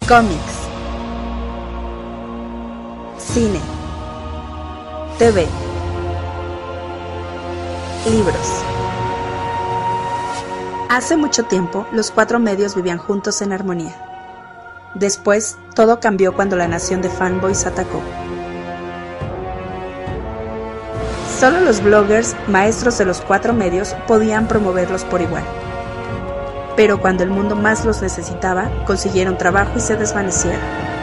Cómics, cine, TV, libros. Hace mucho tiempo, los cuatro medios vivían juntos en armonía. Después, todo cambió cuando la nación de fanboys atacó. Solo los bloggers, maestros de los cuatro medios, podían promoverlos por igual. Pero cuando el mundo más los necesitaba, consiguieron trabajo y se desvanecieron.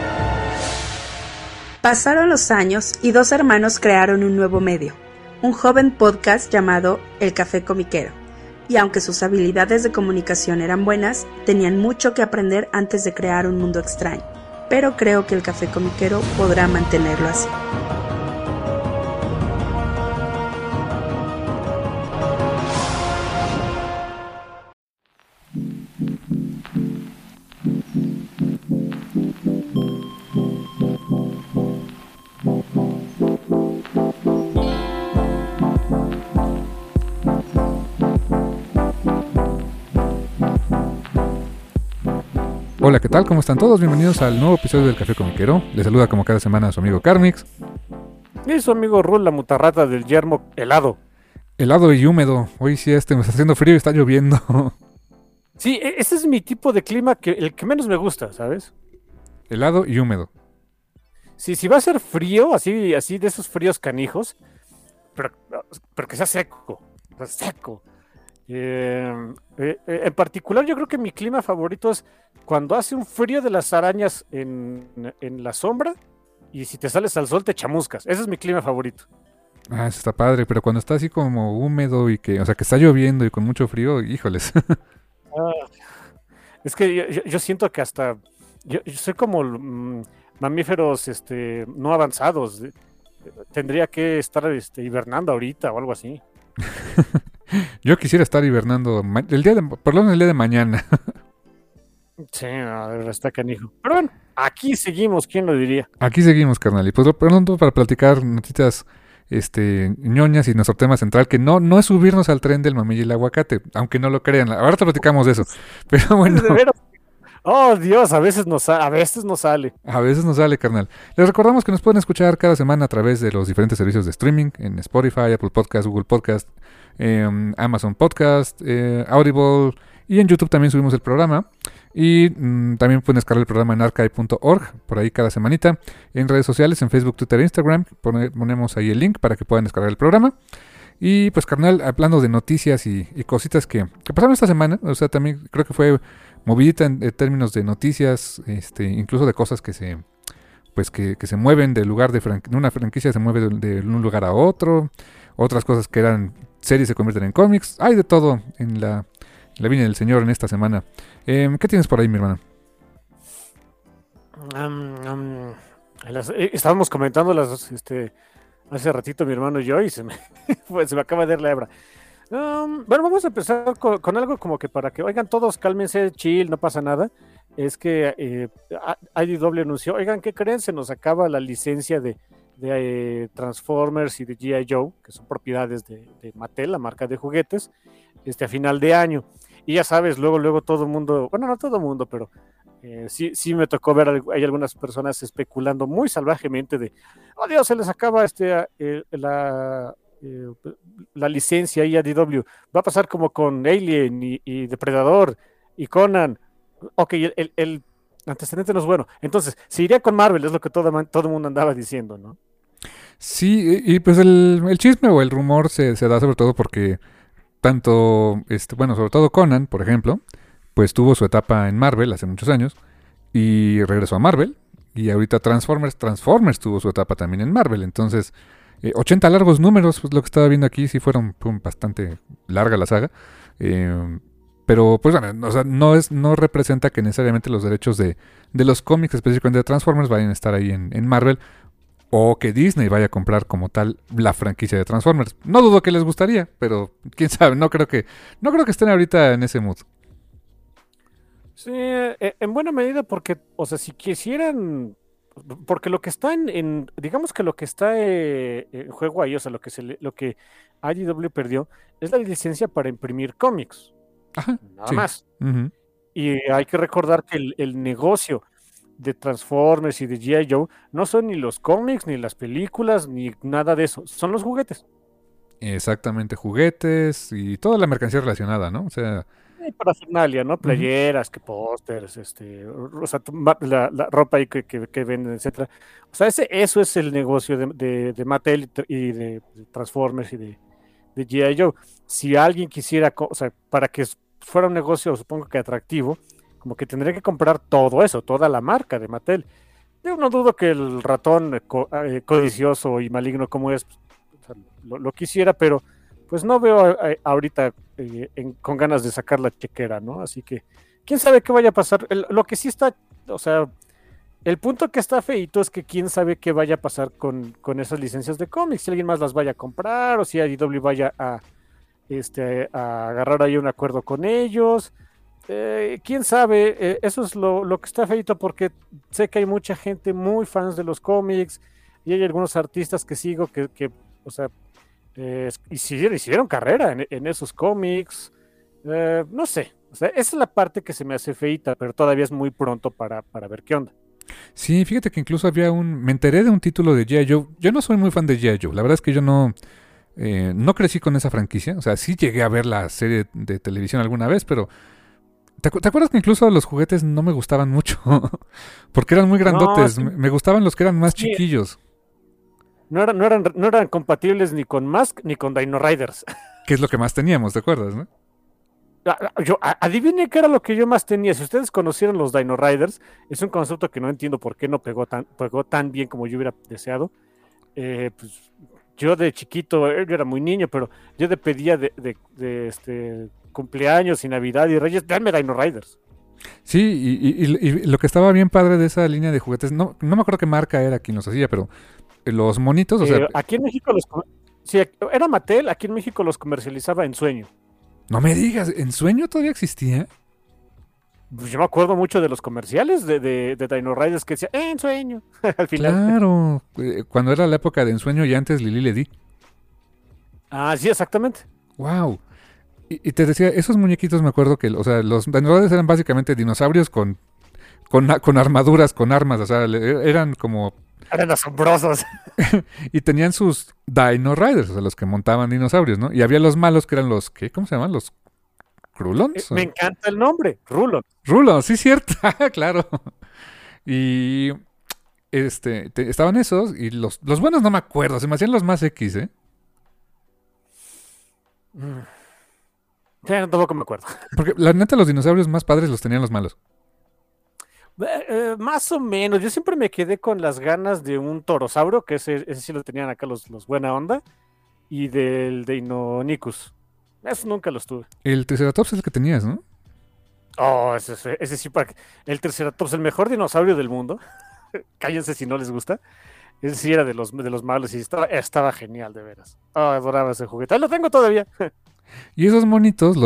Pasaron los años y dos hermanos crearon un nuevo medio, un joven podcast llamado El Café Comiquero. Y aunque sus habilidades de comunicación eran buenas, tenían mucho que aprender antes de crear un mundo extraño. Pero creo que El Café Comiquero podrá mantenerlo así. Hola, ¿qué tal? ¿Cómo están todos? Bienvenidos al nuevo episodio del Café Comiquero. Les saluda como cada semana a su amigo Carmix. Y su amigo Rul, la mutarrata del yermo helado. Helado y húmedo. Hoy sí me está haciendo frío y está lloviendo. Sí, ese es mi tipo de clima, el que menos me gusta, ¿sabes? Helado y húmedo. Sí, si va a ser frío, así de esos fríos canijos, pero que sea seco. Seco. En particular, yo creo que mi clima favorito es cuando hace un frío de las arañas en la sombra y si te sales al sol te chamuscas. Ese es mi clima favorito. Ah, eso está padre, pero cuando está así como húmedo y que está lloviendo y con mucho frío, híjoles. Es que yo siento que hasta yo soy como mamíferos no avanzados. Tendría que estar hibernando ahorita o algo así. Yo quisiera estar hibernando por lo menos el día de mañana. Sí, a ver, está canijo. Pero bueno, aquí seguimos, ¿quién lo diría? Aquí seguimos, carnal. Y pues pronto para platicar noticias ñoñas y nuestro tema central, que no es subirnos al tren del mamey y el aguacate, aunque no lo crean. Ahora te platicamos de eso. Pero bueno. ¿De veras? Oh, Dios, a veces nos sale. A veces nos sale, carnal. Les recordamos que nos pueden escuchar cada semana a través de los diferentes servicios de streaming, en Spotify, Apple Podcast, Google Podcast, Amazon Podcast, Audible, y en YouTube también subimos el programa. Y también pueden descargar el programa en archive.org, por ahí cada semanita. En redes sociales, en Facebook, Twitter e Instagram, ponemos ahí el link para que puedan descargar el programa. Y pues, carnal, hablando de noticias y cositas que pasaron esta semana, o sea, también creo que fue movidita en términos de noticias, incluso de cosas que se mueven del lugar de una franquicia, se mueve de un lugar a otro. Otras cosas que eran series se convierten en cómics. Hay de todo en la viña del Señor en esta semana. ¿Qué tienes por ahí, mi hermana? Estábamos comentando hace ratito mi hermano y yo y se me acaba de ir la hebra. Bueno, vamos a empezar con algo como que para que, oigan, todos cálmense, chill, no pasa nada. Es que IDW anunció, oigan, ¿qué creen? Se nos acaba la licencia de Transformers y de G.I. Joe, que son propiedades de Mattel, la marca de juguetes, a final de año. Y ya sabes, luego todo el mundo, bueno, no todo el mundo, pero sí me tocó ver, hay algunas personas especulando muy salvajemente de, oh Dios, se les acaba la licencia IDW. Va a pasar como con Alien y Depredador y Conan. Ok, el antecedente no es bueno. Entonces, se iría con Marvel, es lo que todo el mundo andaba diciendo, ¿no? Sí, y pues el chisme o el rumor se da sobre todo porque tanto, sobre todo Conan, por ejemplo, pues tuvo su etapa en Marvel hace muchos años y regresó a Marvel. Y ahorita Transformers tuvo su etapa también en Marvel. Entonces, 80 largos números, pues lo que estaba viendo aquí, sí fueron bastante larga la saga. Pero, pues bueno, o sea, no representa que necesariamente los derechos de los cómics, específicamente de Transformers, vayan a estar ahí en Marvel. O que Disney vaya a comprar como tal la franquicia de Transformers. No dudo que les gustaría, pero quién sabe, no creo que estén ahorita en ese mood. Sí, en buena medida porque, o sea, si quisieran, porque lo que está digamos que lo que está en juego ahí, o sea, lo que IDW perdió es la licencia para imprimir cómics. Ajá, Nada sí. más. Uh-huh. Y hay que recordar que el negocio de Transformers y de G.I. Joe no son ni los cómics, ni las películas, ni nada de eso, son los juguetes. Exactamente, juguetes y toda la mercancía relacionada, ¿no? O sea, Parafernalia, ¿no? ujú. Playeras, que pósters, o sea, la ropa ahí que venden, etcétera. O sea, eso es el negocio de Mattel y de Transformers y de G.I. Joe. Si alguien quisiera, o sea, para que fuera un negocio, supongo que atractivo, como que tendría que comprar todo eso, toda la marca de Mattel. Yo no dudo que el ratón codicioso y maligno como es, pues, o sea, lo quisiera, pero pues no veo ahorita con ganas de sacar la chequera, ¿no? Así que, quién sabe qué vaya a pasar. Lo que sí está, o sea, el punto que está feito es que quién sabe qué vaya a pasar con esas licencias de cómics, si alguien más las vaya a comprar o si IDW vaya a agarrar ahí un acuerdo con ellos. Quién sabe, eso es lo que está feito porque sé que hay mucha gente muy fans de los cómics y hay algunos artistas que sigo que o sea, hicieron carrera en esos cómics. No sé, o sea, esa es la parte que se me hace feita, pero todavía es muy pronto para ver qué onda. Sí, fíjate que incluso me enteré de un título de G.I. Joe. Yo no soy muy fan de G.I. Joe. La verdad es que yo no crecí con esa franquicia. O sea, sí llegué a ver la serie de televisión alguna vez, pero ¿te acuerdas que incluso los juguetes no me gustaban mucho? Porque eran muy No, grandotes. sí, Me gustaban los que eran más sí, chiquillos. no eran compatibles ni con Mask ni con Dino Riders. Que es lo que más teníamos, ¿te acuerdas, no? Adivine qué era lo que yo más tenía. Si ustedes conocieron los Dino Riders, es un concepto que no entiendo por qué no pegó tan bien como yo hubiera deseado. Pues yo de chiquito, yo era muy niño, pero yo le pedía de cumpleaños y Navidad y Reyes, dame Dino Riders. Sí, y lo que estaba bien padre de esa línea de juguetes, no me acuerdo qué marca era quien los hacía, pero los monitos, o sea, Aquí en México sí, era Mattel, aquí en México los comercializaba en Sueño. no me digas, ¿en sueño todavía existía? Pues yo me acuerdo mucho de los comerciales de Dino Riders que decía, en Sueño, al final. Claro, cuando era la época de ensueño y antes Lili le di. Ah, sí, exactamente. Wow. Y te decía, esos muñequitos me acuerdo que, o sea, los dinosaurios eran básicamente dinosaurios con armaduras, con armas, o sea, eran como... Eran asombrosos. Y tenían sus Dino Riders, o sea, los que montaban dinosaurios, ¿no? Y había los malos que eran los, ¿qué? ¿Cómo se llaman? Los Krulons. Me encanta el nombre, Rulon. Rulons, sí, cierto, claro. Y estaban esos y los buenos no me acuerdo, se me hacían los más X, ¿eh? Ya, tampoco me acuerdo. Porque la neta los dinosaurios más padres los tenían los malos. Más o menos, yo siempre me quedé con las ganas de un torosaurio, que ese sí lo tenían acá los buena onda, y del Deinonychus. Eso nunca los tuve. El Triceratops es el que tenías, ¿no? Oh, ese sí, el Triceratops, el mejor dinosaurio del mundo. Cállense si no les gusta. Ese sí era de los malos y estaba genial, de veras. Oh, adoraba ese juguete. Ahí lo tengo todavía. Y esos monitos,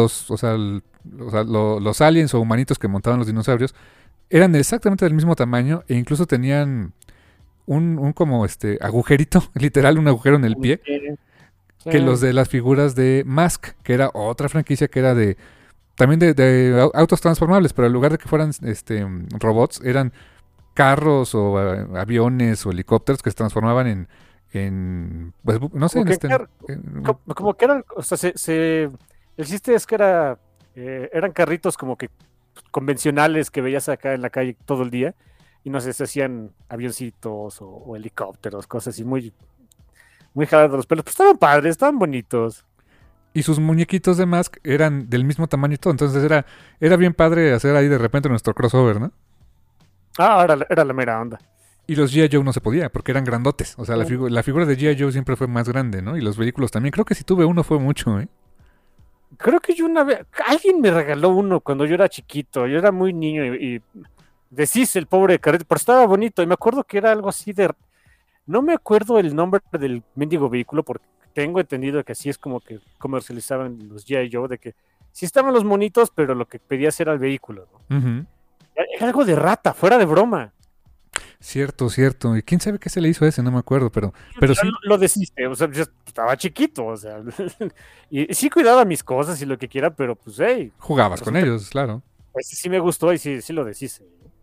los aliens o humanitos que montaban los dinosaurios, eran exactamente del mismo tamaño e incluso tenían un como agujerito, literal un agujero en el pie, Sí. que los de las figuras de Mask, que era otra franquicia que era también de autos transformables, pero en lugar de que fueran robots, eran carros o aviones o helicópteros que se transformaban pues, no sé, Como que, como que eran, o sea, el chiste es que eran carritos como que convencionales que veías acá en la calle todo el día y no sé, se hacían avioncitos o helicópteros, cosas así muy, muy jalados de los pelos. Pues estaban padres, estaban bonitos. y sus muñequitos de Mask eran del mismo tamaño y todo, entonces era bien padre hacer ahí de repente nuestro crossover, ¿no? Ah, era la mera onda. Y los G.I. Joe no se podía, porque eran grandotes. O sea, la, Sí. la figura de G.I. Joe siempre fue más grande, ¿no? Y los vehículos también. Creo que si tuve uno fue mucho, ¿eh? Creo que yo una vez, alguien me regaló uno cuando yo era chiquito, yo era muy niño y deshice el pobre carrito, pero estaba bonito y me acuerdo que era algo así no me acuerdo el nombre del mendigo vehículo porque tengo entendido que así es como que comercializaban los G.I. Joe, de que sí estaban los monitos, pero lo que pedías era el vehículo, ¿no? Ujú. Era algo de rata, fuera de broma. Cierto, cierto. ¿Y quién sabe qué se le hizo a ese? No me acuerdo, pero Yo sí, lo deshiciste, o sea, yo estaba chiquito, o sea, y sí cuidaba mis cosas y lo que quiera, pero pues, hey, jugabas con resulta que ellos, claro. pues, sí me gustó y sí lo deshice.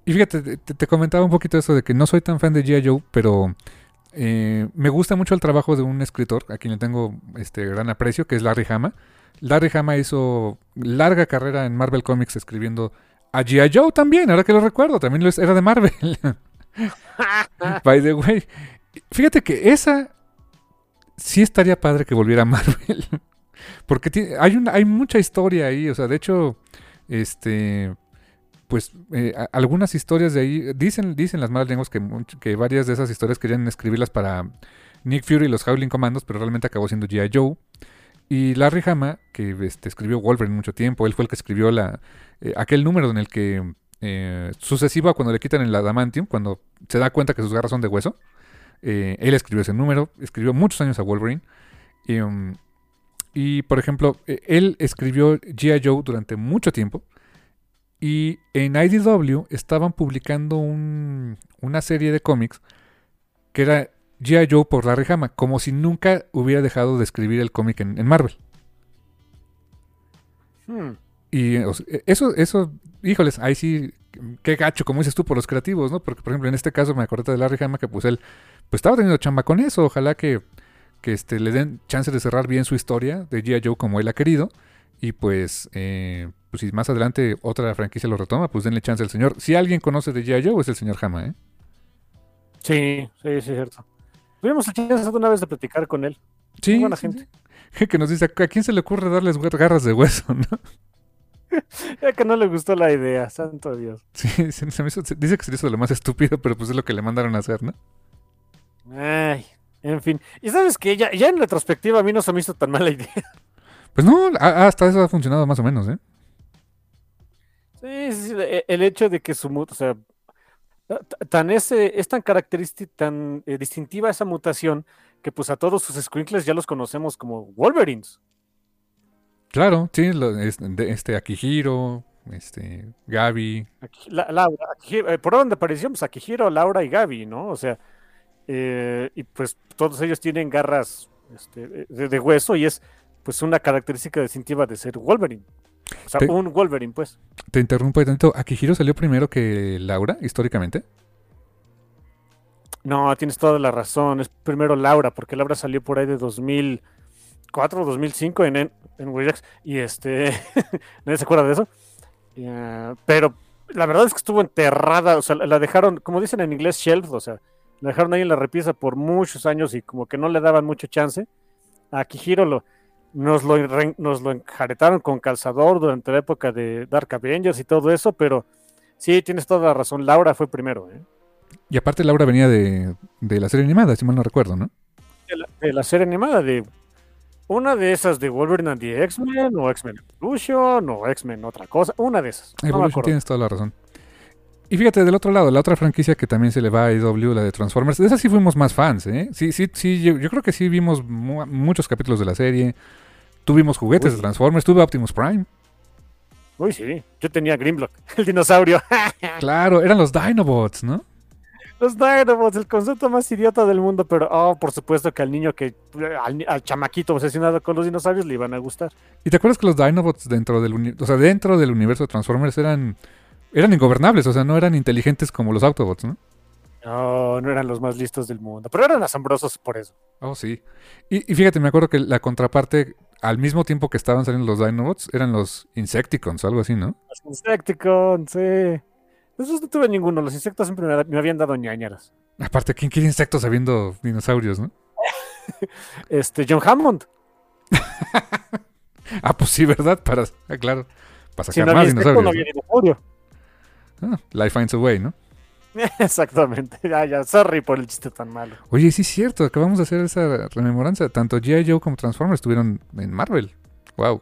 Y fíjate, te comentaba un poquito eso de que no soy tan fan de G.I. Joe, pero me gusta mucho el trabajo de un escritor a quien le tengo gran aprecio, que es Larry Hama. Larry Hama hizo larga carrera en Marvel Comics escribiendo a G.I. Joe también, ahora que lo recuerdo, también era de Marvel. By the way, fíjate que esa sí estaría padre que volviera a Marvel. Porque hay mucha historia ahí, o sea, de hecho, pues algunas historias de ahí, dicen las malas lenguas que varias de esas historias querían escribirlas para Nick Fury y los Howling Commandos, pero realmente acabó siendo G.I. Joe. Y Larry Hama, que escribió Wolverine mucho tiempo, él fue el que escribió aquel número en el que, sucesivo a cuando le quitan el adamantium, cuando se da cuenta que sus garras son de hueso, él escribió ese número, escribió muchos años a Wolverine. Y por ejemplo, él escribió G.I. Joe durante mucho tiempo. Y en IDW estaban publicando una serie de cómics que era G.I. Joe por Larry Hama, como si nunca hubiera dejado de escribir el cómic en Marvel. Y eso, híjoles, ahí sí, qué gacho, como dices tú, por los creativos, ¿no? Porque, por ejemplo, en este caso me acordé de Larry Hama que pues él pues estaba teniendo chamba con eso. Ojalá que le den chance de cerrar bien su historia de G.I. Joe como él ha querido. Y pues si más adelante otra franquicia lo retoma, pues denle chance al señor. Si alguien conoce de G.I. Joe es el señor Hama, ¿eh? Sí, es cierto. Tuvimos la chance una vez de platicar con él. Sí. Muy buena gente. Sí. Que nos dice, ¿a quién se le ocurre darles garras de hueso, no? Ya que no le gustó la idea, santo Dios. Sí, dice que se hizo de lo más estúpido, pero pues es lo que le mandaron a hacer, ¿no? Ay, en fin. Y sabes que ya en retrospectiva a mí no se me hizo tan mala idea. Pues no, hasta eso ha funcionado más o menos, ¿eh? Sí, el hecho de que o sea, es tan característica, tan distintiva esa mutación que pues a todos sus squinkles ya los conocemos como Wolverines. Claro, sí, Akihiro, Gaby. Laura, ¿por dónde apareció? Pues Akihiro, Laura y Gaby, ¿no? O sea, y pues todos ellos tienen garras de hueso y es pues una característica distintiva de ser Wolverine. O sea, un Wolverine, pues. Te interrumpo ahí tanto. ¿Akihiro salió primero que Laura, históricamente? No, tienes toda la razón. Es primero Laura, porque Laura salió por ahí de 2004, 2005 en Willax. Y nadie se acuerda de eso. Pero la verdad es que estuvo enterrada. O sea, la dejaron, como dicen en inglés, shelf. O sea, la dejaron ahí en la repisa por muchos años y como que no le daban mucho chance. A Akihiro nos lo enjaretaron con calzador durante la época de Dark Avengers y todo eso, pero sí, tienes toda la razón. Laura fue primero, ¿eh? Y aparte Laura venía de la serie animada, si mal no recuerdo, ¿no? De la serie animada, de una de esas de Wolverine and the X-Men, o X-Men Evolution, o X-Men otra cosa, una de esas. Evolution, tienes toda la razón. Y fíjate, del otro lado, la otra franquicia que también se le va a IDW, la de Transformers, de esa sí fuimos más fans, ¿eh? Sí, yo creo que sí vimos muchos capítulos de la serie. Tuvimos juguetes de Transformers, tuve Optimus Prime. Uy, sí, yo tenía Grimlock, el dinosaurio. Claro, eran los Dinobots, ¿no? Los Dinobots, el concepto más idiota del mundo, pero por supuesto que al niño al chamaquito obsesionado con los dinosaurios le iban a gustar. ¿Y te acuerdas que los Dinobots dentro del universo de Transformers eran ingobernables? O sea, no eran inteligentes como los Autobots, ¿no? No eran los más listos del mundo, pero eran asombrosos por eso. Oh, sí. Y fíjate, me acuerdo que la contraparte, al mismo tiempo que estaban saliendo los Dinobots, eran los Insecticons o algo así, ¿no? Los Insecticons, sí. Esos no tuve ninguno, los insectos siempre me habían dado ñañaras. Aparte, ¿quién quiere insectos sabiendo dinosaurios, no? John Hammond. Pues sí, ¿verdad? Claro, para sacar si más insecto, dinosaurios. no había dinosaurio. Life finds a way, ¿no? Exactamente. Ya, sorry por el chiste tan malo. Oye, sí es cierto, acabamos de hacer esa rememoranza. Tanto G.I. Joe como Transformers estuvieron en Marvel. Wow.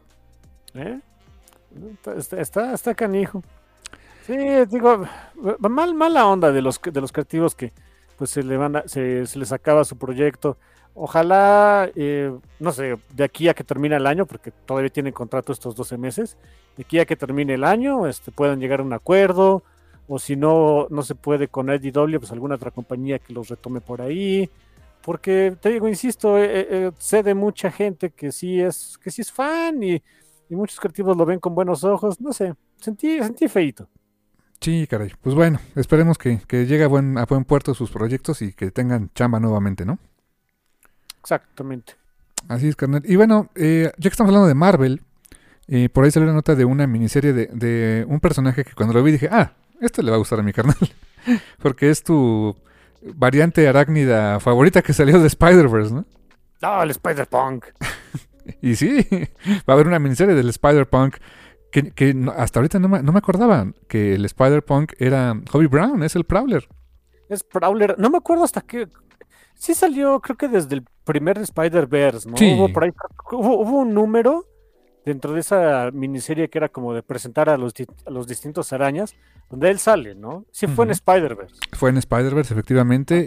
Está canijo. Sí, digo, mala onda de los creativos que pues se les acaba su proyecto. Ojalá, no sé, de aquí a que termine el año, porque todavía tienen contrato estos 12 meses, de aquí a que termine el año, puedan llegar a un acuerdo, o si no se puede con IDW, pues alguna otra compañía que los retome por ahí, porque te digo, insisto, sé de mucha gente que sí es fan y muchos creativos lo ven con buenos ojos, no sé, sentí feíto. Sí, caray. Pues bueno, esperemos que llegue a buen puerto sus proyectos y que tengan chamba nuevamente, ¿no? Exactamente. Así es, carnal. Y bueno, ya que estamos hablando de Marvel, por ahí salió la nota de una miniserie de un personaje que cuando lo vi dije, esto le va a gustar a mi carnal. Porque es tu variante arácnida favorita que salió de Spider-Verse, ¿no? El Spider-Punk. Y sí, va a haber una miniserie del Spider-Punk que hasta ahorita no me acordaba que el Spider-Punk era Hobie Brown, es el Prowler. Es Prowler. No me acuerdo hasta qué. Sí salió, creo que desde el primer Spider-Verse, ¿no? Sí. Hubo un número dentro de esa miniserie que era como de presentar a los distintos arañas, donde él sale, ¿no? Sí fue en Spider-Verse. Fue en Spider-Verse, efectivamente,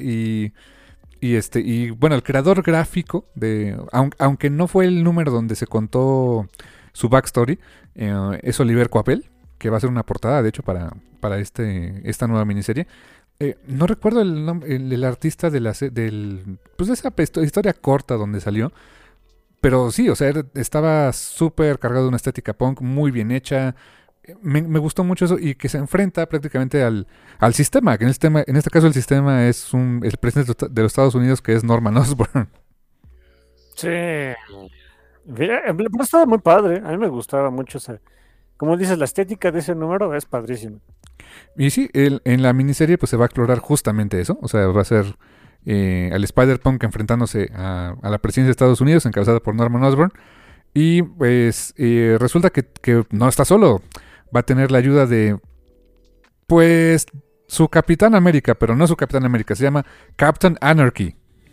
y bueno, el creador gráfico aunque no fue el número donde se contó su backstory, es Oliver Coipel, que va a ser una portada, de hecho, para esta nueva miniserie. No recuerdo el artista de esa historia corta donde salió, pero sí, o sea, estaba súper cargado de una estética punk muy bien hecha. Me gustó mucho eso y que se enfrenta prácticamente al sistema, que en este caso el sistema es el presidente de los Estados Unidos, que es Norman Osborn. Sí. Pero estaba muy padre, a mí me gustaba mucho. Como dices, la estética de ese número es padrísima. Y sí, en la miniserie pues se va a explorar justamente eso, o sea, va a ser al Spider-Punk enfrentándose a la presidencia de Estados Unidos, encabezada por Norman Osborn, y pues resulta que no está solo. Va a tener la ayuda de, pues, su Capitán América, pero no su Capitán América, se llama Captain Anarchy.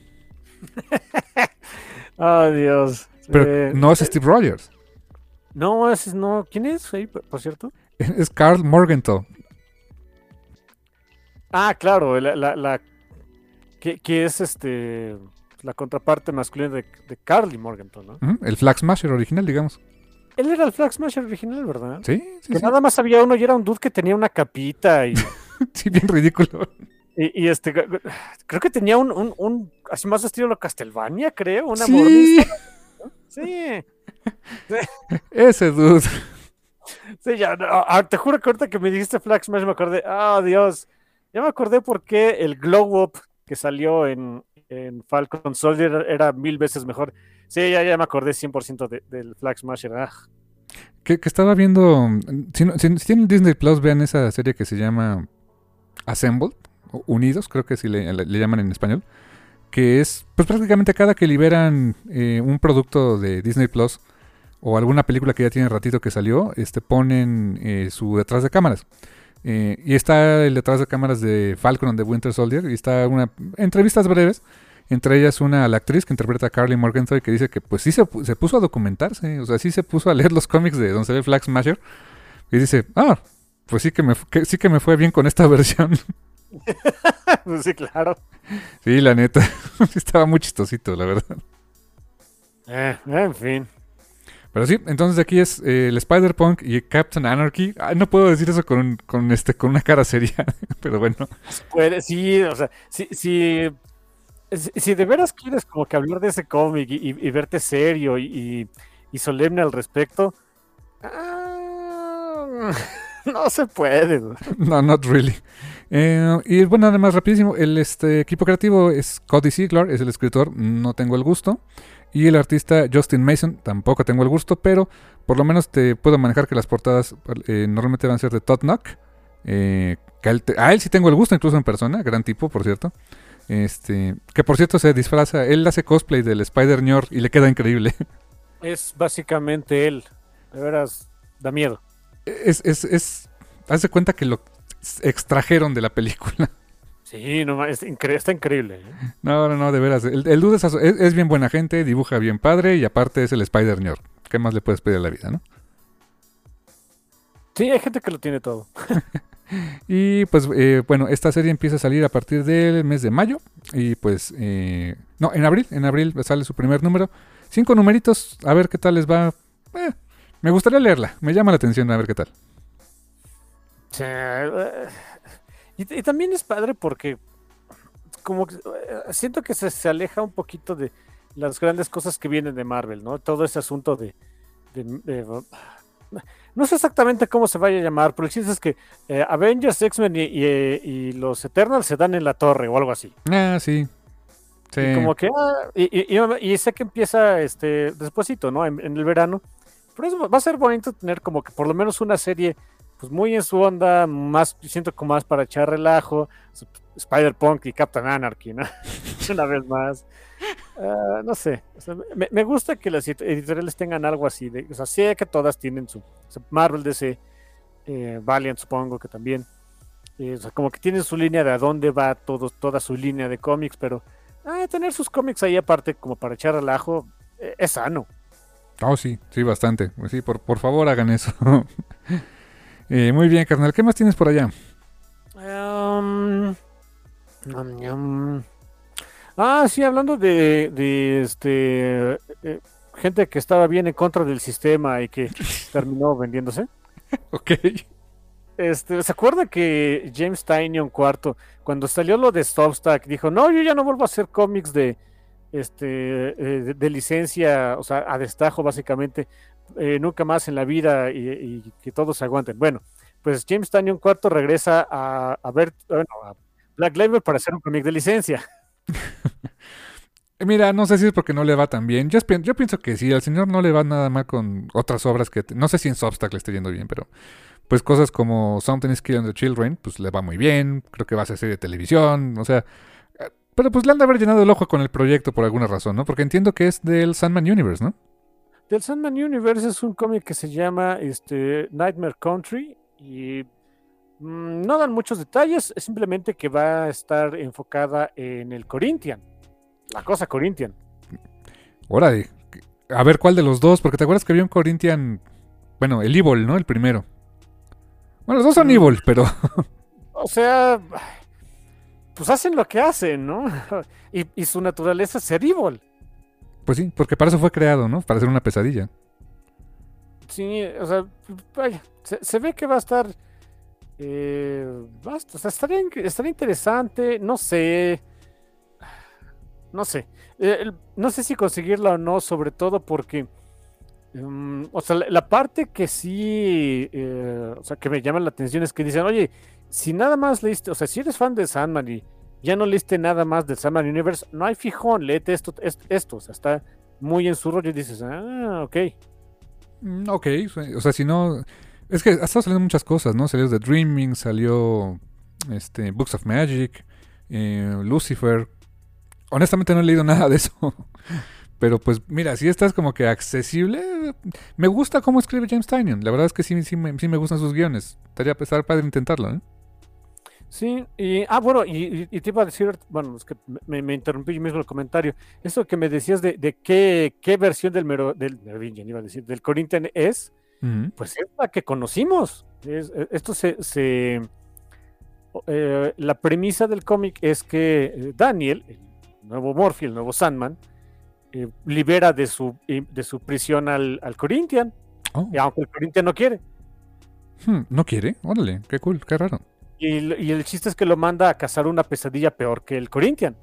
Dios. Pero no es Steve Rogers. No, no. ¿Quién es ahí, por cierto? Es Karl Morgenthau. Claro, que es la contraparte masculina de Carly Morgenthau, ¿no? El Flag Smasher original, digamos. Él era el Flag Smasher original, ¿verdad? Sí. Nada más había uno y era un dude que tenía una capita y... Sí, bien ridículo. Y creo que tenía un así más estilo Castlevania, creo, una sí. mornista. Sí. Ese dude. Sí, ya, te juro que ahorita que me dijiste Flag Smash me acordé, Dios, ya me acordé por qué el Glow Up que salió en Falcon Soldier era 1000 veces mejor. Sí, ya me acordé 100% del Flag Smasher. Que estaba viendo, si tienen Disney Plus, vean esa serie que se llama Assembled, o Unidos, creo que sí le llaman en español, que es, pues prácticamente cada que liberan un producto de Disney Plus o alguna película que ya tiene ratito que salió, ponen su detrás de cámaras. Y está el detrás de cámaras de Falcon and the Winter Soldier, y está entrevistas breves, entre ellas a la actriz que interpreta a Karli Morgenthau, que dice que pues sí se puso a documentarse, o sea, sí se puso a leer los cómics de donde se ve Flag Smasher, y dice, pues sí que me fue bien con esta versión. Sí, claro. Sí, la neta, estaba muy chistosito, la verdad. En fin. Pero sí, entonces aquí es el Spider-Punk y Captain Anarchy. No puedo decir eso con una cara seria, pero bueno. Sí, o sea, si de veras quieres como que hablar de ese cómic y verte serio y solemne al respecto, no se puede. No, not really. Y bueno, nada más rapidísimo, el equipo creativo es Cody Ziegler, es el escritor, no tengo el gusto. Y el artista Justin Mason, tampoco tengo el gusto, pero por lo menos te puedo manejar que las portadas normalmente van a ser de Todd Knock. A él sí tengo el gusto, incluso en persona, gran tipo, por cierto. Que por cierto se disfraza, él hace cosplay del Spider-Ñor y le queda increíble. Es básicamente él, de veras, da miedo. Haz de cuenta que lo extrajeron de la película. Sí, no, está increíble. No, de veras. El dude es bien buena gente, dibuja bien padre y aparte es el Spider-Ñor. ¿Qué más le puedes pedir a la vida, no? Sí, hay gente que lo tiene todo. Y pues bueno, esta serie empieza a salir a partir del mes de mayo. Y pues, no, en abril sale su primer número. 5 numeritos, a ver qué tal les va. Me gustaría leerla, me llama la atención a ver qué tal. Sí, y también es padre porque como que, siento que se aleja un poquito de las grandes cosas que vienen de Marvel, ¿no? Todo ese asunto de no sé exactamente cómo se vaya a llamar, pero el chiste es que Avengers, X-Men y los Eternals se dan en la torre o algo así. Ah, sí. Sí. Y como que, y sé que empieza despuesito, ¿no? En el verano. Pero va a ser bonito tener como que por lo menos una serie, pues muy en su onda, más, siento como más para echar relajo. Spider-Punk y Captain Anarchy, ¿no? Una vez más. No sé. O sea, me gusta que las editoriales tengan algo así. O sea, sé que todas tienen su Marvel, DC, Valiant, supongo que también. O sea, como que tienen su línea de a dónde va toda su línea de cómics, pero tener sus cómics ahí aparte como para echar relajo es sano. Oh, sí, sí, bastante. Sí, por favor hagan eso. Muy bien, carnal. ¿Qué más tienes por allá? Sí, hablando de gente que estaba bien en contra del sistema y que terminó vendiéndose. Ok. ¿Se acuerda que James Tynion IV, cuando salió lo de Substack, dijo, no, yo ya no vuelvo a hacer cómics de licencia, o sea, a destajo básicamente, nunca más en la vida y que todos se aguanten? Bueno, pues James Tynion IV regresa a Black Label para hacer un cómic de licencia. Mira, no sé si es porque no le va tan bien. Yo pienso que sí, al señor no le va nada mal con otras obras que... No sé si en Substack le esté yendo bien, pero... Pues cosas como Something is Killing the Children, pues le va muy bien. Creo que va a ser serie de televisión, o sea... Pero pues le han de haber llenado el ojo con el proyecto por alguna razón, ¿no? Porque entiendo que es del Sandman Universe, ¿no? Del Sandman Universe es un cómic que se llama Nightmare Country y no dan muchos detalles, es simplemente que va a estar enfocada en el Corinthian, la cosa Corinthian. Órale. A ver cuál de los dos, porque te acuerdas que había un Corinthian... Bueno, el Evil, ¿no? El primero. Bueno, los dos son Evil, pero... O sea, pues hacen lo que hacen, ¿no? Y su naturaleza es ser Evil. Pues sí, porque para eso fue creado, ¿no? Para ser una pesadilla. Sí, o sea, vaya, se ve que va a estar... o sea, estaría interesante, no sé. No sé. No sé si conseguirla o no, sobre todo porque... o sea, la parte que sí, o sea, que me llama la atención es que dicen, oye, si nada más leíste, o sea, si eres fan de Sandman y ya no leíste nada más del Sandman Universe, no hay fijón, léete esto, o sea, está muy en su rollo y dices, ok. Ok, o sea, si no... Es que ha estado saliendo muchas cosas, ¿no? Salió The Dreaming, salió Books of Magic, Lucifer. Honestamente no he leído nada de eso. Pero pues mira, si estás como que accesible, me gusta cómo escribe James Tynion. La verdad es que sí me gustan sus guiones. Estaría padre intentarlo, ¿eh? Sí, bueno, y te iba a decir, bueno, es que me interrumpí yo mismo el comentario. Eso que me decías de qué versión del Merovingian, iba a decir, del Corinthian es, pues es la que conocimos. La premisa del cómic es que Daniel, el nuevo Morphy, el nuevo Sandman, libera de su prisión al Corinthian, aunque el Corinthian no quiere. ¿No quiere? Órale, qué cool, qué raro. Y el chiste es que lo manda a cazar una pesadilla peor que el Corinthian.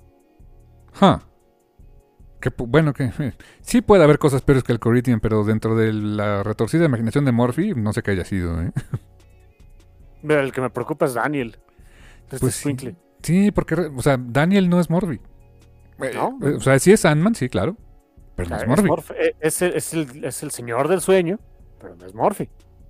Bueno, que sí puede haber cosas peores que el Corinthian, pero dentro de la retorcida imaginación de Morphy, no sé qué haya sido, ¿eh? Pero el que me preocupa es Daniel. Pues sí, porque, o sea, Daniel no es Morphy. ¿No? O sea, sí es Sandman, sí, claro. Pero no es Morphy. Es el señor del sueño, pero no es Morphy.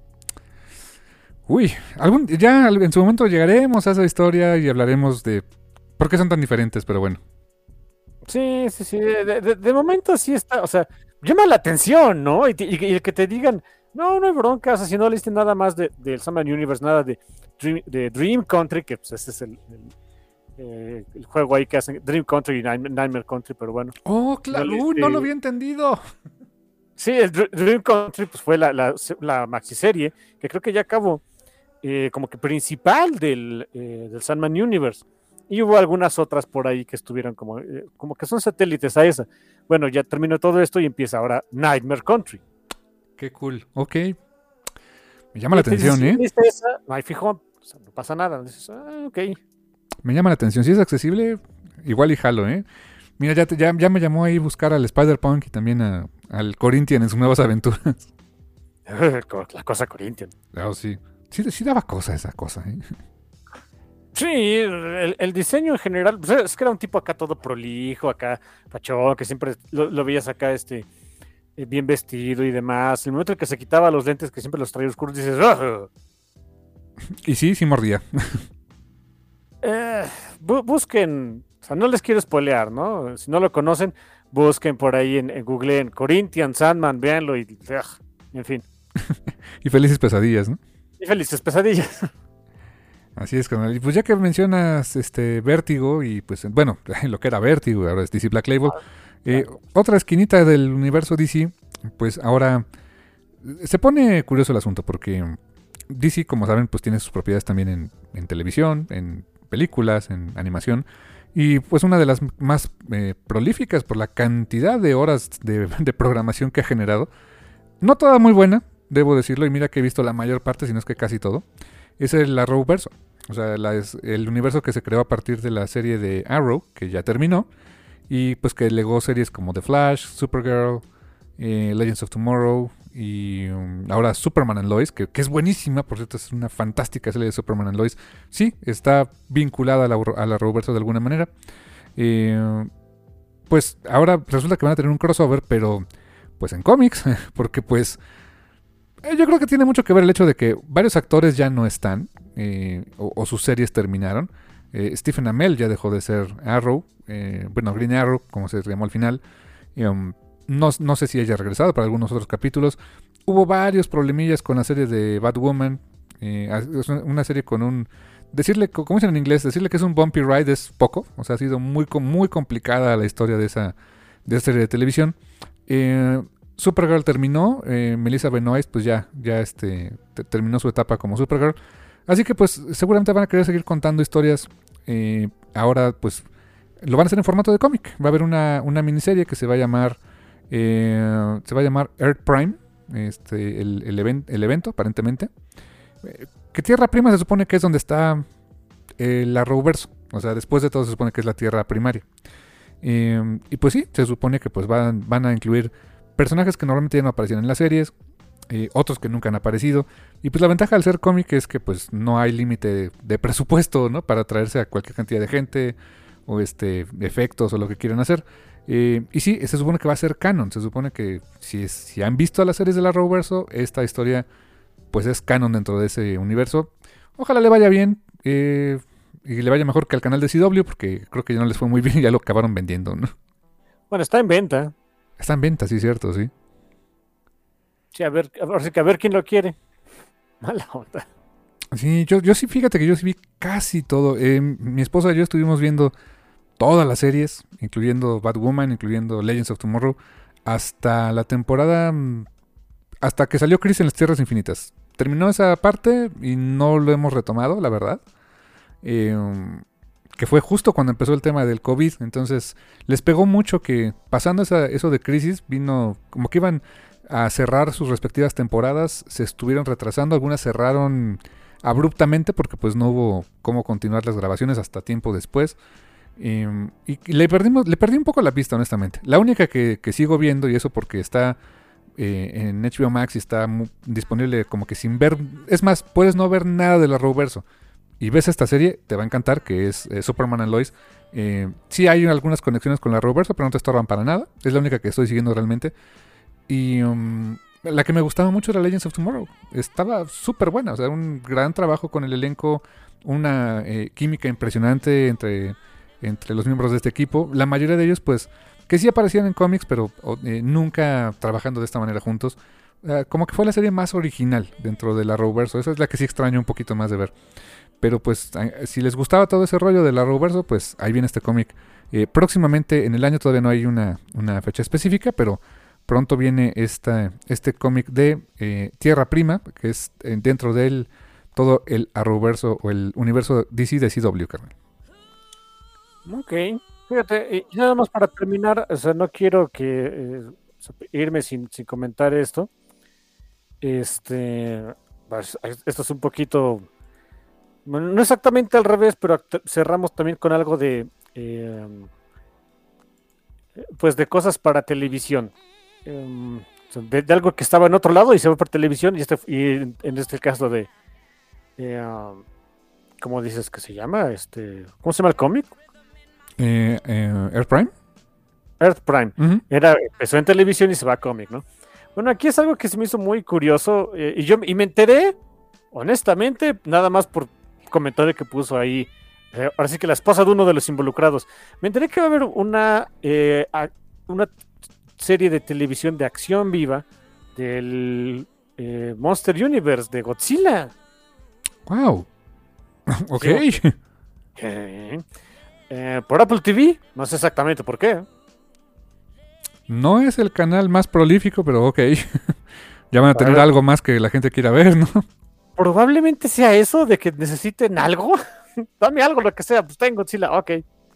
Uy, ya en su momento llegaremos a esa historia y hablaremos de por qué son tan diferentes, pero bueno. Sí. De momento sí está, o sea, llama la atención, ¿no? Y el que te digan, no hay broncas, o sea, si no leíste nada más del Sandman Universe, nada de Dream Country, que pues ese es el juego ahí que hacen, Dream Country y Nightmare Country, pero bueno. Oh, claro, no lo había entendido. Sí, el Dream Country pues fue la maxiserie, que creo que ya acabó, como que principal del Sandman Universe. Y hubo algunas otras por ahí que estuvieron como que son satélites a esa. Bueno, ya terminó todo esto y empieza ahora Nightmare Country. Qué cool, ok. Me llama la atención, dices, ¿eh? Esa, no hay fijón, o sea, no pasa nada. Dices, ok. Me llama la atención, si es accesible, igual y jalo, ¿eh? Mira, ya me llamó ahí buscar al Spider-Punk y también al Corinthian en sus nuevas aventuras. La cosa Corinthian. Claro, sí. Sí daba cosa esa cosa, ¿eh? Sí, el diseño en general, pues, es que era un tipo acá todo prolijo, acá pachón, que siempre lo veías acá bien vestido y demás. El momento en que se quitaba los lentes, que siempre los traía oscuros, dices, "Ah". Y sí mordía. Eh, busquen, o sea, no les quiero spoilear, ¿no? Si no lo conocen, busquen por ahí en Google, en Corinthian, Sandman, véanlo y, en fin, Y felices pesadillas, ¿no? y felices pesadillas. Así es, carnal. Y pues ya que mencionas Vértigo y pues bueno, lo que era Vértigo, ahora es DC Black Label, otra esquinita del universo DC, pues ahora se pone curioso el asunto porque DC, como saben, pues tiene sus propiedades también en televisión, en películas, en animación. Y pues una de las más prolíficas por la cantidad de horas de programación que ha generado. No toda muy buena, debo decirlo, y mira que he visto la mayor parte, si no es que casi todo. Es el Arrowverso. O sea, el universo que se creó a partir de la serie de Arrow, que ya terminó. Y pues que legó series como The Flash, Supergirl, Legends of Tomorrow y ahora Superman and Lois, que es buenísima, por cierto, es una fantástica serie de Superman and Lois. Sí, está vinculada al Arrowverso de alguna manera. Pues ahora resulta que van a tener un crossover, pero pues en cómics, porque pues yo creo que tiene mucho que ver el hecho de que varios actores ya no están, o sus series terminaron. Stephen Amell ya dejó de ser Arrow, bueno, Green Arrow, como se llamó al final. No sé si haya regresado para algunos otros capítulos. Hubo varios problemillas con la serie de Batwoman. Es una serie con un... Decirle, como dicen en inglés, decirle que es un bumpy ride es poco. O sea, ha sido muy complicada la historia de esa serie de televisión. Supergirl terminó. Melissa Benoist pues ya terminó su etapa como Supergirl. Así que pues seguramente van a querer seguir contando historias. Ahora pues lo van a hacer en formato de cómic. Va a haber una miniserie que se va a llamar Earth Prime. El evento, aparentemente. Que Tierra Prima se supone que es donde está el Arrowverso. O sea, después de todo se supone que es la Tierra primaria. Y pues sí, se supone que pues van a incluir personajes que normalmente ya no aparecían en las series, otros que nunca han aparecido. Y pues la ventaja al ser cómic es que pues no hay límite de presupuesto, ¿no? Para traerse a cualquier cantidad de gente o efectos o lo que quieran hacer. Y sí, se supone que va a ser canon. Se supone que si han visto las series del Arrowverso, esta historia pues es canon dentro de ese universo. Ojalá le vaya bien y le vaya mejor que al canal de CW, porque creo que ya no les fue muy bien y ya lo acabaron vendiendo, ¿no? Bueno, está en venta. Está en venta, sí, cierto, sí. Sí, a ver quién lo quiere. Mala onda. Sí, yo sí, fíjate que yo sí vi casi todo. Mi esposa y yo estuvimos viendo todas las series, incluyendo Batwoman, incluyendo Legends of Tomorrow, hasta la temporada, hasta que salió Crisis en las Tierras Infinitas. Terminó esa parte y no lo hemos retomado, la verdad. Que fue justo cuando empezó el tema del COVID. Entonces les pegó mucho que pasando eso de Crisis, vino como que iban a cerrar sus respectivas temporadas, se estuvieron retrasando, algunas cerraron abruptamente porque pues no hubo cómo continuar las grabaciones hasta tiempo después. Y le perdí un poco la pista, honestamente. La única que sigo viendo, y eso porque está en HBO Max y está disponible como que sin ver, es más, puedes no ver nada del Arrowverso y ves esta serie, te va a encantar, que es Superman and Lois. Sí hay algunas conexiones con la Arrowverso, pero no te estorban para nada. Es la única que estoy siguiendo realmente. Y la que me gustaba mucho era Legends of Tomorrow. Estaba súper buena, o sea, un gran trabajo con el elenco, una química impresionante entre los miembros de este equipo. La mayoría de ellos, pues, que sí aparecían en cómics, pero nunca trabajando de esta manera juntos. Como que fue la serie más original dentro del Arrowverso. Esa es la que sí extraño un poquito más de ver. Pero pues, si les gustaba todo ese rollo del Arrowverso, pues ahí viene este cómic. Próximamente en el año todavía no hay una fecha específica, pero pronto viene este cómic de Tierra Prima, que es dentro de todo el Arrowverso o el universo DC de CW, carnal. Ok, fíjate, y nada más para terminar, o sea, no quiero que irme sin comentar esto. Pues, esto es un poquito, bueno, no exactamente al revés, pero cerramos también con algo pues de cosas para televisión. O sea, de algo que estaba en otro lado y se ve por televisión, y en este caso de, ¿cómo dices que se llama? ¿Cómo se llama el cómic? Earth Prime. Earth Prime. Uh-huh. Empezó en televisión y se va a cómic, ¿no? Bueno, aquí es algo que se me hizo muy curioso, y me enteré, honestamente, nada más por comentario que puso ahí, ahora sí que la esposa de uno de los involucrados. Me enteré que va a haber una serie de televisión de acción viva del Monster Universe de Godzilla. Wow. Ok. Por Apple TV, no sé exactamente por qué. No es el canal más prolífico, pero ok. Ya van a tener algo más que la gente quiera ver, ¿no? Probablemente sea eso, de que necesiten algo. Dame algo, lo que sea, pues tengo Godzilla, ok.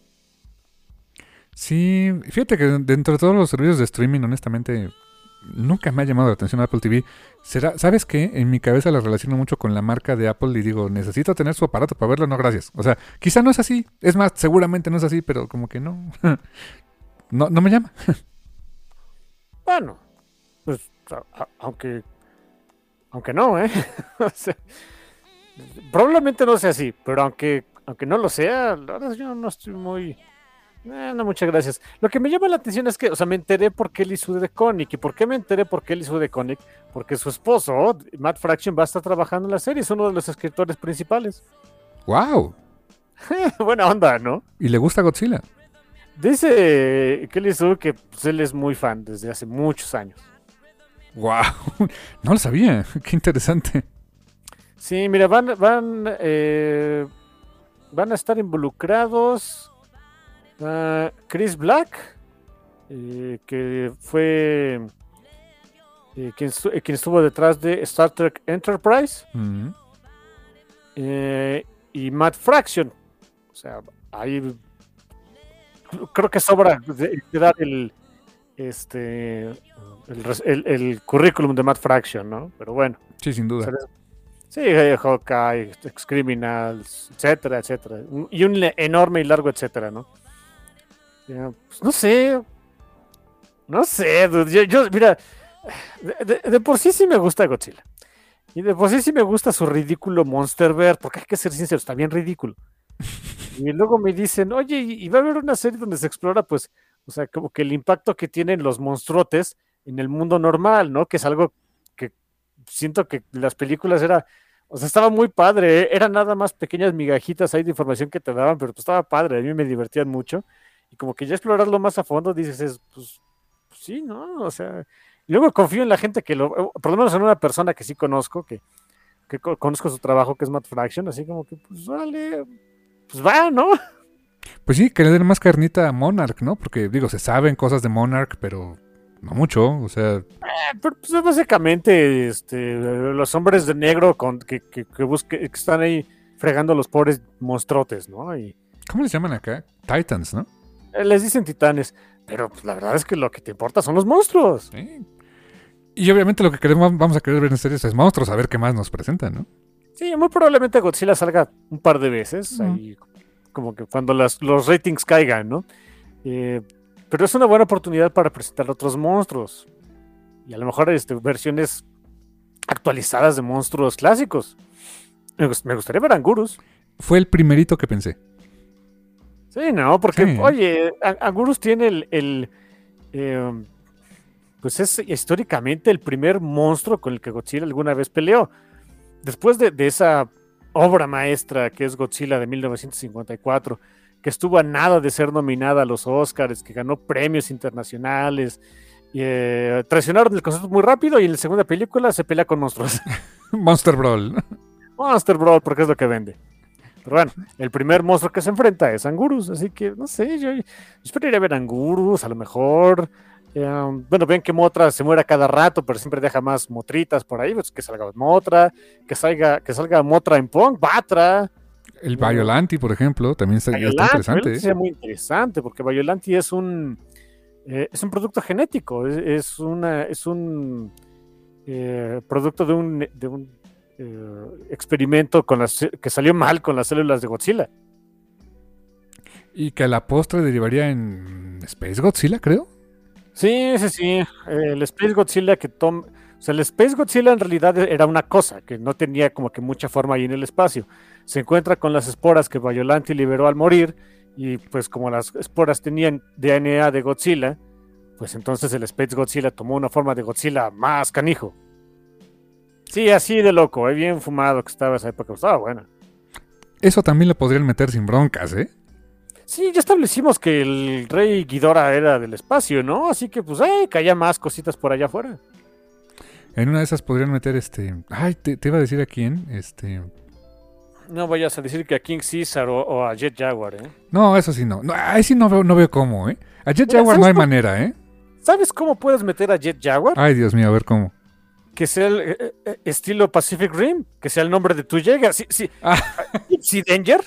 Sí, fíjate que dentro de todos los servicios de streaming, honestamente, nunca me ha llamado la atención Apple TV. ¿Sabes qué? En mi cabeza la relaciono mucho con la marca de Apple y digo, necesito tener su aparato para verlo, no, gracias. O sea, quizá no es así, es más, seguramente no es así, pero como que no, no me llama. Bueno, pues aunque no, ¿eh? O sea, probablemente no sea así, pero aunque no lo sea, la verdad yo no estoy muy... no, muchas gracias. Lo que me llama la atención es que, o sea, me enteré por qué él hizo de Koenig. ¿Y por qué me enteré por qué él hizo de Koenig? Porque su esposo, Matt Fraction, va a estar trabajando en la serie, es uno de los escritores principales. ¡Wow! Buena onda, ¿no? ¿Y le gusta Godzilla? Dice Kelly Sue que pues, él es muy fan desde hace muchos años. ¡Wow! No lo sabía. Qué interesante. Sí, mira, van a estar involucrados Chris Black, que fue quien estuvo detrás de Star Trek Enterprise, Mm. y Matt Fraction. O sea, ahí creo que sobra de dar el currículum de Matt Fraction, ¿no? Pero bueno. Sí, sin duda. Sí, Hawkeye, Criminals, etcétera, etcétera. Y un enorme y largo etcétera, ¿no? Pues no sé, dude. Yo mira, de por sí me gusta Godzilla. Y de por sí me gusta su ridículo Monsterverse, porque hay que ser sincero, está bien ridículo. Y luego me dicen, oye, y va a haber una serie donde se explora, pues, o sea, como que el impacto que tienen los monstruotes en el mundo normal, ¿no? Que es algo que siento que las películas o sea, estaba muy padre, ¿eh? Eran nada más pequeñas migajitas ahí de información que te daban, pero pues estaba padre, a mí me divertían mucho. Y como que ya explorarlo más a fondo, dices, pues sí, ¿no? O sea, y luego confío en la gente por lo menos en una persona que sí conozco, que conozco su trabajo, que es Matt Fraction, así como que, pues vale, pues va, ¿no? Pues sí, que le den más carnita a Monarch, ¿no? Porque, digo, se saben cosas de Monarch, pero no mucho, o sea... Pero pues básicamente, los hombres de negro que están ahí fregando a los pobres monstruotes, ¿no? Y ¿Cómo les llaman acá? Titans, ¿no? les dicen titanes, pero pues, la verdad es que lo que te importa son los monstruos. Sí. Y obviamente lo que queremos, vamos a querer ver en series es monstruos, a ver qué más nos presentan, ¿no? Sí, muy probablemente Godzilla salga un par de veces, ahí como que cuando los ratings caigan, ¿no? Pero es una buena oportunidad para presentar otros monstruos. Y a lo mejor versiones actualizadas de monstruos clásicos. Me gustaría ver Anguirus. Fue el primerito que pensé. Sí, no, porque, Sí. oye, Anguirus tiene pues es históricamente el primer monstruo con el que Godzilla alguna vez peleó. Después de esa obra maestra que es Godzilla de 1954, que estuvo a nada de ser nominada a los Oscars, que ganó premios internacionales, traicionaron el concepto muy rápido y en la segunda película se pelea con monstruos. Monster Brawl. Monster Brawl, porque es lo que vende. Pero bueno, el primer monstruo que se enfrenta es Anguirus, así que no sé, yo esperaría ver Anguirus, a lo mejor. Bueno, ven que Mothra se muere cada rato, pero siempre deja más motritas por ahí, pues que salga Mothra, que salga Mothra en Pong, Batra. El Biollante, por ejemplo, también está interesante. Sería muy interesante, porque Biollante es un producto genético, es un producto de un experimento que salió mal con las células de Godzilla. Y que a la postre derivaría en Space Godzilla, creo. Sí, sí, sí. El Space Godzilla o sea, el Space Godzilla en realidad era una cosa que no tenía como que mucha forma ahí en el espacio. Se encuentra con las esporas que Biollante liberó al morir y pues como las esporas tenían DNA de Godzilla, pues entonces el Space Godzilla tomó una forma de Godzilla más canijo. Sí, así de loco, bien fumado que estaba esa época. Estaba buena. Eso también lo podrían meter sin broncas, ¿eh? Sí, ya establecimos que el rey Ghidorah era del espacio, ¿no? Así que pues, que haya más cositas por allá afuera. En una de esas podrían meter Ay, te iba a decir a quién. No vayas a decir que a King Caesar o a Jet Jaguar, ¿eh? No, eso sí no. No, ahí sí no veo cómo, ¿eh? A Jet Mira, Jaguar no hay manera, ¿eh? ¿Sabes cómo puedes meter a Jet Jaguar? Ay, Dios mío, a ver cómo. Que sea el estilo Pacific Rim, que sea el nombre de tu Jaeger. Sí, sí. Ah. ¿Sí, Danger?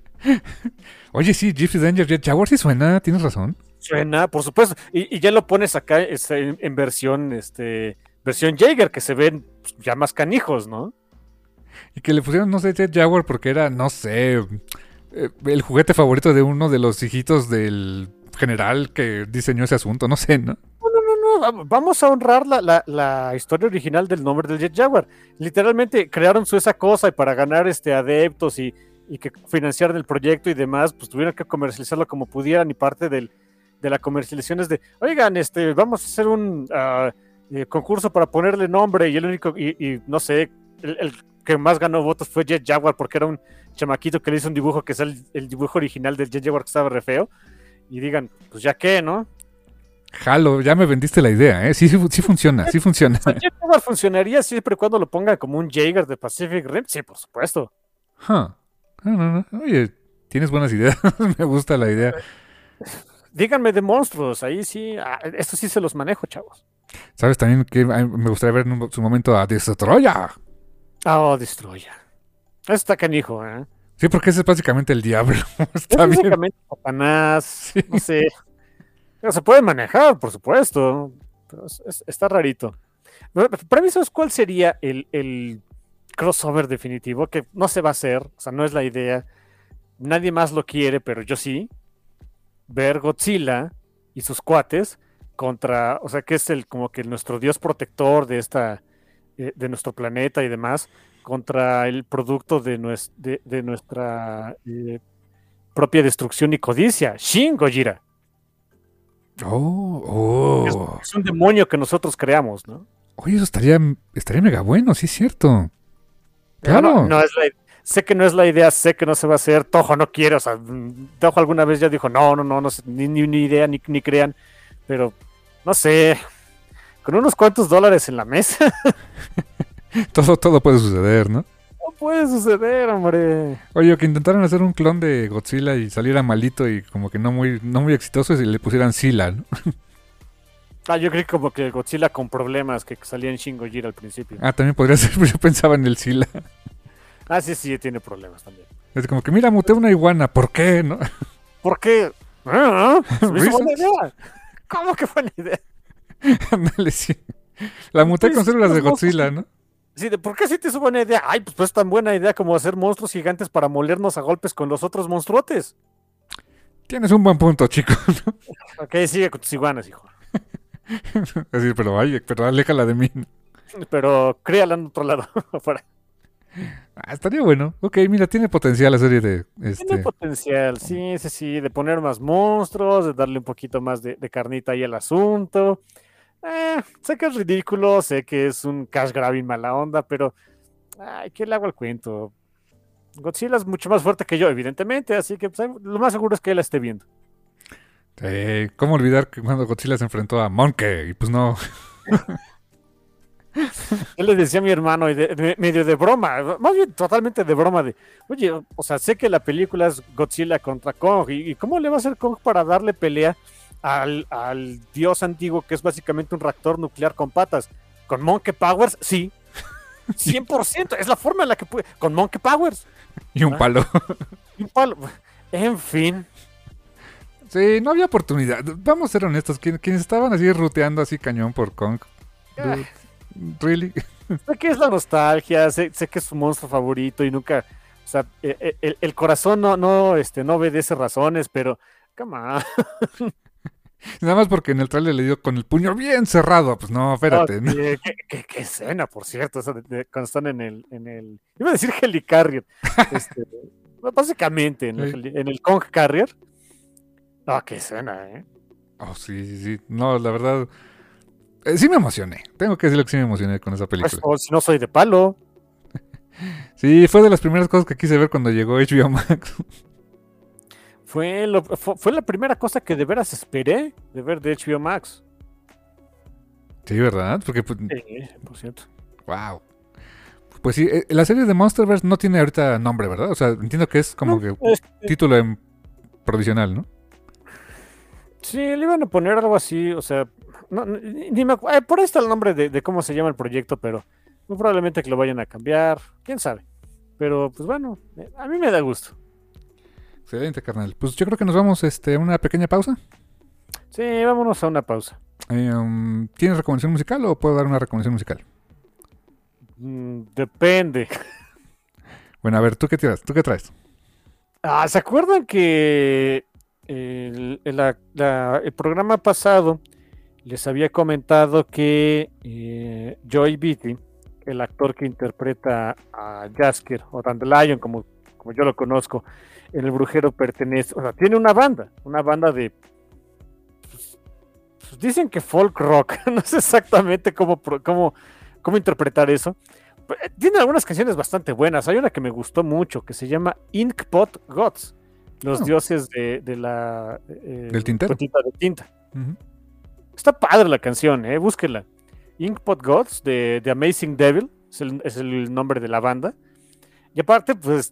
Oye, sí, Gypsy Danger Jet Jaguar sí suena, tienes razón. Suena, por supuesto. Y ya lo pones acá en versión Jaeger, que se ven ya más canijos, ¿no? Y que le pusieron, no sé, Jet Jaguar porque era, no sé, el juguete favorito de uno de los hijitos del general que diseñó ese asunto, no sé, ¿no? No, vamos a honrar la historia original del nombre del Jet Jaguar. Literalmente crearon esa cosa y para ganar adeptos y que financiaran el proyecto y demás, pues tuvieron que comercializarlo como pudieran y parte de la comercialización es de, oigan, vamos a hacer un concurso para ponerle nombre y el único, y no sé, el que más ganó votos fue Jet Jaguar porque era un chamaquito que le hizo un dibujo que es el dibujo original del Jet Jaguar que estaba re feo y digan, pues ya qué, ¿no? Jalo, ya me vendiste la idea, ¿eh? Sí funciona, sí funciona. El Jet Jaguar funcionaría siempre y cuando lo pongan como un Jaeger de Pacific Rim, sí, por supuesto. No. Oye, tienes buenas ideas, me gusta la idea. Díganme de monstruos, ahí sí, esto sí se los manejo, chavos. ¿Sabes también que me gustaría ver en su momento a Destroya? Oh, Destroya. Está canijo, ¿eh? Sí, porque ese es básicamente el diablo. Está Es bien. básicamente Satanás, Sí. no sé. Pero se puede manejar, por supuesto. Pero está rarito. Para mí, ¿sabes cuál sería el crossover definitivo? Que no se va a hacer, o sea, no es la idea. Nadie más lo quiere, pero yo sí. Ver Godzilla y sus cuates contra, o sea, que es como que nuestro dios protector de nuestro planeta y demás, contra el producto de nuestra propia destrucción y codicia, Shin Gojira. Oh. Es un demonio que nosotros creamos, ¿no? Oye, eso estaría mega bueno, sí es cierto. Claro. No es sé que no es la idea, sé que no se va a hacer, Toho no quiere, o sea, Toho alguna vez ya dijo, no, ni idea, ni crean, pero no sé, con unos cuantos dólares en la mesa, Todo puede suceder, ¿no? no puede suceder, hombre. Oye, que intentaron hacer un clon de Godzilla y saliera malito y como que no muy exitoso y le pusieran Sila, ¿no? Yo creí como que Godzilla con problemas que salía en Shin Gojira al principio. También podría ser, pero yo pensaba en el Sila. Sí, tiene problemas también. Es como que, mira, muté una iguana, ¿por qué, no? ¿Por qué? Se me hizo buena idea. ¿Cómo que buena idea? Ándale, sí. La muté con células de Godzilla, ¿no? Sí, ¿por qué sí te hizo buena idea? Pues tan buena idea como hacer monstruos gigantes para molernos a golpes con los otros monstruotes. Tienes un buen punto, chico. Ok, sigue con tus iguanas, hijo. Así, pero aléjala de mí. Pero créala en otro lado. Afuera. Estaría bueno. Ok, mira, tiene potencial la serie de... Tiene potencial, sí, de poner más monstruos, de darle un poquito más de carnita ahí al asunto. Sé que es ridículo, sé que es un cash grabbing mala onda, pero ¿qué le hago al cuento? Godzilla es mucho más fuerte que yo, evidentemente, así que pues, lo más seguro es que él la esté viendo. ¿Cómo olvidar que cuando Godzilla se enfrentó a Monkey? Y pues no... Él le decía a mi hermano, medio de broma, más bien totalmente de broma, oye, o sea, sé que la película es Godzilla contra Kong, ¿y cómo le va a hacer Kong para darle pelea al dios antiguo que es básicamente un reactor nuclear con patas? ¿Con Monkey Powers? Sí, 100%, es la forma en la que puede, con Monkey Powers. Y un palo. Un palo, en fin. Sí, no había oportunidad. Vamos a ser honestos, quienes estaban así ruteando así cañón por Kong. Really? Sé que es la nostalgia, sé que es su monstruo favorito y nunca, o sea, el corazón no obedece razones, pero come on. Nada más porque en el trailer le dio con el puño bien cerrado. Pues no, espérate. ¿No? Qué escena, por cierto, esa cuando están en el. Iba a decir Helicarrier. Este, básicamente, en el Kong Carrier. Ah, qué escena, ¿eh? Oh, sí. No, la verdad. Sí me emocioné. Tengo que decirlo que sí me emocioné con esa película. Pues, si no soy de palo. Sí, fue de las primeras cosas que quise ver cuando llegó HBO Max. Fue la primera cosa que de veras esperé de ver de HBO Max. Sí, ¿verdad? Porque, pues, Sí, por cierto. wow. Pues sí, la serie de Monsterverse no tiene ahorita nombre, ¿verdad? O sea, entiendo que es como que título provisional, ¿no? Sí, le iban a poner algo así, o sea, ni me acuerdo. Por ahí está el nombre de cómo se llama el proyecto, pero muy probablemente que lo vayan a cambiar, quién sabe. Pero, pues bueno, a mí me da gusto. Excelente, carnal. Pues yo creo que nos vamos a una pequeña pausa. Sí, vámonos a una pausa. ¿Tienes recomendación musical o puedo dar una recomendación musical? Depende. Bueno, a ver, ¿tú qué tiras? ¿Tú qué traes? ¿Se acuerdan que el programa pasado les había comentado que Joy Beatty, el actor que interpreta a Jaskier o Dandelion, como yo lo conozco, en El Brujero pertenece, o sea, tiene una banda de, pues, dicen que folk rock, no sé exactamente cómo interpretar eso. Tiene algunas canciones bastante buenas, hay una que me gustó mucho, que se llama Inkpot Gods, los dioses de la del tintero. gotita de tinta. Uh-huh. Está padre la canción, búsquela. Inkpot Gods de Amazing Devil es el nombre de la banda. Y aparte, pues,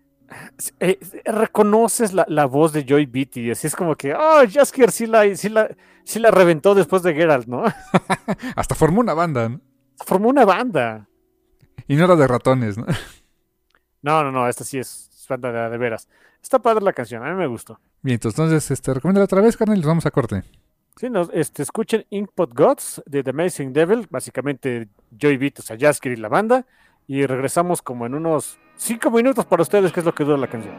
reconoces la voz de Joy Beatty, así es como que, Jaskier sí la reventó después de Geralt, ¿no? Hasta formó una banda, ¿no? Formó una banda. Y no era de ratones, ¿no? No, esta sí es banda de veras. Está padre la canción, a mí me gustó. Bien, entonces, recomiéndala otra vez, carnal, y nos vamos a corte. Sí, escuchen Inkpot Gods de The Amazing Devil, básicamente Joy Beatty, o sea, Jaskier y la banda, y regresamos como en unos 5 minutos para ustedes, que es lo que dura la canción.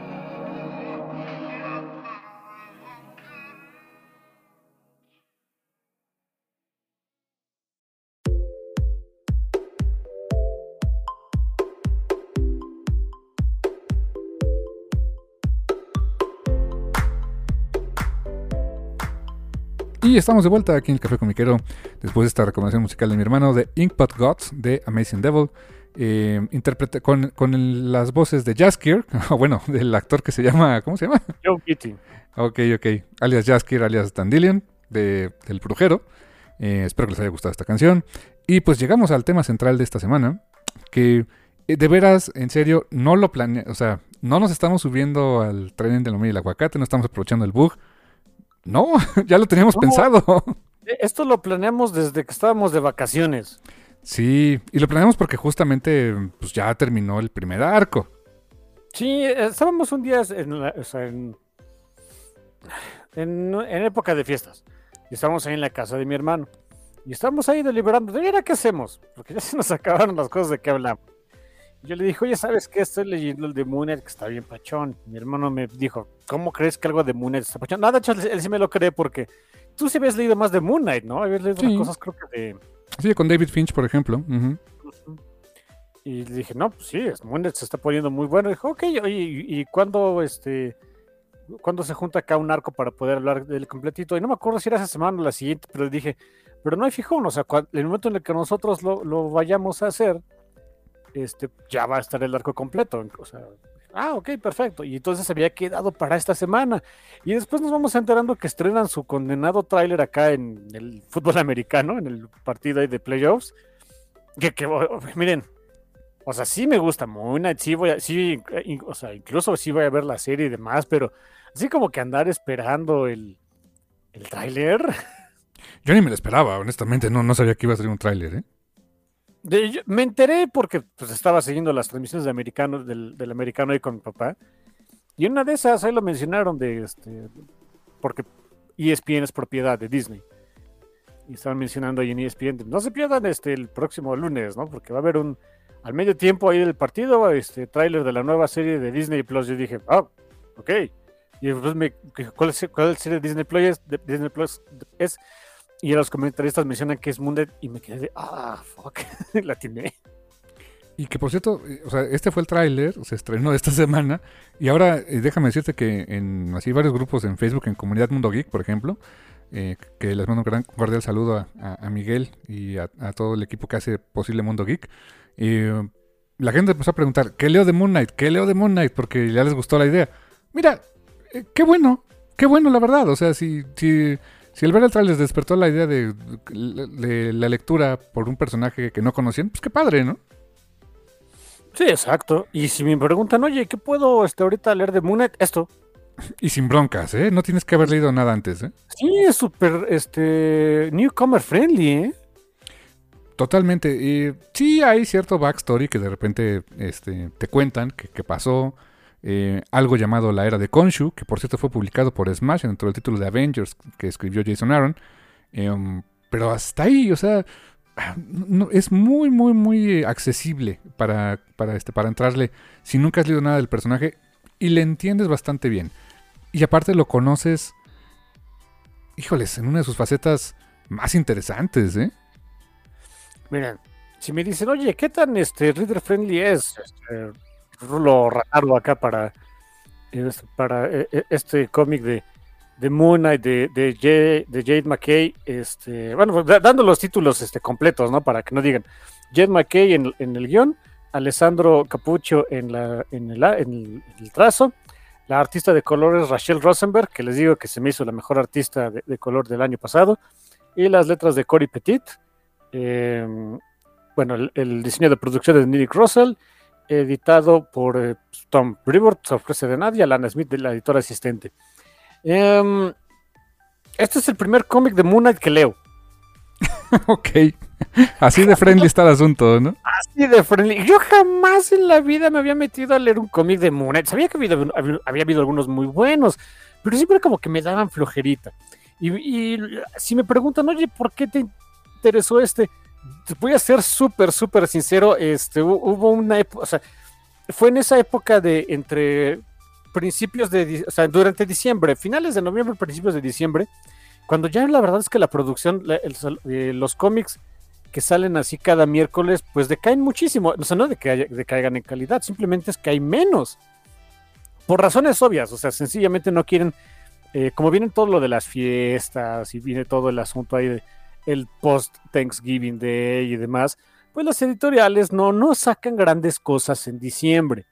Y estamos de vuelta aquí en el Café Comiquero después de esta recomendación musical de mi hermano de Inkpot Gods de Amazing Devil. Interpreta con las voces de Jaskier, o bueno, del actor que se llama, ¿cómo se llama? Joe Beatty. Ok, alias Jaskier, alias Dandelion, del Brujero. Espero que les haya gustado esta canción. Y pues llegamos al tema central de esta semana, que de veras, en serio, no lo planeamos, o sea, no nos estamos subiendo al tren del lomillo y el aguacate, no estamos aprovechando el bug. No, ya lo teníamos pensado. Esto lo planeamos desde que estábamos de vacaciones. Sí, y lo planeamos porque justamente pues ya terminó el primer arco. Sí, estábamos un día en época de fiestas. Y estábamos ahí en la casa de mi hermano. Y estábamos ahí deliberando. Mira, ¿qué hacemos? Porque ya se nos acabaron las cosas de que hablamos. Y yo le dije, oye, ¿sabes qué? Estoy leyendo el de Moon Knight, que está bien pachón. Mi hermano me dijo, ¿cómo crees que algo de Moon Knight está pachón? Nada, de hecho, él sí me lo cree porque tú sí habías leído más de Moon Knight, ¿no? Habías leído otras cosas, creo que de... Sí, con David Finch, por ejemplo. Uh-huh. Y le dije, no, pues sí, Moon Knight se está poniendo muy bueno. Y dijo, ok, ¿y cuándo se junta acá un arco para poder hablar del completito? Y no me acuerdo si era esa semana o la siguiente, pero le dije, pero no hay fijón, o sea, en el momento en el que nosotros lo vayamos a hacer, ya va a estar el arco completo. O sea, ok, perfecto. Y entonces se había quedado para esta semana. Y después nos vamos enterando que estrenan su condenado tráiler acá en el fútbol americano, en el partido ahí de playoffs. Que miren, o sea, sí me gusta Moon Knight, o sea, incluso sí voy a ver la serie y demás, pero así como que andar esperando el tráiler. Yo ni me lo esperaba, honestamente, no sabía que iba a salir un tráiler, ¿eh? Me enteré porque pues estaba siguiendo las transmisiones del americano ahí con mi papá. Y una de esas ahí lo mencionaron porque ESPN es propiedad de Disney. Y estaban mencionando ahí en ESPN, no se pierdan el próximo lunes, ¿no? Porque va a haber al medio tiempo ahí del partido, tráiler de la nueva serie de Disney Plus. Yo dije, ok. Y pues ¿cuál serie de Disney Plus es? Y los comentaristas mencionan que es Moon Knight y me quedé de, fuck, la tiene. Y que por cierto, o sea, este fue el tráiler, se estrenó esta semana, y ahora déjame decirte que en así varios grupos en Facebook, en Comunidad Mundo Geek, por ejemplo, que les mando un gran cordial saludo a Miguel y a todo el equipo que hace posible Mundo Geek. La gente empezó a preguntar, ¿qué leo de Moon Knight? ¿Qué leo de Moon Knight? Porque ya les gustó la idea. Mira, qué bueno la verdad. O sea, si el ver el trailer les despertó la idea de la lectura por un personaje que no conocían, pues qué padre, ¿no? Sí, exacto. Y si me preguntan, oye, ¿qué puedo ahorita leer de Moon Knight? Esto. Y sin broncas, ¿eh? No tienes que haber leído nada antes, ¿eh? Sí, es súper newcomer friendly, ¿eh? Totalmente. Sí hay cierto backstory que de repente te cuentan que pasó. Algo llamado La Era de Khonshu, que por cierto fue publicado por Smash dentro del título de Avengers que escribió Jason Aaron. Pero hasta ahí, o sea, no, es muy, muy, muy accesible para entrarle si nunca has leído nada del personaje y le entiendes bastante bien. Y aparte lo conoces, híjoles, en una de sus facetas más interesantes, ¿eh? Miren, si me dicen, oye, ¿qué tan reader friendly es lo raro acá para este cómic de Moon Knight de Jade McKay, bueno, dando los títulos completos, ¿no? Para que no digan Jade McKay en el guión, Alessandro Capuccio en el trazo, la artista de colores Rachel Rosenberg, que les digo que se me hizo la mejor artista de color del año pasado, y las letras de Cory Petit, bueno, el diseño de producción de Nick Russell, editado por Tom Brevoort, sorpresa de nadie, Alana Smith, la editora asistente. Este es el primer cómic de Moon Knight que leo. Ok, así de friendly está el asunto, ¿no? Así de friendly. Yo jamás en la vida me había metido a leer un cómic de Moon Knight. Sabía que había habido algunos muy buenos, pero siempre como que me daban flojerita. Y si me preguntan, oye, ¿por qué te interesó te voy a ser súper, súper sincero. Hubo una época, o sea, fue en esa época de entre principios o sea, durante diciembre, finales de noviembre, principios de diciembre, cuando ya la verdad es que la producción, los cómics que salen así cada miércoles, pues decaen muchísimo. O sea, no de que decaigan en calidad, simplemente es que hay menos. Por razones obvias, o sea, sencillamente no quieren, como viene todo lo de las fiestas y viene todo el asunto ahí de el post-Thanksgiving Day y demás, pues las editoriales no sacan grandes cosas en diciembre.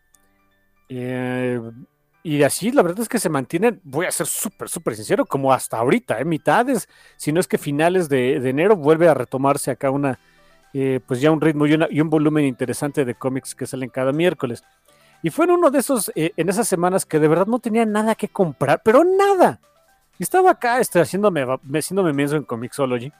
Y así la verdad es que se mantienen, voy a ser súper, súper sincero, como hasta ahorita, mitades, si no es que finales de enero vuelve a retomarse acá pues ya un ritmo y un volumen interesante de cómics que salen cada miércoles. Y fue en uno de esos, en esas semanas que de verdad no tenía nada que comprar, pero nada. Y estaba acá haciéndome menso en Comixology.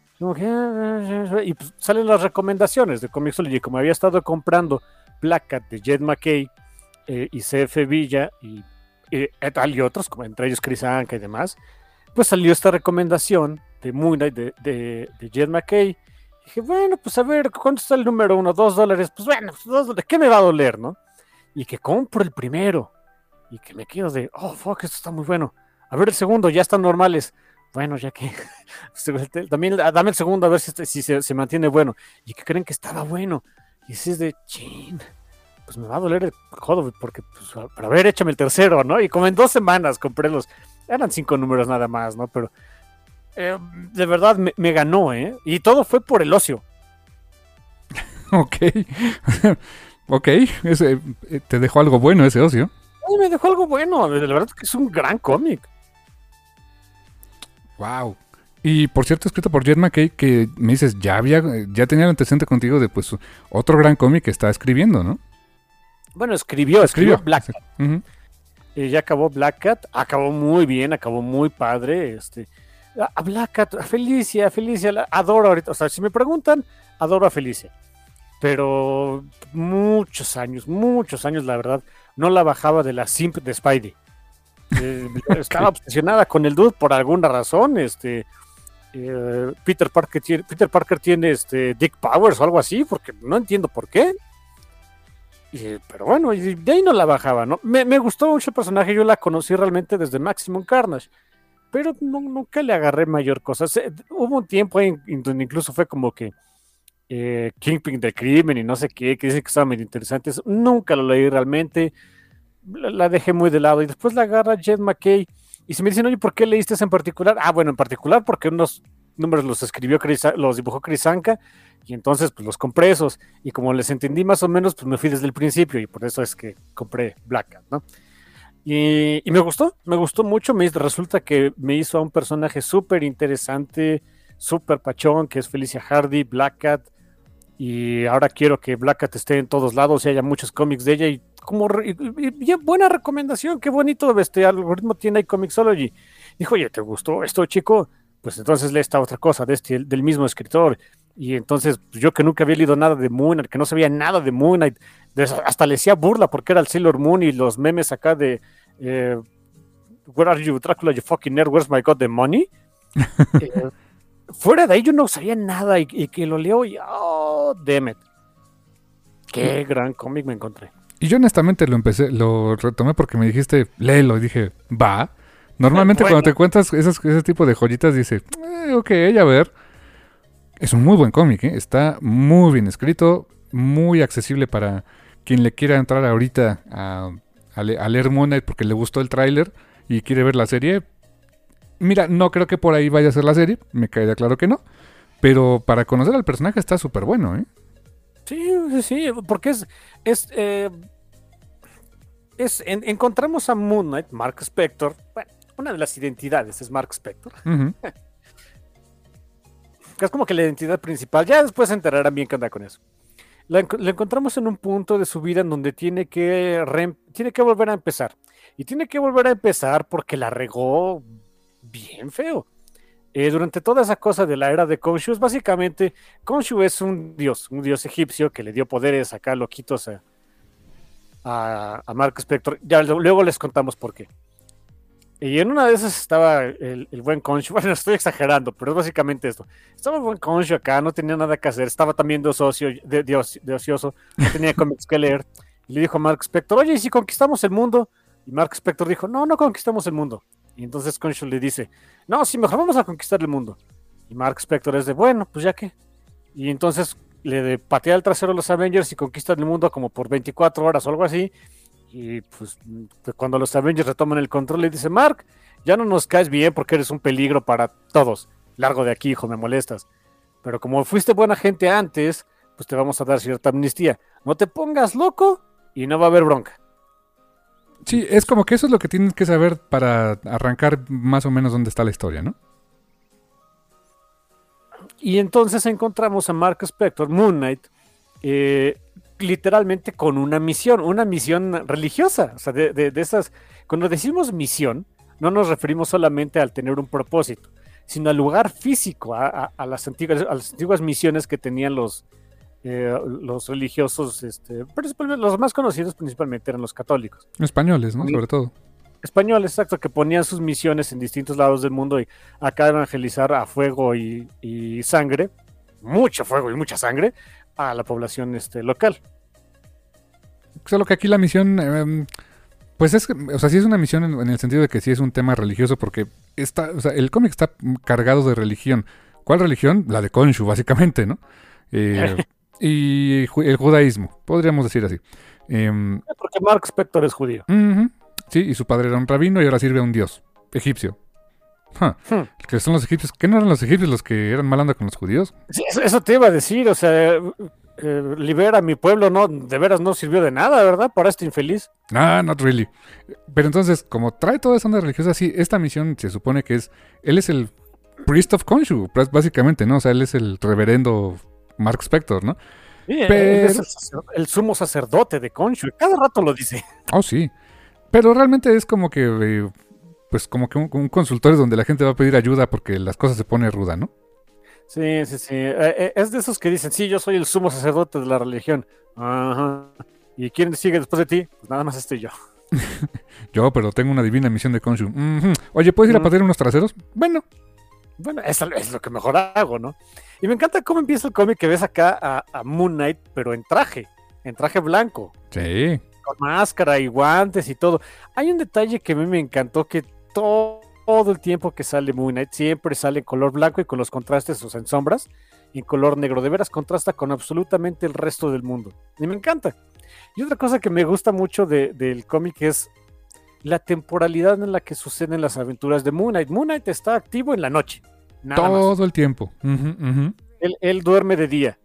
Y pues salen las recomendaciones de Comixology. Como había estado comprando Black Cat de Jed McKay y C.F. Villa y tal y otros, como entre ellos Chris Anka y demás, pues salió esta recomendación de Moon Knight de Jed McKay. Y dije, bueno, pues a ver, ¿cuánto está el número uno? $2. Pues bueno, $2, ¿qué me va a doler, no? Y que compro el primero y que me quedo de, oh, fuck, esto está muy bueno. A ver el segundo, ya están normales. Bueno, ya que también dame el segundo a ver si se mantiene bueno. ¿Y que creen que estaba bueno? Y si es de chin, pues me va a doler el codo, porque pues, para ver, échame el tercero, ¿no? Y como en 2 semanas compré eran 5 números nada más, ¿no? Pero de verdad me ganó, ¿eh? Y todo fue por el ocio. Ok. Ok, te dejó algo bueno ese ocio. Sí, me dejó algo bueno, la verdad es que es un gran cómic. Wow. Y por cierto, escrito por Jed McKay, que me dices, ya tenía el antecedente contigo de pues otro gran cómic que está escribiendo, ¿no? Bueno, escribió Black Cat. Uh-huh. Ya acabó Black Cat, acabó muy bien, acabó muy padre. A Black Cat, a Felicia, la adoro ahorita. O sea, si me preguntan, adoro a Felicia. Pero muchos años, la verdad, no la bajaba de la simp de Spidey. Estaba obsesionada con el dude por alguna razón. Peter Parker tiene Dick Powers o algo así, porque no entiendo por qué. Pero bueno, y de ahí no la bajaba, ¿no? Me gustó mucho el personaje, yo la conocí realmente desde Maximum Carnage, pero nunca le agarré mayor cosa. Hubo un tiempo ahí en donde incluso fue como que Kingpin del crimen y no sé qué, que dicen que estaban medio interesantes. Nunca lo leí realmente, la dejé muy de lado y después la agarra Jed McKay y se me dicen, oye, ¿por qué leíste ese en particular? Ah, bueno, en particular porque unos números los escribió los dibujó Chris Anka y entonces pues los compré esos y como les entendí más o menos pues me fui desde el principio y por eso es que compré Black Cat, ¿no? Y me gustó mucho, resulta que me hizo a un personaje súper interesante, súper pachón, que es Felicia Hardy, Black Cat, y ahora quiero que Black Cat esté en todos lados y haya muchos cómics de ella y buena recomendación, qué bonito este algoritmo tiene ahí Comixology. Dijo, oye, ¿te gustó esto, chico? Pues entonces lee esta otra cosa del mismo escritor. Y entonces pues, yo que nunca había leído nada de Moon Knight, que no sabía nada de Moon Knight, hasta le hacía burla porque era el Sailor Moon y los memes acá de Where are you, Dracula, you fucking nerd, where's my god, the money? Fuera de ahí yo no sabía nada y que lo leo y oh, damn it. Qué gran cómic me encontré. Y yo honestamente lo retomé porque me dijiste, léelo, y dije, va. Normalmente bueno. cuando te cuentas ese tipo de joyitas, dices, ok, a ver. Es un muy buen cómic, ¿eh? Está muy bien escrito, muy accesible para quien le quiera entrar ahorita a leer Moon Knight porque le gustó el tráiler y quiere ver la serie. Mira, no creo que por ahí vaya a ser la serie, me queda claro que no, pero para conocer al personaje está súper bueno, ¿eh? Sí, porque encontramos a Moon Knight, Mark Spector, bueno, una de las identidades es Mark Spector. Uh-huh. Es como que la identidad principal, ya después se enterarán bien qué onda con eso. La encontramos en un punto de su vida en donde tiene que volver a empezar. Y tiene que volver a empezar porque la regó bien feo. Durante toda esa cosa de la era de Khonshu, básicamente, Khonshu es un dios egipcio que le dio poderes acá loquitos a Mark Spector. Ya luego les contamos por qué. Y en una de esas estaba el buen Khonshu. Bueno, estoy exagerando, pero es básicamente esto. Estaba el buen Khonshu acá, no tenía nada que hacer. Estaba también de ocioso, no tenía cómics que leer. Y le dijo a Mark Spector, oye, ¿y si conquistamos el mundo? Y Mark Spector dijo, no conquistamos el mundo. Y entonces Khonshu le dice, no, sí, mejor vamos a conquistar el mundo. Y Mark Spector es de, bueno, pues ya que. Y entonces le patea el trasero a los Avengers y conquistan el mundo como por 24 horas o algo así. Y pues cuando los Avengers retoman el control le dice, Mark, ya no nos caes bien porque eres un peligro para todos. Largo de aquí, hijo, me molestas. Pero como fuiste buena gente antes, pues te vamos a dar cierta amnistía. No te pongas loco y no va a haber bronca. Sí, es como que eso es lo que tienes que saber para arrancar más o menos dónde está la historia, ¿no? Y entonces encontramos a Mark Spector, Moon Knight, literalmente con una misión religiosa. O sea, de esas, cuando decimos misión, no nos referimos solamente al tener un propósito, sino al lugar físico, a las antiguas misiones que tenían los religiosos, principalmente, los más conocidos principalmente eran los católicos. Españoles, ¿no? Sobre todo. Españoles, exacto, que ponían sus misiones en distintos lados del mundo y acá evangelizar a fuego y sangre, mucho fuego y mucha sangre, a la población local. Solo que aquí la misión, pues es, o sea, sí es una misión en el sentido de que sí es un tema religioso porque o sea, el cómic está cargado de religión. ¿Cuál religión? La de Khonshu, básicamente, ¿no? Y el judaísmo, podríamos decir así. Porque Mark Spector es judío. Uh-huh. Sí, y su padre era un rabino y ahora sirve a un dios egipcio. Que son los egipcios. ¿Qué no eran los egipcios los que eran mal onda con los judíos? Sí, eso te iba a decir, o sea, libera a mi pueblo, no, de veras no sirvió de nada, ¿verdad? Para este infeliz. Not really. Pero entonces, como trae toda esa onda religiosa, sí, esta misión se supone que él es el priest of Khonshu, básicamente, ¿no? O sea, él es el reverendo Mark Spector, ¿no? Sí, él es el sumo sacerdote de Khonshu, cada rato lo dice. Oh, sí. Pero realmente es como que, pues como que un consultorio donde la gente va a pedir ayuda porque las cosas se pone ruda, ¿no? Sí. Es de esos que dicen, sí, yo soy el sumo sacerdote de la religión. Ajá. ¿Y quién sigue después de ti? Pues nada más estoy yo. Pero tengo una divina misión de Khonshu. Uh-huh. Oye, ¿puedes ir a patear unos traseros? Bueno, eso es lo que mejor hago, ¿no? Y me encanta cómo empieza el cómic que ves acá a Moon Knight, pero en traje. en traje blanco, Sí. con máscara y guantes y todo. Hay un detalle que a mí me encantó, que todo el tiempo que sale Moon Knight siempre sale en color blanco y con los contrastes, o sea, en sombras, y en color negro. De veras contrasta con absolutamente el resto del mundo. Y me encanta. Y otra cosa que me gusta mucho del cómic es la temporalidad en la que suceden las aventuras de Moon Knight. Moon Knight está activo en la noche. Nada Todo más. el tiempo. Ujú, ujú. Él duerme de día.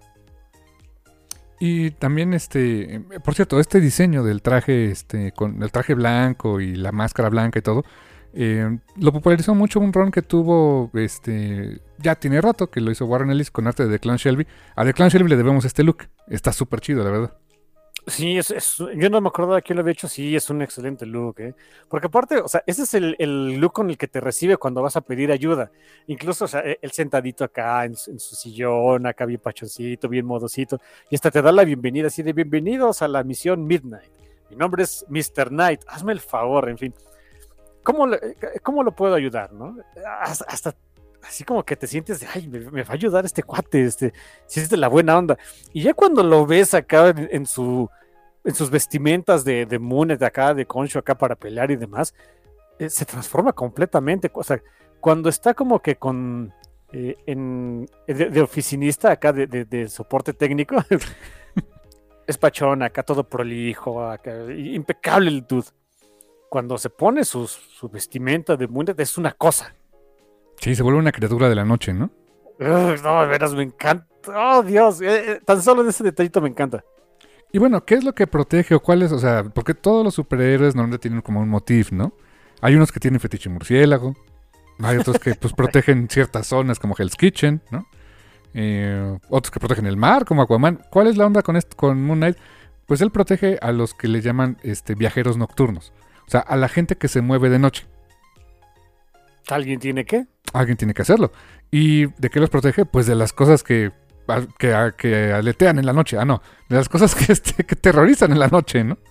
Y también, por cierto, este diseño del traje, con el traje blanco y la máscara blanca y todo, lo popularizó mucho un ron que tuvo, ya tiene rato, que lo hizo Warren Ellis con arte de Declan Shelby. A Declan Shelby le debemos este look. Está súper chido, la verdad. Sí, yo no me acordaba quién lo había hecho. Sí, es un excelente look, ¿eh? Porque aparte, o sea, ese es el look con el que te recibe cuando vas a pedir ayuda. Incluso, o sea, él sentadito acá en su sillón, acá bien pachoncito, bien modosito, y hasta te da la bienvenida, así de bienvenidos a la misión Midnight. Mi nombre es Mr. Knight, hazme el favor, en fin. ¿Cómo lo puedo ayudar, no? Hasta así como que te sientes de, ay, me va a ayudar este cuate, si es de la buena onda. Y ya cuando lo ves acá en sus vestimentas de Moon, de acá, de Khonshu, acá para pelear y demás, se transforma completamente. O sea, cuando está como que de oficinista acá, de soporte técnico, es pachón, acá todo prolijo, acá, impecable el dude. Cuando se pone su vestimenta de Moon, es una cosa. Sí, se vuelve una criatura de la noche, ¿no? No, de veras, me encanta. Oh, Dios, tan solo en ese detallito me encanta. Y bueno, ¿qué es lo que protege o cuál es? O sea, porque todos los superhéroes normalmente tienen como un motif, ¿no? Hay unos que tienen fetiche murciélago, hay otros que pues protegen ciertas zonas como Hell's Kitchen, ¿no? Otros que protegen el mar, como Aquaman. ¿Cuál es la onda con Moon Knight? Pues él protege a los que le llaman viajeros nocturnos. O sea, a la gente que se mueve de noche. ¿Alguien tiene que? Alguien tiene que hacerlo. ¿Y de qué los protege? Pues de las cosas que aletean en la noche. Ah, no. De las cosas que terrorizan en la noche, ¿no?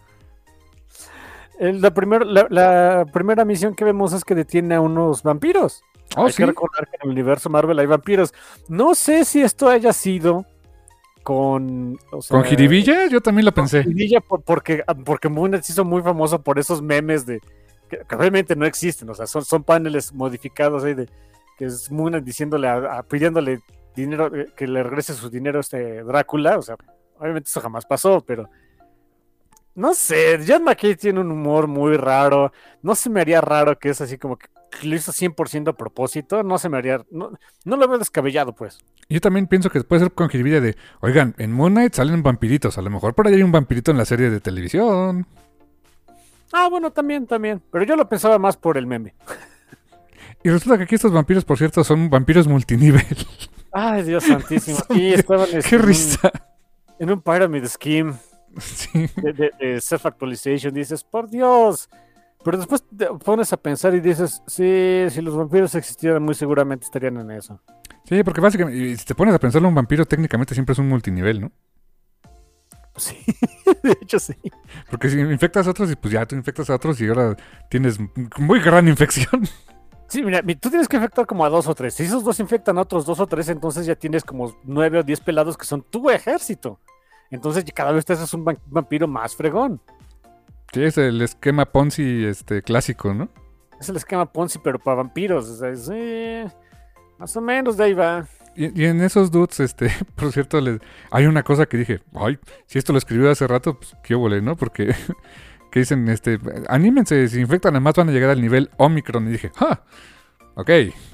La primera misión que vemos es que detiene a unos vampiros. Oh, Hay sí. que recordar que en el universo Marvel hay vampiros. No sé si esto haya sido con... O sea, ¿Con jiribilla? Yo también lo pensé. Jiribilla porque Moon Knight se hizo muy famoso por esos memes que realmente no existen. O sea, son paneles modificados ahí que es Moon Knight diciéndole pidiéndole dinero, que le regrese su dinero a Drácula. O sea, obviamente eso jamás pasó, pero no sé, John McCain tiene un humor muy raro. No se me haría raro que es así como que lo hizo 100% a propósito. No se me haría, no lo veo descabellado, pues. Yo también pienso que puede ser con jiribilla de, oigan, en Moon Knight salen vampiritos. A lo mejor por ahí hay un vampirito en la serie de televisión. Ah, bueno, también. Pero yo lo pensaba más por el meme. Y resulta que aquí estos vampiros, por cierto, son vampiros multinivel. Ay, Dios santísimo. Sí, estaban ¡Qué risa! en un pyramid scheme Sí. de self-actualization. Dices, por Dios. Pero después te pones a pensar y dices, sí, si los vampiros existieran, muy seguramente estarían en eso. Sí, porque básicamente, y si te pones a pensarlo, un vampiro técnicamente siempre es un multinivel, ¿no? Sí, de hecho sí. Porque si infectas a otros, y pues ya tú infectas a otros y ahora tienes muy gran infección. Sí, mira, tú tienes que infectar como a 2 o 3. Si esos dos infectan a otros 2 o 3, entonces ya tienes como 9 o 10 pelados que son tu ejército. Entonces cada vez te haces un vampiro más fregón. Sí, es el esquema Ponzi clásico, ¿no? Es el esquema Ponzi, pero para vampiros. O sea, más o menos de ahí va. Y en esos dudes, por cierto, hay una cosa que dije, ay, si esto lo escribió hace rato, pues qué óvole, ¿no? Porque que dicen, anímense, si infectan además van a llegar al nivel Omicron. Y dije, ¡ja! Ok.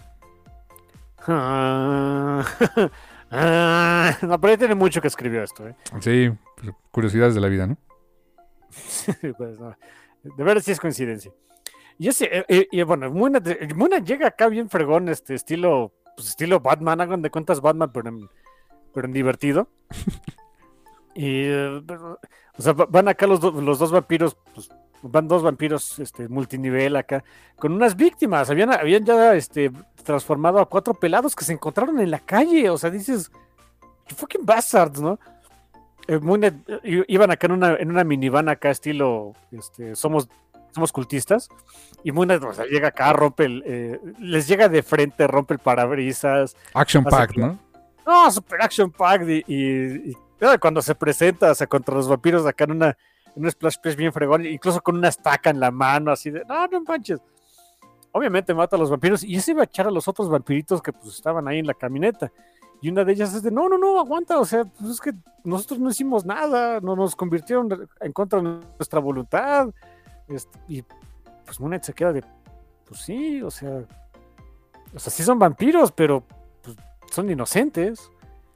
No, pero ya tiene mucho que escribió esto, ¿eh? Sí, pues, curiosidades de la vida, ¿no? Pues, no. De verdad sí es coincidencia. Y bueno, Muna llega acá bien fregón, estilo Batman, hagan de cuentas Batman, pero en divertido. Y, o sea, van acá los dos vampiros, pues, van dos vampiros multinivel acá, con unas víctimas. Habían ya transformado a 4 pelados que se encontraron en la calle. O sea, dices, "You fucking bastards", ¿no? Iban acá en una minivan acá, estilo somos cultistas. Y Moon Knight, o sea, llega acá, les llega de frente, rompe el parabrisas. Action Packed, ¿no? No, super action packed y Cuando se presenta, o sea, contra los vampiros acá en un splash page bien fregón, incluso con una estaca en la mano, así de, no manches. Obviamente mata a los vampiros y se iba a echar a los otros vampiritos que pues estaban ahí en la camioneta. Y una de ellas es de, no, aguanta, o sea, pues es que nosotros no hicimos nada, no nos convirtieron en contra de nuestra voluntad. Y pues Moon Knight se queda de, pues sí, o sea, sí son vampiros, pero pues, son inocentes.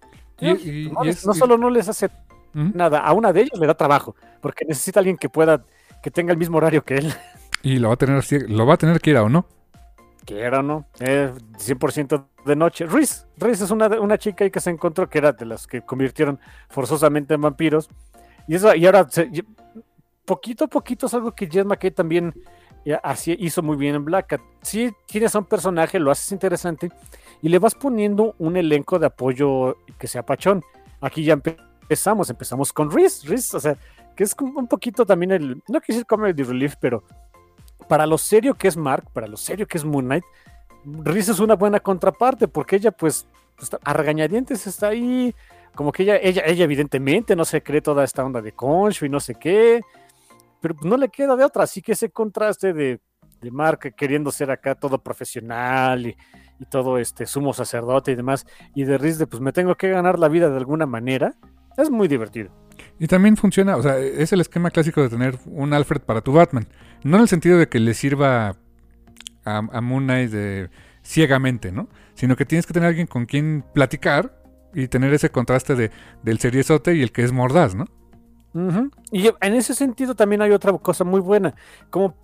No solo no les hace nada, a una de ellas le da trabajo, porque necesita alguien que tenga el mismo horario que él. Y lo va a tener que ir a o no. Quiera o no, 100% de noche. Reese es una chica ahí que se encontró que era de las que convirtieron forzosamente en vampiros. Y ahora, poquito a poquito es algo que Jed MacKay también hizo muy bien en Black Cat. Sí, tienes a un personaje, lo haces interesante y le vas poniendo un elenco de apoyo que sea pachón. Aquí ya empezamos con Reese, o sea, que es un poquito también no quise decir comedy relief, pero para lo serio que es Mark, para lo serio que es Moon Knight, Reese es una buena contraparte, porque ella pues a regañadientes está ahí, como que ella evidentemente no se cree toda esta onda de Khonshu y no sé qué, pero no le queda de otra, así que ese contraste de Mark queriendo ser acá todo profesional y todo sumo sacerdote y demás, y de Reese de pues me tengo que ganar la vida de alguna manera, es muy divertido. Y también funciona, o sea, es el esquema clásico de tener un Alfred para tu Batman. No en el sentido de que le sirva a Moon Knight ciegamente, ¿no? Sino que tienes que tener alguien con quien platicar y tener ese contraste del seriezote y el que es mordaz, ¿no? Uh-huh. Y en ese sentido también hay otra cosa muy buena. Como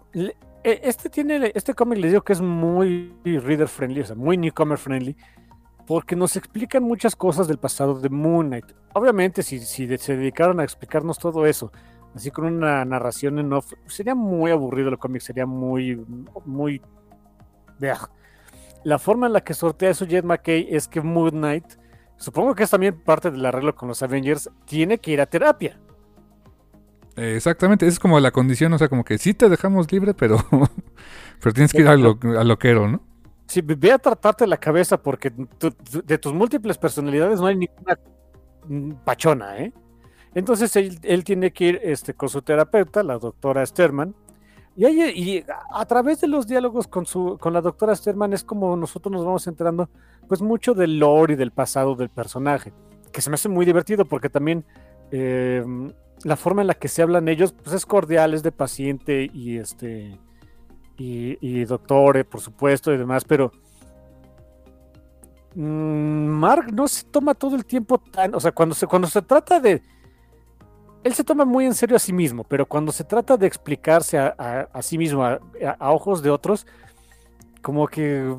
este cómic les digo que es muy reader friendly, o sea, muy newcomer friendly, porque nos explican muchas cosas del pasado de Moon Knight. Obviamente, si se dedicaron a explicarnos todo eso, así con una narración en off, sería muy aburrido el cómic, sería muy... La forma en la que sortea eso Jed MacKay es que Moon Knight, supongo que es también parte del arreglo con los Avengers, tiene que ir a terapia. Exactamente, esa es como la condición, o sea, como que sí te dejamos libre, pero tienes que ir al loquero, ¿no? Sí, ve a tratarte la cabeza porque de tus múltiples personalidades no hay ninguna pachona, ¿eh? Entonces él tiene que ir con su terapeuta, la doctora Sterman, y a través de los diálogos con la doctora Sterman es como nosotros nos vamos enterando pues mucho del lore y del pasado del personaje, que se me hace muy divertido porque también la forma en la que se hablan ellos pues es cordial, es de paciente y doctor, por supuesto, y demás, pero Mark no se toma todo el tiempo o sea, cuando se trata de... Él se toma muy en serio a sí mismo, pero cuando se trata de explicarse a sí mismo, a ojos de otros, como que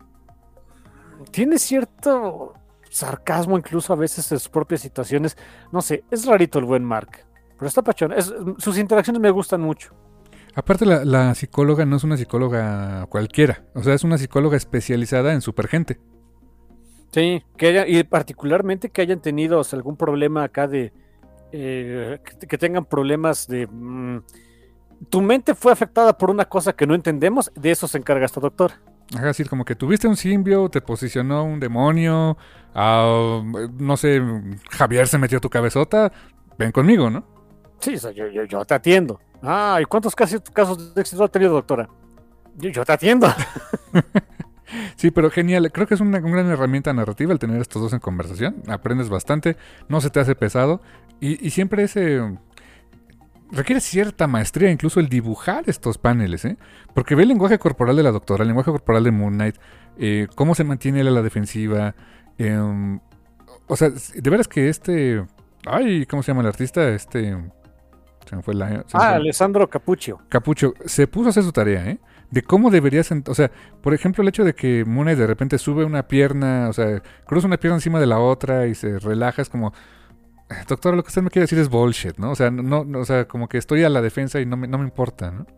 tiene cierto sarcasmo incluso a veces en sus propias situaciones. No sé, es rarito el buen Mark, pero está pachón. Sus interacciones me gustan mucho. Aparte, la psicóloga no es una psicóloga cualquiera. O sea, es una psicóloga especializada en supergente. Sí, y particularmente que hayan tenido algún problema acá de... que tengan problemas de... tu mente fue afectada por una cosa que no entendemos, de eso se encarga esta doctora. Es decir, como que tuviste un simbio, te posicionó un demonio, no sé, Javier se metió a tu cabezota, ven conmigo, ¿no? Sí, o sea, yo te atiendo. ¿Y cuántos casos de éxito ha tenido, doctora? Yo te atiendo. Sí, pero genial. Creo que es una gran herramienta narrativa el tener estos dos en conversación. Aprendes bastante, no se te hace pesado y siempre requiere cierta maestría, incluso el dibujar estos paneles, ¿eh? Porque ve el lenguaje corporal de la doctora, el lenguaje corporal de Moon Knight, cómo se mantiene él a la defensiva. O sea, de veras que ¿cómo se llama el artista? Se me fue Alessandro Capuccio. Capuccio se puso a hacer su tarea, ¿eh? De cómo deberías... O sea, por ejemplo, el hecho de que Moon Knight de repente sube una pierna, o sea, cruza una pierna encima de la otra y se relaja, es como... Doctora, lo que usted me quiere decir es bullshit, ¿no? O sea, no, o sea, como que estoy a la defensa y no me importa, ¿no?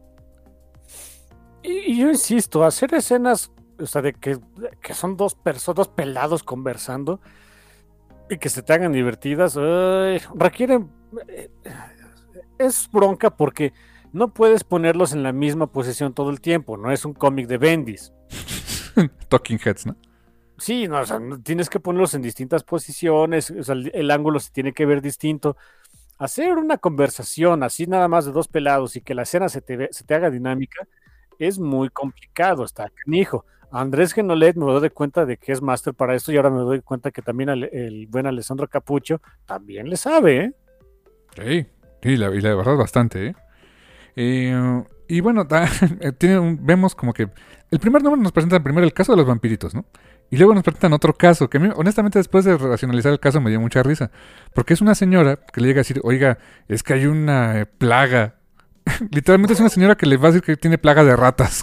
Y yo insisto, hacer escenas, o sea, de que son dos pelados conversando y que se te hagan divertidas, requieren... es bronca porque no puedes ponerlos en la misma posición todo el tiempo, no es un cómic de Bendis. Talking Heads, ¿no? Sí, no, o sea, tienes que ponerlos en distintas posiciones, o sea, el ángulo se tiene que ver distinto. Hacer una conversación así nada más de dos pelados y que la escena se te haga dinámica es muy complicado, está canijo. Andrés Genolet me doy de cuenta de que es máster para esto y ahora me doy cuenta que también el buen Alessandro Capucho también le sabe, ¿eh? Sí, y la verdad bastante, ¿eh? Y bueno, vemos como que el primer número nos presentan primero el caso de los vampiritos, ¿no? Y luego nos presentan otro caso, que a mí, honestamente, después de racionalizar el caso me dio mucha risa. Porque es una señora que le llega a decir, oiga, es que hay una plaga. Literalmente es una señora que le va a decir que tiene plaga de ratas.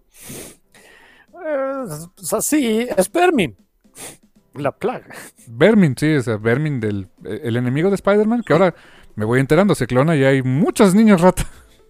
O sea, sí, es Vermin, la plaga. Vermin, sí, o sea, Vermin el enemigo de Spider-Man, que ahora me voy enterando, se clona y hay muchos niños ratas.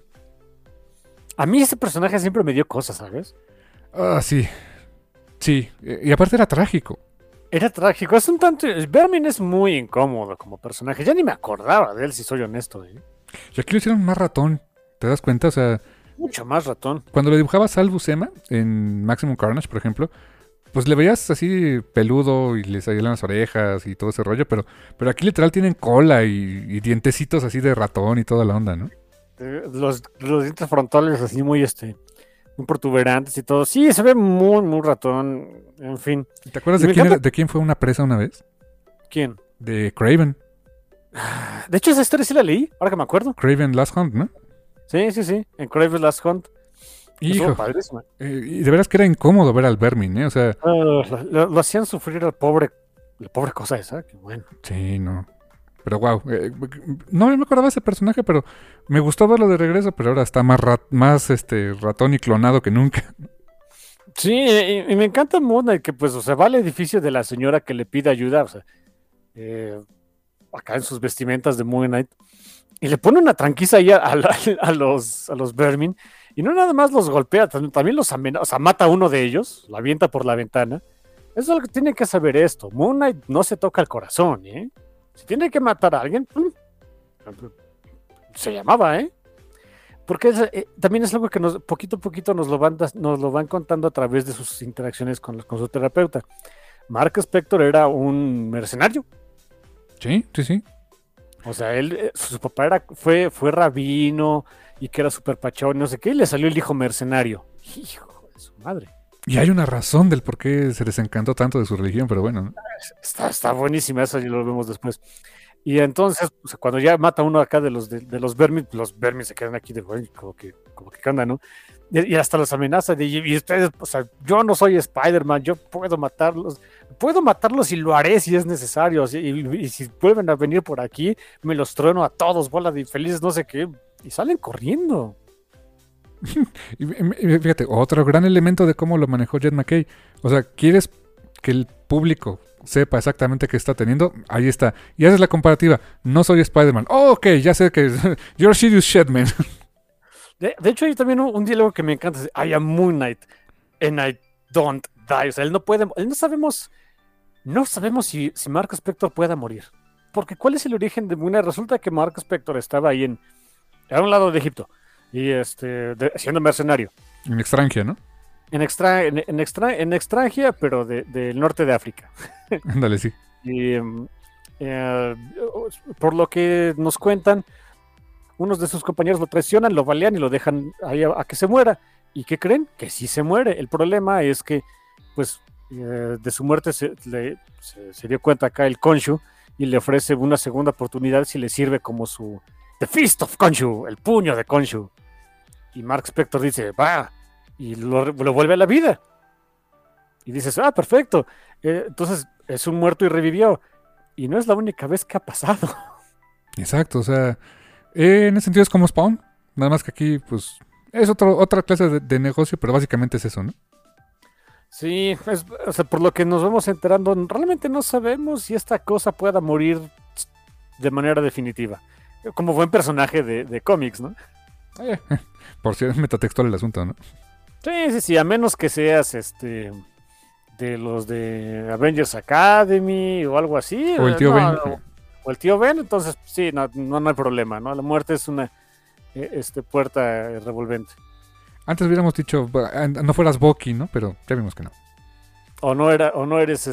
A mí ese personaje siempre me dio cosas, ¿sabes? Ah, sí. Sí, y aparte era trágico. Era trágico, es un tanto... Vermin es muy incómodo como personaje, ya ni me acordaba de él, si soy honesto, ¿eh? Y aquí lo hicieron más ratón, ¿te das cuenta? O sea, Mucho más ratón. cuando le dibujaba Sal Buscema en Maximum Carnage, por ejemplo, pues le veías así peludo y le salían las orejas y todo ese rollo, pero aquí literal tienen cola y dientecitos así de ratón y toda la onda, ¿no? Los dientes frontales así muy, muy protuberantes y todo. Sí, se ve muy, muy ratón, en fin. ¿Te acuerdas Y me encanta- de quién fue una presa una vez? ¿Quién? De Craven. De hecho, esa historia sí la leí, ahora que me acuerdo. Craven Last Hunt, ¿no? Sí, sí, sí, en Kraven's Last Hunt. Estuvo Hijo, padrísima. y de veras que era incómodo ver al Vermin, ¿eh? O sea, Lo hacían sufrir al la pobre cosa esa, que bueno. sí, no. Pero wow, no me acordaba de ese personaje, pero me gustó verlo de regreso, pero ahora está más ratón y clonado que nunca. Sí, y me encanta Moon Knight, que pues, o sea, va al edificio de la señora que le pide ayuda, o sea, acá en sus vestimentas de Moon Knight, y le pone una tranquiza ahí a los Vermin, y no nada más los golpea, también los amenaza, o sea, mata a uno de ellos, lo avienta por la ventana. Eso es lo que tiene que saber esto. Moon Knight no se toca el corazón, ¿eh? Si tiene que matar a alguien, se llamaba, ¿eh? Porque también es algo que poquito a poquito nos lo van contando a través de sus interacciones con su terapeuta. Mark Spector era un mercenario. Sí, sí, sí. O sea, su papá fue rabino y que era súper pachón, no sé qué, y le salió el hijo mercenario. Hijo de su madre. Y hay una razón del por qué se desencantó tanto de su religión, pero bueno, ¿no? Está buenísima, eso ya lo vemos después. Y entonces, o sea, cuando ya mata uno acá de los Vermin, los Vermin se quedan aquí de como que ¿qué onda, no? Y hasta los amenaza y ustedes, o sea, yo no soy Spider-Man, yo puedo matarlos y lo haré si es necesario. Y si vuelven a venir por aquí, me los trueno a todos, bola de infelices, no sé qué, y salen corriendo. Y fíjate, otro gran elemento de cómo lo manejó Jed McKay. O sea, ¿quieres que el público sepa exactamente qué está teniendo? Ahí está. Y haces la comparativa. No soy Spider-Man. Oh, ok, ya sé que you're serious shit, man. De hecho, hay también un diálogo que me encanta. I am Moon Knight and I don't die. O sea, no sabemos si Mark Spector pueda morir. Porque ¿cuál es el origen de Moon Knight? Resulta que Mark Spector estaba ahí a un lado de Egipto y siendo mercenario. En Extranjia, ¿no? En Extranjia, pero del norte de África. Ándale, sí. Y por lo que nos cuentan, unos de sus compañeros lo traicionan, lo balean y lo dejan ahí a que se muera. ¿Y qué creen? Que sí se muere. El problema es que, pues, de su muerte se dio cuenta acá el Khonshu y le ofrece una segunda oportunidad si le sirve como su The Fist of Khonshu, el puño de Khonshu. Y Mark Spector dice, va, y lo vuelve a la vida. Y dices, perfecto. Entonces es un muerto y revivió. Y no es la única vez que ha pasado. Exacto, o sea, en ese sentido es como Spawn. Nada más que aquí, pues, es otra clase de negocio, pero básicamente es eso, ¿no? Sí, o sea, por lo que nos vamos enterando, realmente no sabemos si esta cosa pueda morir de manera definitiva. Como buen personaje de cómics, ¿no? Por si es metatextual el asunto, ¿no? Sí, a menos que seas de los de Avengers Academy o algo así. O el tío Ben. O el tío Ben, entonces sí, no hay problema, ¿no? La muerte es una puerta revolvente. Antes hubiéramos dicho, no fueras Bucky, ¿no? Pero ya vimos que no. o no eres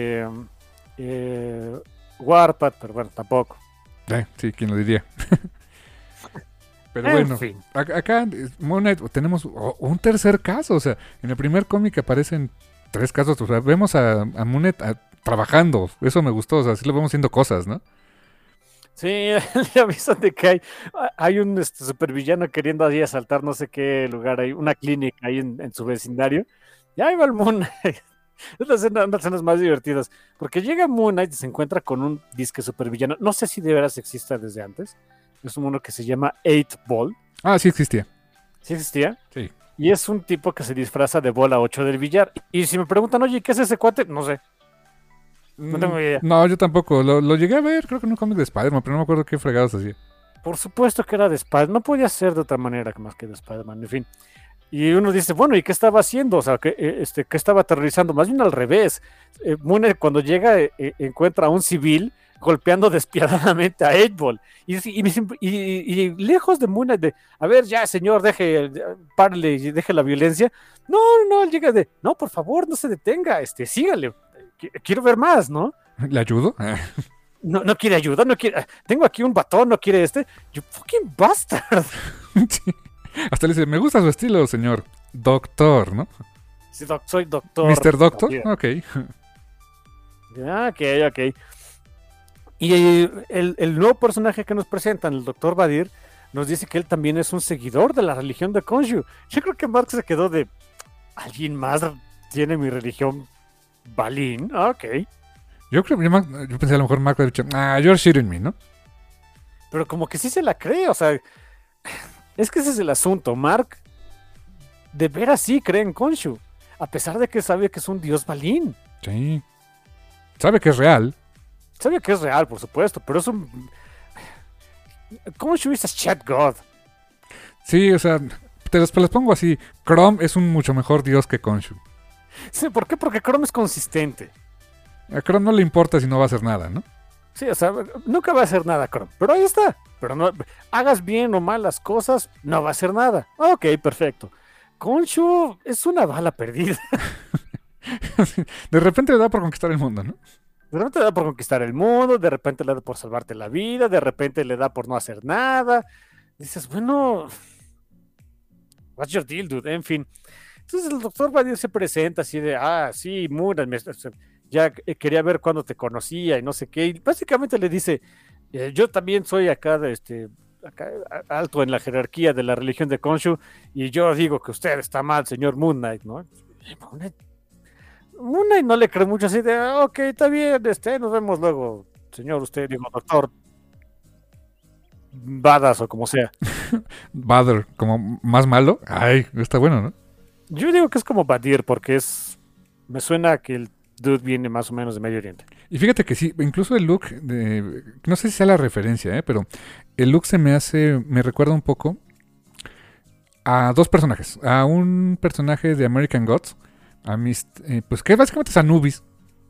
Warpath, pero bueno, tampoco. Sí, quién lo diría. Pero En bueno, fin. acá Moon Knight tenemos un tercer caso. O sea, en el primer cómic aparecen 3 casos. O sea, vemos a Moon Knight trabajando. Eso me gustó. O sea, sí lo vemos haciendo cosas, ¿no? Sí, le avisan de que hay un supervillano queriendo ahí asaltar no sé qué lugar, hay una clínica ahí en su vecindario. Y ahí va el Moon Knight. Es una de las escenas más divertidas. Porque llega Moon Knight y se encuentra con un disque supervillano. No sé si de veras exista desde antes. Es un mono que se llama 8-Ball. Ah, sí existía. ¿Sí existía? Sí. Y es un tipo que se disfraza de bola 8 del billar. Y si me preguntan, oye, ¿qué es ese cuate? No sé. No tengo idea. No, yo tampoco. Lo llegué a ver, creo que en un cómic de Spider-Man, pero no me acuerdo qué fregados hacía. Por supuesto que era de Spider-Man. No podía ser de otra manera más que de Spider-Man. En fin. Y uno dice, bueno, ¿y qué estaba haciendo? O sea, ¿qué estaba aterrorizando? Más bien al revés. Moon Knight, cuando llega, encuentra a un civil golpeando despiadadamente a 8-Ball. Y lejos de Moon Knight, a ver, ya, señor, párale y deje la violencia. No, no, él llega no, por favor, no se detenga, sígale. Quiero ver más, ¿no? ¿Le ayudo? No, no quiere ayuda, no quiere. Tengo aquí un batón, no quiere You fucking bastard. Sí. Hasta le dice, me gusta su estilo, señor doctor, ¿no? Sí, soy doctor. Mr. Doctor, ok. Ok. Y el nuevo personaje que nos presentan, el doctor Badir, nos dice que él también es un seguidor de la religión de Khonshu. Yo creo que Mark se quedó de, ¿alguien más tiene mi religión Balin? Ok. Yo pensé a lo mejor Mark había dicho, you're shitting me, ¿no? Pero como que sí se la cree, o sea, es que ese es el asunto. Mark de veras sí cree en Khonshu, a pesar de que sabe que es un dios Balin. Sí. Sabe que es real. Sabe que es real, por supuesto, pero es un... Khonshu is a shit god. Sí, o sea, te los pongo así. Chrome es un mucho mejor dios que Khonshu. Sí, ¿por qué? Porque Chrome es consistente. A Chrome no le importa si no va a hacer nada, ¿no? Sí, o sea, nunca va a hacer nada Chrome, pero ahí está. Pero no, hagas bien o mal las cosas, no va a hacer nada. Ok, perfecto. Khonshu es una bala perdida. De repente le da por conquistar el mundo, ¿no? De repente le da por conquistar el mundo, de repente le da por salvarte la vida, de repente le da por no hacer nada. Dices, bueno, what's your deal, dude? En fin. Entonces el doctor Badir se presenta así de, sí, Moon, ya quería ver cuándo te conocía y no sé qué. Y básicamente le dice, yo también soy acá alto en la jerarquía de la religión de Khonshu y yo digo que usted está mal, señor Moon Knight, ¿no? Moon Knight no le cree mucho así de, ok, está bien, nos vemos luego, señor, usted, digo, doctor Badass o como sea. Bader, como más malo. Ay, está bueno, ¿no? Yo digo que es como Badir porque me suena que el dude viene más o menos de Medio Oriente. Y fíjate que sí, incluso el look, no sé si sea la referencia, pero el look me recuerda un poco a 2 personajes. A un personaje de American Gods, pues que básicamente es Anubis.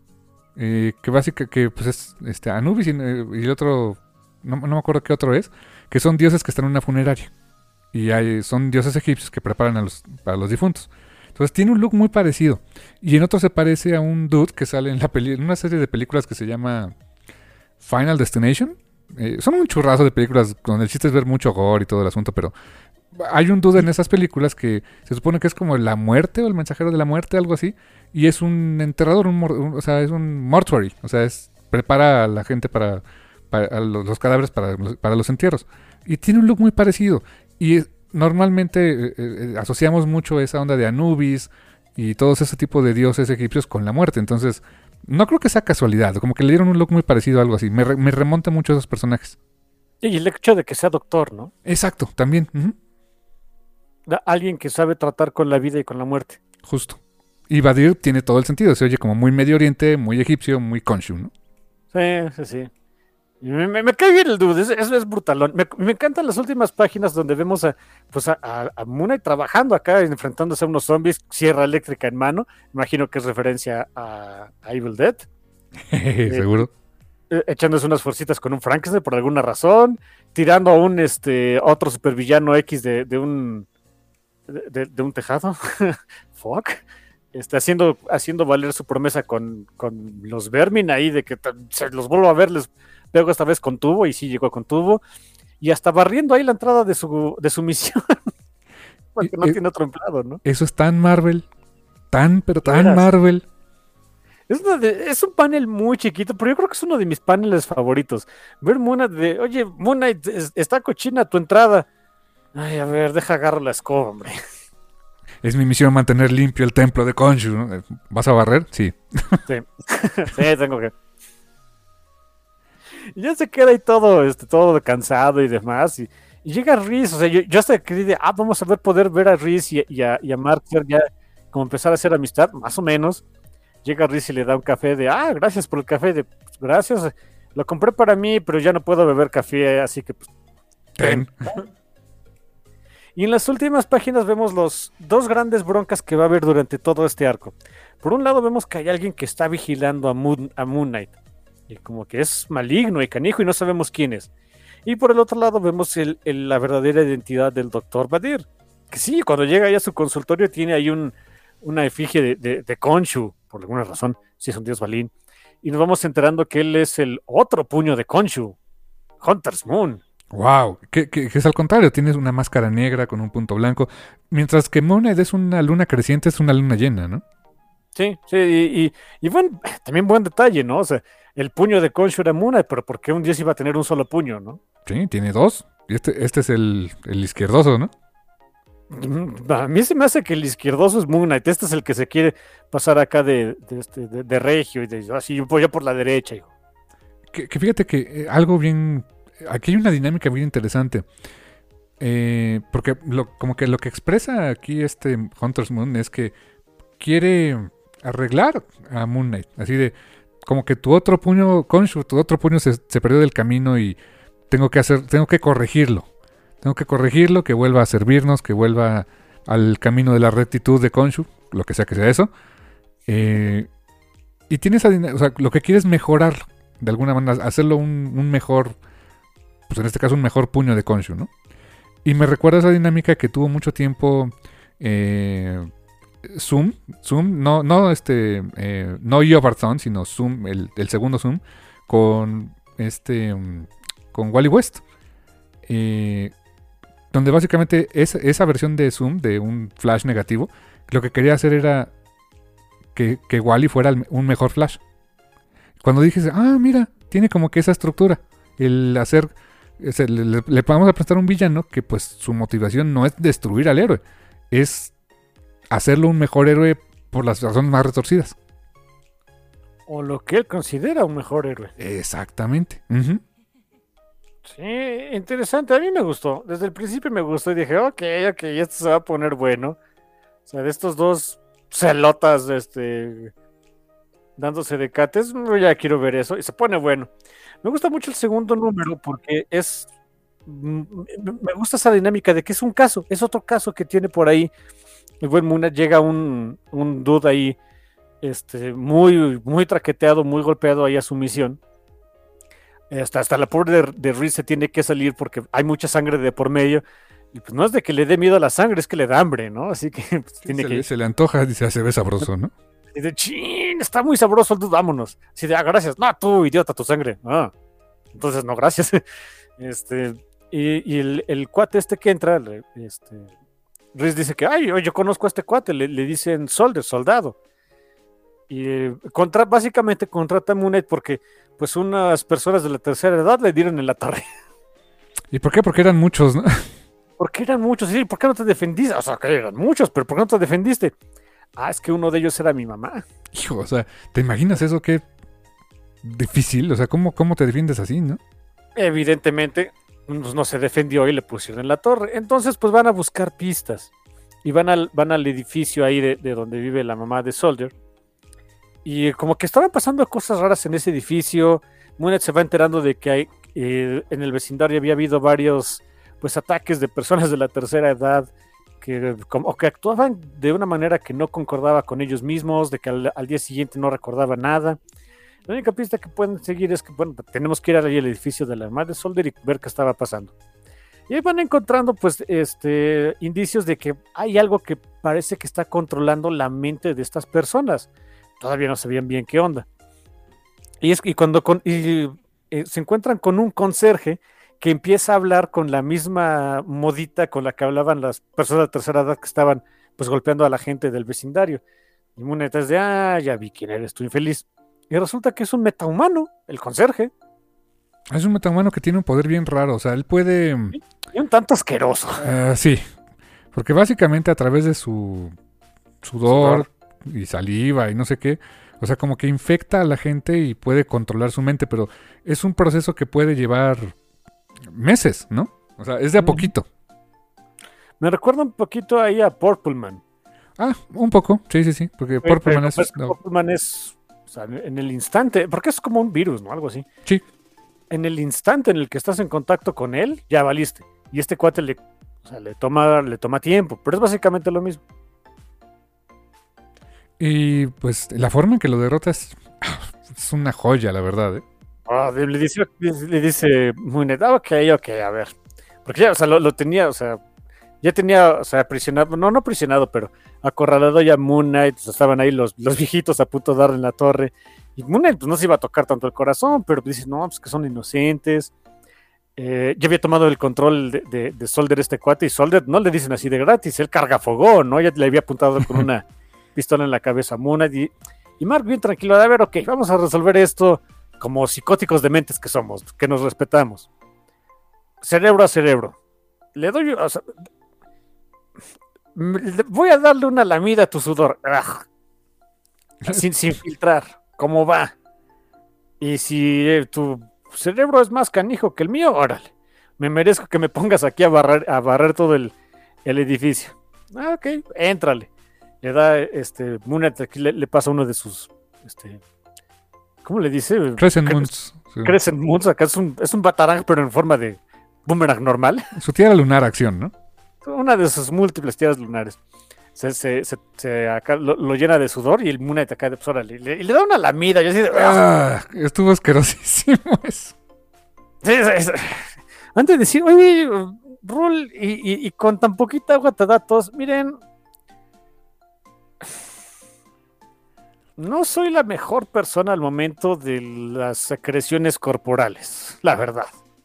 Que pues es Anubis y el otro, no me acuerdo qué otro es, que son dioses que están en una funeraria. Y son dioses egipcios que preparan para los difuntos. Entonces tiene un look muy parecido. Y en otro se parece a un dude que sale en una serie de películas que se llama Final Destination. Son un churrazo de películas donde el chiste es ver mucho gore y todo el asunto, pero hay un dude en esas películas que se supone que es como la muerte o el mensajero de la muerte, algo así. Y es un enterrador, o sea, es un mortuary. O sea, prepara a la gente para a los cadáveres para los entierros. Y tiene un look muy parecido. Y normalmente asociamos mucho esa onda de Anubis y todos ese tipo de dioses egipcios con la muerte. Entonces, no creo que sea casualidad. Como que le dieron un look muy parecido a algo así. Me remonta mucho a esos personajes. Y el hecho de que sea doctor, ¿no? Exacto, también. Uh-huh. Alguien que sabe tratar con la vida y con la muerte. Justo. Y Badir tiene todo el sentido. Se oye como muy Medio Oriente, muy egipcio, muy Khonshu, ¿no? Sí. Me cae bien el dude, es brutalón. Me encantan las últimas páginas donde vemos a Moon Knight trabajando acá, enfrentándose a unos zombies, sierra eléctrica en mano. Imagino que es referencia a Evil Dead. Seguro. Echándose unas fuercitas con un Frankenstein por alguna razón, tirando a un otro supervillano X de un tejado. Fuck. haciendo valer su promesa con los Vermin ahí, de que se los vuelvo a ver, les pego esta vez con tubo, y sí llegó con tubo, y hasta barriendo ahí la entrada de su misión, porque no tiene otro empleado, ¿no? Eso es tan Marvel, pero tan Verás. Marvel. Es un panel muy chiquito, pero yo creo que es uno de mis paneles favoritos. Ver Moon Knight oye, Moon Knight, está cochina tu entrada. Ay, a ver, deja agarro la escoba, hombre. Es mi misión mantener limpio el templo de Khonshu, ¿no? ¿Vas a barrer? Sí. Sí, sí, tengo que. Y ya se queda ahí todo cansado y demás. Y llega Reese, o sea, yo hasta creí vamos a poder ver a Reese y a Mark ya como empezar a hacer amistad, más o menos. Llega Reese y le da un café gracias por el café, pues, gracias, lo compré para mí, pero ya no puedo beber café, así que pues, Ten. Y en las últimas páginas vemos los dos grandes broncas que va a haber durante todo este arco. Por un lado vemos que hay alguien que está vigilando a Moon Knight, y como que es maligno y canijo y no sabemos quién es. Y por el otro lado vemos la verdadera identidad del Dr. Badir, que sí, cuando llega ahí a su consultorio tiene ahí una efigie de Khonshu, por alguna razón, si es un dios Balin, y nos vamos enterando que él es el otro puño de Khonshu, Hunter's Moon. Wow, que es al contrario, tienes una máscara negra con un punto blanco, mientras que Moon Knight es una luna creciente, es una luna llena, ¿no? Sí, sí, y bueno, también buen detalle, ¿no? O sea, el puño de Khonshu era Moon Knight, pero ¿por qué un dios iba a tener un solo puño, no? Sí, tiene dos. Y este es el izquierdoso, ¿no? A mí se me hace que el izquierdoso es Moon Knight. Este es el que se quiere pasar acá de regio y así, voy yo por la derecha, hijo. Que fíjate que algo bien. Aquí hay una dinámica bien interesante. Porque como que lo que expresa aquí este Hunter's Moon es que quiere arreglar a Moon Knight. Así de. Como que tu otro puño, Khonshu, tu otro puño se perdió del camino y tengo que corregirlo. Tengo que corregirlo, que vuelva a servirnos, que vuelva al camino de la rectitud de Khonshu, lo que sea eso. Y tiene esa dinámica, o sea, lo que quiere es mejorar, de alguna manera, hacerlo un mejor, pues en este caso un mejor puño de Khonshu, ¿no? Y me recuerda esa dinámica que tuvo mucho tiempo Zoom, no Iobarzon, sino Zoom, el segundo Zoom, con con Wally West. Donde básicamente esa versión de Zoom, de un Flash negativo, lo que quería hacer era que Wally fuera un mejor Flash. Cuando dije, mira, tiene como que esa estructura. El hacer, le vamos a prestar un villano que pues su motivación no es destruir al héroe, es hacerlo un mejor héroe por las razones más retorcidas. O lo que él considera un mejor héroe. Exactamente. Uh-huh. Sí, interesante, a mí me gustó, desde el principio me gustó y dije, ok, esto se va a poner bueno. O sea, de estos dos celotas, dándose de cates, ya quiero ver eso, y se pone bueno. Me gusta mucho el segundo número porque me gusta esa dinámica de que es un caso, es otro caso que tiene por ahí. El buen Muna llega un dude ahí, muy, muy traqueteado, muy golpeado ahí a su misión. Hasta la pobre de Reese se tiene que salir porque hay mucha sangre de por medio. Y pues no es de que le dé miedo a la sangre, es que le da hambre, ¿no? Así que pues, se le antoja, dice, se ve sabroso, ¿no? Y de chin, está muy sabroso el dude, vámonos. Así de, gracias. No, tú, idiota, tu sangre. Entonces, no, gracias. Y el cuate que entra, Reese dice que, yo conozco a este cuate, le dicen soldado. Y básicamente contrata a Moon Knight porque pues unas personas de la tercera edad le dieron en la torre. ¿Y por qué? Porque eran muchos, ¿no? Porque eran muchos, sí, ¿por qué no te defendiste? O sea, que eran muchos, pero ¿por qué no te defendiste? Es que uno de ellos era mi mamá. Hijo, o sea, ¿te imaginas eso? Qué difícil, o sea, ¿cómo te defiendes así, no? Evidentemente, pues no se defendió y le pusieron en la torre. Entonces, pues van a buscar pistas. Y van al edificio ahí de donde vive la mamá de Soldier. Y como que estaban pasando cosas raras en ese edificio. Moon Knight se va enterando de que en el vecindario había habido varios pues ataques de personas de la tercera edad que actuaban de una manera que no concordaba con ellos mismos, de que al día siguiente no recordaba nada. La única pista que pueden seguir es que, bueno, tenemos que ir ahí al edificio de la mamá de Soldier y ver qué estaba pasando. Y ahí van encontrando, pues, indicios de que hay algo que parece que está controlando la mente de estas personas. Todavía no sabían bien qué onda. Y cuando se encuentran con un conserje que empieza a hablar con la misma modita con la que hablaban las personas de tercera edad que estaban, pues, golpeando a la gente del vecindario. Y Moon Knight es de, ya vi quién eres tú, infeliz. Y resulta que es un metahumano, el conserje. Es un metahumano que tiene un poder bien raro. O sea, él puede... Y un tanto asqueroso. Sí, porque básicamente a través de su sudor y saliva y no sé qué, o sea, como que infecta a la gente y puede controlar su mente, pero es un proceso que puede llevar meses, ¿no? O sea, es de a poquito. Me recuerda un poquito ahí a Purple Man. Un poco, sí, porque Purple Man es... Purple Man es, o sea, en el instante, porque es como un virus, ¿no? Algo así. Sí. En el instante en el que estás en contacto con él, ya valiste. Y este cuate le toma tiempo, pero es básicamente lo mismo. Y pues la forma en que lo derrota es una joya, la verdad, ¿eh? Le dice Moon Knight, ok, a ver. Porque ya, o sea, lo tenía, o sea, ya tenía, o sea, aprisionado, no aprisionado, pero acorralado ya Moon Knight, o sea, estaban ahí los viejitos a punto de darle en la torre. Y Moon Knight, pues no se iba a tocar tanto el corazón, pero dice, no, pues que son inocentes. Ya había tomado el control de Soldier este cuate, y Soldier no le dicen así de gratis, él carga fogón, ¿no? Ya le había apuntado con una pistola en la cabeza a Moon Knight, y Mark bien tranquilo, a ver, ok, vamos a resolver esto como psicóticos dementes que somos, que nos respetamos. Cerebro a cerebro. Le doy, o sea, voy a darle una lamida a tu sudor. Sin filtrar, ¿cómo va? Y si tu cerebro es más canijo que el mío, órale. Me merezco que me pongas aquí a barrer todo el edificio. Ok, éntrale. Le da Moon Knight, aquí le pasa uno de sus ¿cómo le dice? Crescent Moons. Sí. Crescent Moons, acá es un batarang, pero en forma de boomerang normal. Su tierra lunar acción, ¿no? Una de sus múltiples tierras lunares. Acá lo llena de sudor y el Moon Knight acá, pues, órale, y le da una lamida. Yo así de, estuvo asquerosísimo eso. Sí. Antes de decir, oye, Rul, y con tan poquita agua te da tos. Miren, no soy la mejor persona al momento de las secreciones corporales, la verdad.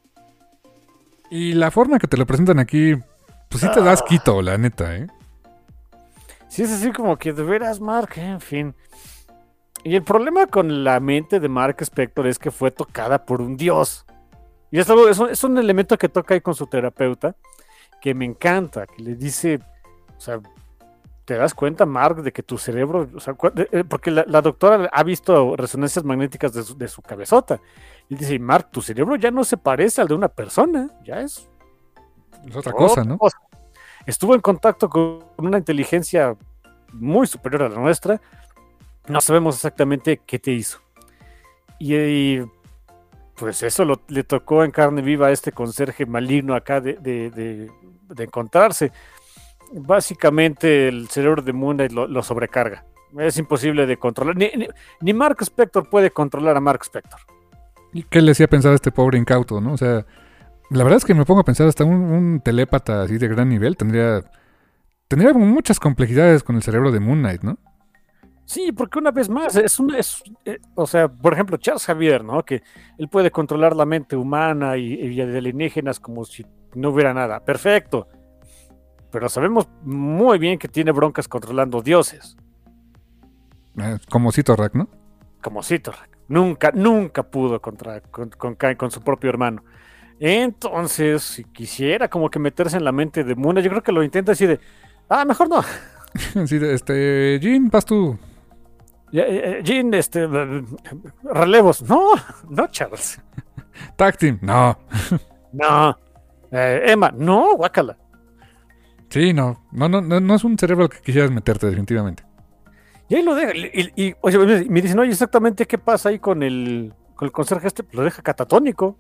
Y la forma que te lo presentan aquí, pues sí te das quito, la neta, ¿eh? Sí, es así como que de veras, Mark, en fin. Y el problema con la mente de Mark Spector es que fue tocada por un dios. Y es un elemento que toca ahí con su terapeuta, que me encanta, que le dice, o sea, ¿te das cuenta, Mark, de que tu cerebro, o sea, porque la doctora ha visto resonancias magnéticas de su cabezota? Y dice, Mark, tu cerebro ya no se parece al de una persona, ya es otra cosa, ¿no? Estuvo en contacto con una inteligencia muy superior a la nuestra. No sabemos exactamente qué te hizo. Y pues eso le tocó en carne viva a este conserje maligno acá de encontrarse. Básicamente el cerebro de Moon Knight lo sobrecarga. Es imposible de controlar. Ni Mark Spector puede controlar a Mark Spector. ¿Y qué le hacía pensar a este pobre incauto, no? O sea, la verdad es que me pongo a pensar, hasta un telépata así de gran nivel tendría muchas complejidades con el cerebro de Moon Knight, ¿no? Sí, porque una vez más, o sea, por ejemplo, Charles Xavier, ¿no? Que él puede controlar la mente humana y de alienígenas como si no hubiera nada. Perfecto. Pero sabemos muy bien que tiene broncas controlando dioses. Como Citorak, ¿no? Como Citorak. Nunca pudo con su propio hermano. Entonces, si quisiera como que meterse en la mente de Moon Knight, yo creo que lo intenta así de, mejor no. Sí, Jean, vas tú. Jean, relevos. No, Charles. Tag team, no. No. Emma, no, guácala. Sí, no es un cerebro al que quisieras meterte, definitivamente. Y ahí lo deja. Y oye, me dicen, oye, exactamente qué pasa ahí con el conserje lo deja catatónico.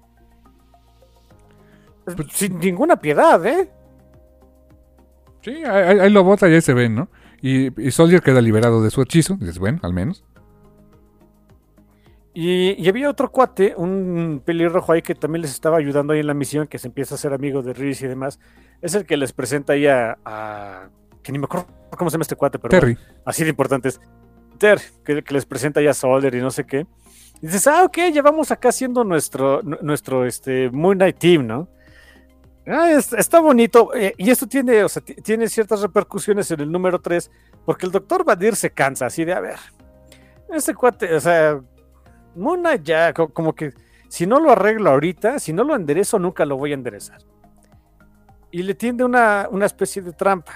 Pues, sin ninguna piedad, ¿eh? Sí, ahí lo bota y ahí se ven, ¿no? Y Soldier queda liberado de su hechizo. Dices, bueno, al menos. Y había otro cuate, un pelirrojo ahí que también les estaba ayudando ahí en la misión, que se empieza a ser amigo de Reese y demás. Es el que les presenta ahí que ni me acuerdo cómo se llama este cuate, pero Terry. bueno, así de importante es. Que les presenta ya a Soldier y no sé qué. Y dices, ok, ya vamos acá haciendo nuestro Moon Knight Team, ¿no? Está bonito, y esto tiene, o sea, tiene ciertas repercusiones en el número 3, porque el Dr. Badir se cansa, así de, a ver, este cuate, o sea, Moon Knight ya, como que, si no lo arreglo ahorita, si no lo enderezo, nunca lo voy a enderezar. Y le tiende una especie de trampa,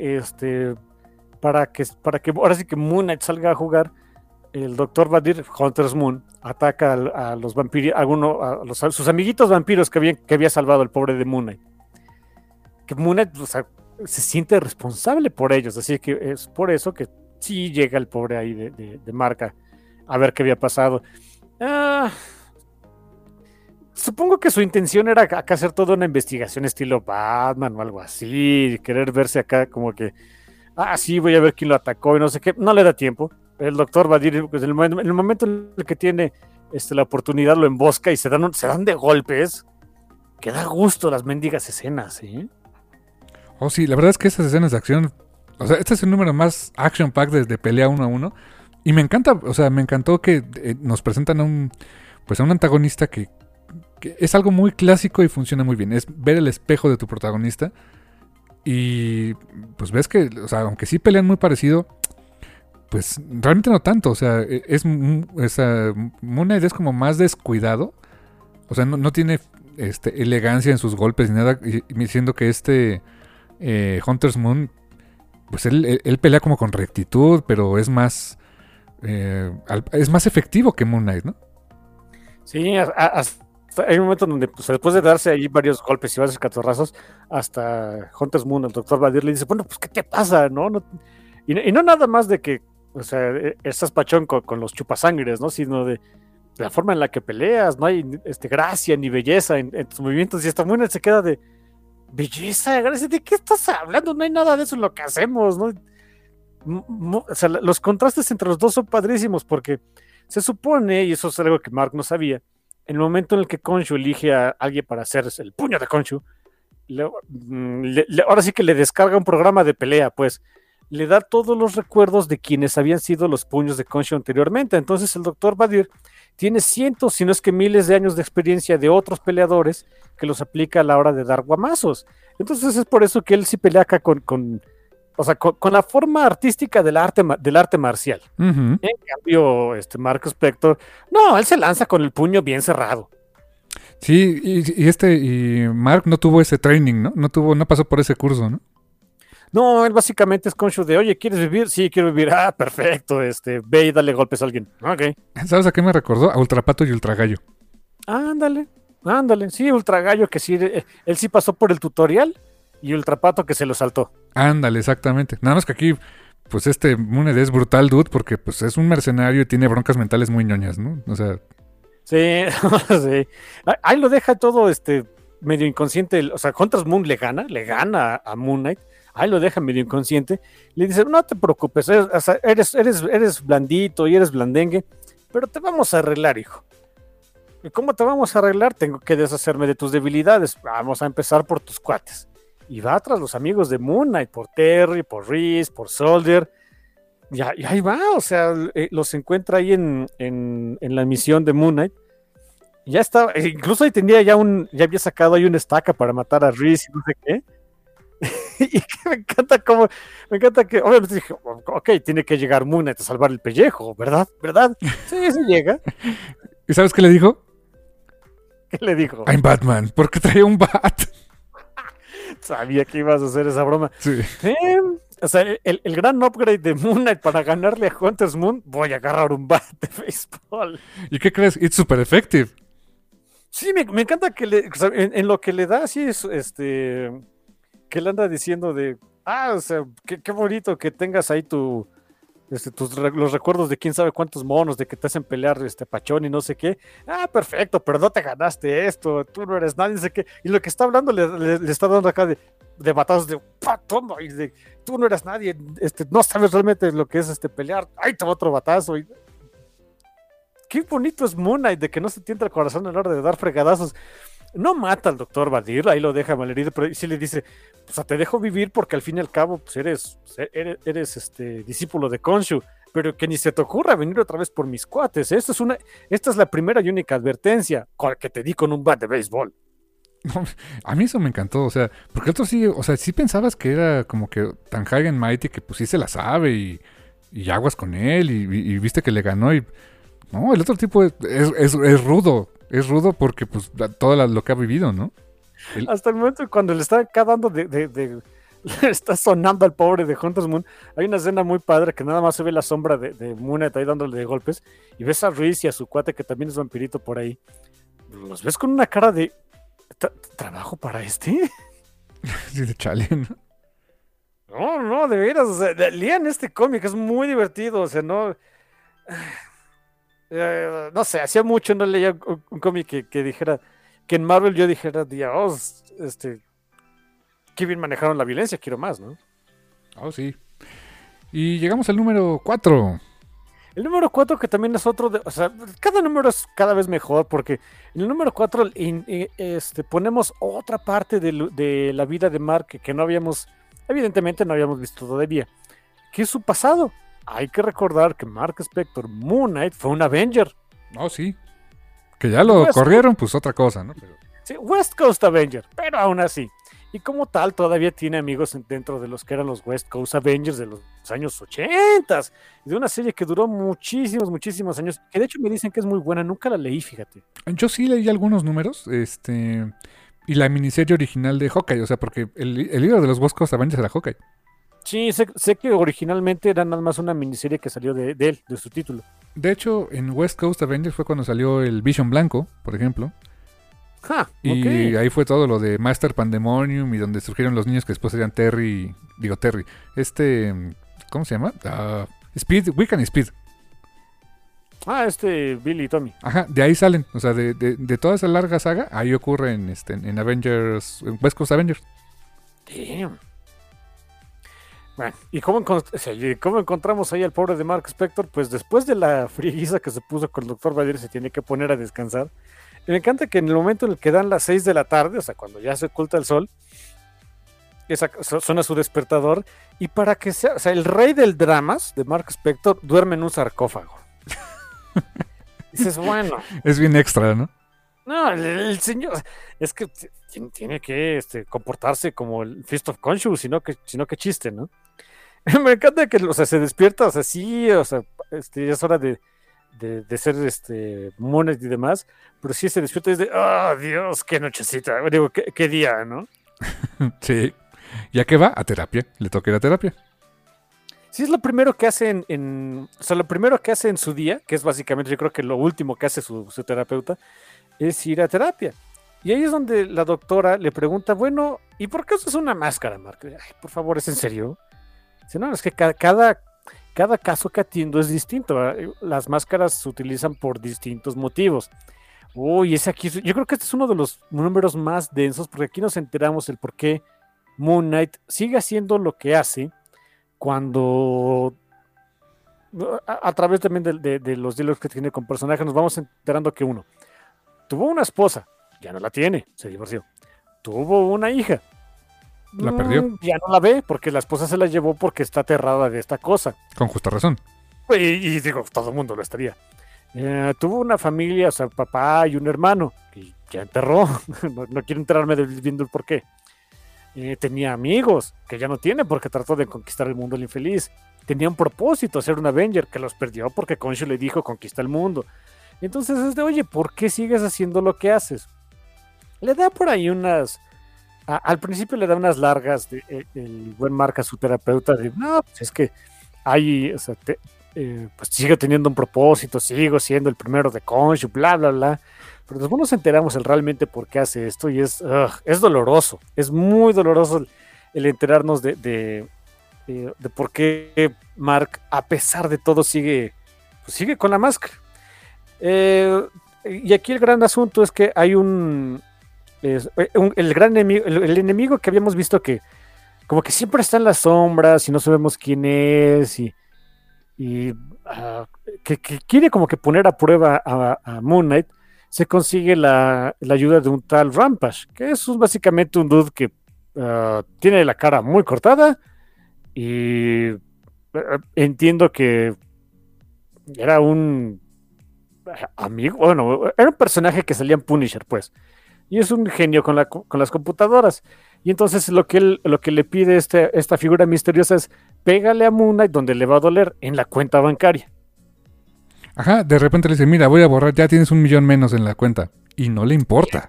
para que ahora sí que Moon Knight salga a jugar. El Dr. Badir, Hunter's Moon, ataca a los vampiros, a sus amiguitos vampiros que había salvado el pobre de Moon Knight. Que Moon Knight, o sea, se siente responsable por ellos, así que es por eso que sí llega el pobre ahí de Marca a ver qué había pasado. Supongo que su intención era acá hacer toda una investigación estilo Batman o algo así, querer verse acá como que, sí, voy a ver quién lo atacó y no sé qué, no le da tiempo. El doctor Badir, pues, en el momento en el que tiene la oportunidad, lo embosca y se dan de golpes, que da gusto las mendigas escenas, ¿eh? Oh, sí, la verdad es que esas escenas de acción, o sea, este es el número más action pack de pelea 1-1, y me encanta, o sea, me encantó que nos presentan a un antagonista que es algo muy clásico y funciona muy bien, es ver el espejo de tu protagonista, y pues ves que, o sea, aunque sí pelean muy parecido, pues realmente no tanto, o sea, Moon Knight es como más descuidado, o sea, no tiene elegancia en sus golpes ni nada, y diciendo que Hunter's Moon, pues él pelea como con rectitud, pero es más efectivo que Moon Knight, ¿no? Sí, hay un momento donde, pues, después de darse ahí varios golpes y varios catorrazos, hasta Hunter's Moon, el doctor Badir, le dice, bueno, pues, ¿qué te pasa, no? Y no nada más de que, o sea, estás pachón con los chupasangres, ¿no? Sino de la forma en la que peleas, no hay gracia ni belleza en tus movimientos, y hasta Moon se queda de belleza, gracia, ¿de qué estás hablando? No hay nada de eso en lo que hacemos, ¿no? O sea, los contrastes entre los dos son padrísimos, porque se supone, y eso es algo que Mark no sabía, en el momento en el que Khonshu elige a alguien para hacer el puño de Khonshu, ahora sí que le descarga un programa de pelea, pues le da todos los recuerdos de quienes habían sido los puños de Khonshu anteriormente. Entonces el Dr. Badir tiene cientos, si no es que miles de años de experiencia de otros peleadores que los aplica a la hora de dar guamazos. Entonces es por eso que él sí pelea acá con la forma artística del arte marcial. Uh-huh. En cambio, Mark Spector, no, él se lanza con el puño bien cerrado. Sí, y Mark no tuvo ese training, ¿no? No pasó por ese curso, ¿no? No, él básicamente es Khonshu de, oye, ¿quieres vivir? Sí, quiero vivir. Perfecto, ve y dale golpes a alguien. Ok. ¿Sabes a qué me recordó? A Ultrapato y Ultragallo. Ándale. Sí, Ultragallo, que sí, él sí pasó por el tutorial, y Ultrapato que se lo saltó. Ándale, exactamente. Nada más que aquí, pues Moon Knight es brutal, dude, porque pues es un mercenario y tiene broncas mentales muy ñoñas, ¿no? O sea... Sí, sí. Ahí lo deja todo medio inconsciente. O sea, Hunter's Moon le gana a Moon Knight. Ahí lo deja medio inconsciente. Le dice, no te preocupes, eres blandito y eres blandengue, pero te vamos a arreglar, hijo. ¿Y cómo te vamos a arreglar? Tengo que deshacerme de tus debilidades. Vamos a empezar por tus cuates. Y va tras los amigos de Moon Knight, por Terry, por Reese, por Soldier. Y ahí va, o sea, los encuentra ahí en la misión de Moon Knight. Y ya estaba, incluso ahí ya había sacado ahí una estaca para matar a Reese y no sé qué. Y me encanta que, obviamente dije, ok, tiene que llegar Moon Knight a salvar el pellejo, ¿verdad? Sí, llega. ¿Y sabes qué le dijo? ¿Qué le dijo? I'm Batman, porque traía un bat. Sabía que ibas a hacer esa broma. Sí. O sea, el gran upgrade de Moon Knight para ganarle a Hunter's Moon, voy a agarrar un bat de béisbol. ¿Y qué crees? It's super effective. Sí, me encanta que en lo que le da, así es, que le anda diciendo de, o sea, qué bonito que tengas ahí los recuerdos de quién sabe cuántos monos, de que te hacen pelear pachón y no sé qué. Perfecto, pero no te ganaste esto, tú no eres nadie, no sé qué. Y lo que está hablando le está dando acá de batazos de, toma, y de, tú no eres nadie, no sabes realmente lo que es pelear. Ahí te va otro batazo. qué bonito es Moon Knight, de que no se tienta el corazón a la hora de dar fregadazos. No mata al doctor Badir, ahí lo deja malherido, pero sí le dice, o sea, te dejo vivir porque al fin y al cabo pues eres discípulo de Khonshu, pero que ni se te ocurra venir otra vez por mis cuates. Esta es la primera y única advertencia que te di con un bat de béisbol. No, a mí eso me encantó, o sea, porque el otro sí, o sea, sí pensabas que era como que tan high and mighty que pues sí se la sabe y aguas con él y viste que le ganó y... No, el otro tipo es rudo porque pues todo lo que ha vivido, ¿no? Hasta el momento cuando le está acá dando le está sonando al pobre de Hunter's Moon, hay una escena muy padre que nada más se ve la sombra de Moon Knight ahí dándole de golpes y ves a Reese y a su cuate que también es vampirito por ahí. Los ves con una cara de... ¿Trabajo para este? Sí, de chale, ¿no? No, de veras, o sea, lean este cómic, es muy divertido, o sea, no... no sé, hacía mucho no leía un cómic que dijera, que en Marvel yo dijera, Dios, qué bien manejaron la violencia, quiero más, ¿no? Oh, sí. Y llegamos al número 4. El número 4 que también es otro, o sea, cada número es cada vez mejor porque en el número 4 ponemos otra parte de la vida de Mark que no habíamos, evidentemente no habíamos visto todavía, que es su pasado. Hay que recordar que Mark Spector, Moon Knight, fue un Avenger. Oh, sí. Que ya lo corrieron, pues otra cosa, ¿no? Pero... Sí, West Coast Avenger, pero aún así. Y como tal, todavía tiene amigos dentro de los que eran los West Coast Avengers de los años 80, de una serie que duró muchísimos años, que de hecho me dicen que es muy buena, nunca la leí, fíjate. Yo sí leí algunos números, y la miniserie original de Hawkeye, o sea, porque el libro de los West Coast Avengers era Hawkeye. Sí, sé que originalmente era nada más una miniserie que salió de él, de su título. De hecho, en West Coast Avengers fue cuando salió el Vision Blanco, por ejemplo. Y ahí fue todo lo de Master Pandemonium y donde surgieron los niños que después serían Terry, ¿cómo se llama? Speed, Wiccan y Speed. Billy y Tommy. Ajá, de ahí salen, o sea, de toda esa larga saga, ahí ocurre en Avengers, en West Coast Avengers. Damn. Bueno, ¿y cómo encontramos ahí al pobre de Mark Spector? Pues después de la frieguiza que se puso con el Dr. Badir, se tiene que poner a descansar. Y me encanta que en el momento en el que dan las 6 de la tarde, o sea, cuando ya se oculta el sol, suena su despertador, y para que sea, o sea, el rey del dramas de Mark Spector duerme en un sarcófago. Dices, bueno. Es bien extra, ¿no? No, el señor, es que tiene que comportarse como el Fist of Khonshu, sino que chiste, ¿no? Me encanta que, o sea, se despierta, o sea, sí, o sea, ya es hora de ser Moon Knight y demás, pero sí se despierta y dice, ¡oh, Dios, qué nochecita! Digo, qué día, ¿no? Sí. ¿Ya que va? A terapia. Le toca ir a terapia. Sí, es lo primero que hace o sea, lo primero que hace en su día, que es básicamente, yo creo que lo último que hace su terapeuta, es ir a terapia. Y ahí es donde la doctora le pregunta, bueno, ¿y por qué usas una máscara, Mark? Ay, por favor, ¿es en serio? Dice, no, es que cada caso que atiendo es distinto, ¿verdad? Las máscaras se utilizan por distintos motivos. Uy, yo creo que este es uno de los números más densos, porque aquí nos enteramos el por qué Moon Knight sigue haciendo lo que hace cuando a través también de los diálogos que tiene con personajes nos vamos enterando que uno tuvo una esposa, ya no la tiene, se divorció. Tuvo una hija, la perdió. Ya no la ve porque la esposa se la llevó porque está aterrada de esta cosa. Con justa razón. Y digo, todo el mundo lo estaría. Tuvo una familia, o sea, papá y un hermano, que ya enterró. No quiero enterarme viendo el por qué. Tenía amigos, que ya no tiene porque trató de conquistar el mundo el infeliz. Tenía un propósito, ser un Avenger, que los perdió porque Khonshu le dijo, conquista el mundo. Entonces es de, oye, ¿por qué sigues haciendo lo que haces? Le da por ahí al principio le da unas largas el buen Mark a su terapeuta de, no, pues es que hay, o sea, pues sigo teniendo un propósito, sigo siendo el primero de Khonshu, bla, bla, bla. Pero después nos enteramos realmente por qué hace esto y es doloroso, es muy doloroso el enterarnos de por qué Mark, a pesar de todo, sigue con la máscara. Y aquí el gran asunto es que hay el gran enemigo, el enemigo que habíamos visto que como que siempre está en las sombras y no sabemos quién es que quiere como que poner a prueba a Moon Knight, se consigue la ayuda de un tal Rampage, que es básicamente un dude que tiene la cara muy cortada y entiendo que era un amigo, bueno, era un personaje que salía en Punisher, pues, y es un genio con las computadoras. Y entonces lo que le pide esta figura misteriosa es pégale a Moon Knight donde le va a doler, en la cuenta bancaria. Ajá, de repente le dice, mira, voy a borrar, ya tienes 1,000,000 menos en la cuenta. Y no le importa.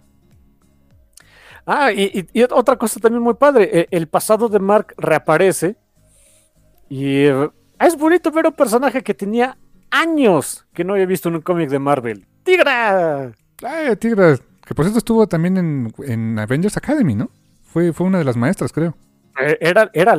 Y otra cosa también muy padre, el pasado de Mark reaparece y es bonito ver un personaje que tenía años que no había visto en un cómic de Marvel. ¡Tigra! Ay, Tigra, que por cierto estuvo también en Avengers Academy, ¿no? Fue una de las maestras, creo. Era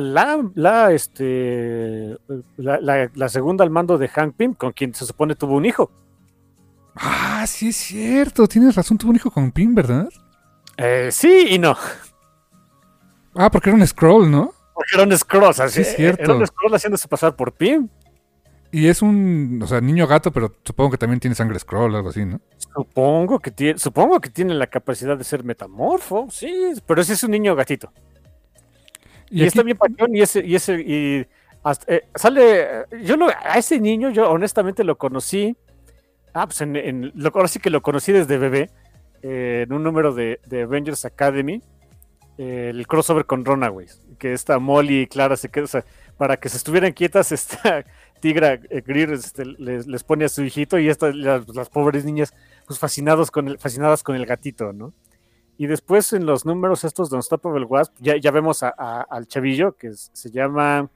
la segunda al mando de Hank Pym, con quien se supone tuvo un hijo. Ah, sí es cierto, tienes razón, tuvo un hijo con Pym, ¿verdad? Sí y no. Ah, porque era un Skrull, ¿no? Porque era un Skrull, o sea, Sí, es cierto. era un Skrull haciéndose pasar por Pym. Y es un, o sea, niño gato, pero supongo que también tiene sangre Skrull o algo así, ¿no? Supongo que tiene la capacidad de ser metamorfo, sí, pero ese es un niño gatito. Y aquí, está bien patrón y sale, a ese niño yo honestamente lo conocí, pues ahora sí que lo conocí desde bebé, en un número de Avengers Academy, el crossover con Runaways, que esta Molly y Clara se quedan, o sea, para que se estuvieran quietas, esta Tigra Greer les pone a su hijito y las pobres niñas pues fascinadas con el gatito, ¿no? Y después en los números estos de Unstoppable Wasp, ya vemos al chavillo que se llama...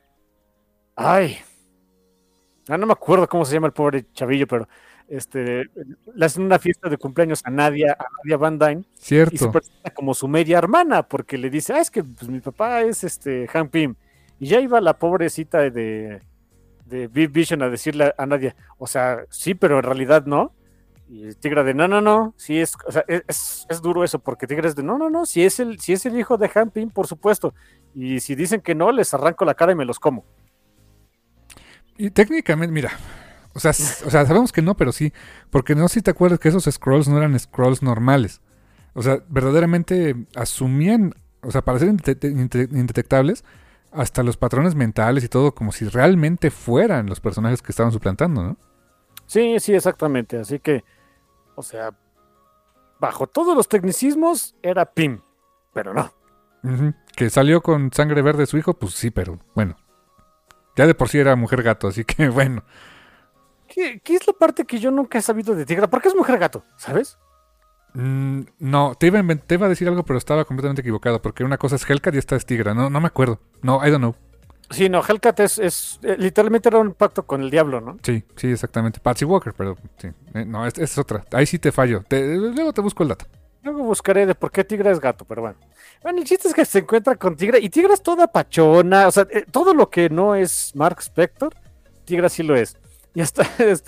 no me acuerdo cómo se llama el pobre chavillo, pero le hacen una fiesta de cumpleaños a Nadia Van Dyne. cierto. Y se presenta como su media hermana, porque le dice, es que pues, mi papá es Hank Pym. Y ya iba la pobrecita de Viv Vision a decirle a Nadia, o sea, sí, pero en realidad no. Y Tigra de no, sí es, o sea, es duro eso, porque Tigra es de no, si es el hijo de Hank Pym, por supuesto. Y si dicen que no, les arranco la cara y me los como. Y técnicamente, mira, o sea, sabemos que no, pero sí, porque no sé si te acuerdas que esos Skrulls no eran Skrulls normales. O sea, verdaderamente asumían, o sea, para ser indetectables, hasta los patrones mentales y todo, como si realmente fueran los personajes que estaban suplantando, ¿no? Sí, exactamente. Así que, o sea, bajo todos los tecnicismos era Pym, pero no. Uh-huh. Que salió con sangre verde su hijo, pues sí, pero bueno. Ya de por sí era mujer gato, así que bueno. ¿Qué es la parte que yo nunca he sabido de Tigra? ¿Por qué es mujer gato? ¿Sabes? No, te iba a decir algo, pero estaba completamente equivocado, porque una cosa es Hellcat y esta es Tigra. No me acuerdo. No, I don't know. Sí, no, Hellcat literalmente era un pacto con el diablo, ¿no? Sí, exactamente. Patsy Walker, pero sí. No, esta es otra. Ahí sí te fallo. Luego te busco el dato. Luego buscaré de por qué Tigra es gato, pero bueno. Bueno, el chiste es que se encuentra con Tigra y Tigra es toda pachona, o sea, todo lo que no es Mark Spector, Tigra sí lo es. Y hasta,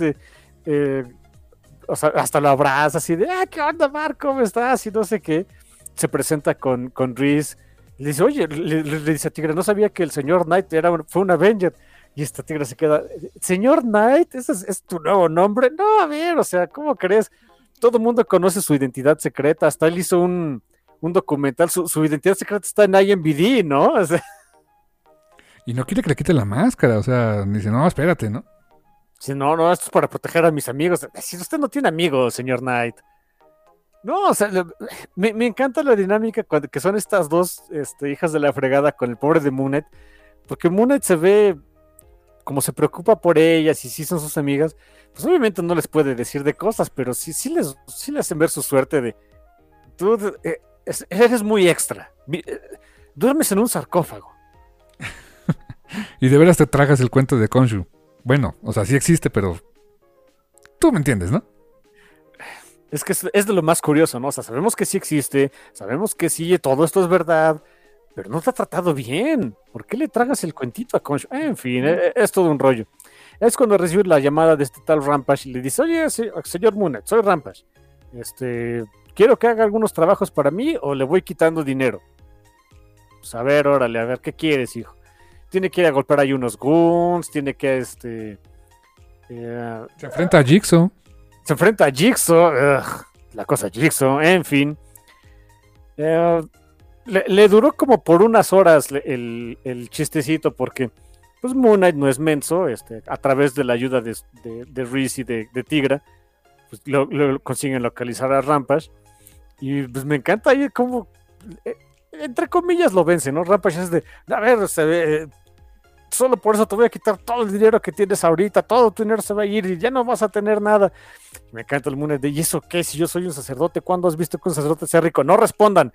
o sea, hasta lo abraza así de, ¿qué onda, Mark? ¿Cómo estás? Y no sé qué. Se presenta con Reese. Le dice, oye, le dice a Tigra, no sabía que el señor Knight fue un Avenger. Y esta Tigra se queda, señor Knight, ¿ese es tu nuevo nombre? No, a ver, o sea, ¿cómo crees? Todo el mundo conoce su identidad secreta, hasta él hizo un documental, su identidad secreta está en IMDb, ¿no? O sea, y no quiere que le quite la máscara, o sea, dice, no, espérate, ¿no? Dice, no, esto es para proteger a mis amigos. Si usted no tiene amigos, señor Knight. No, o sea, me encanta la dinámica que son estas dos hijas de la fregada con el pobre de Moon Knight, porque Moon Knight se ve como se preocupa por ellas y sí son sus amigas, pues obviamente no les puede decir de cosas, pero sí les hacen ver su suerte de, tú eres muy extra, duermes en un sarcófago. Y de veras te tragas el cuento de Khonshu. Bueno, o sea, sí existe, pero tú me entiendes, ¿no? Es que es de lo más curioso, ¿no? O sea, sabemos que sí existe, sabemos que sí, todo esto es verdad, pero no te ha tratado bien. ¿Por qué le tragas el cuentito a Khonshu? En fin, es todo un rollo. Es cuando recibe la llamada de este tal Rampage y le dice, oye, señor Moon Knight, soy Rampage. Quiero que haga algunos trabajos para mí o le voy quitando dinero. Pues a ver, órale, a ver, ¿qué quieres, hijo? Tiene que ir a golpear ahí unos goons, tiene que Se enfrenta a Jigsaw. Se enfrenta a Jigsaw. La cosa Jigsaw, en fin. Le duró como por unas horas el chistecito, porque pues Moon Knight no es menso, a través de la ayuda de Reese y de Tigra, pues lo consiguen localizar a Rampage, y pues me encanta ahí como, entre comillas, lo vence, ¿no? Rampage es de, a ver, solo por eso te voy a quitar todo el dinero que tienes ahorita, todo tu dinero se va a ir y ya no vas a tener nada. Me encanta el Moon Knight de, ¿y eso qué? Si yo soy un sacerdote, ¿cuándo has visto que un sacerdote sea rico? No respondan.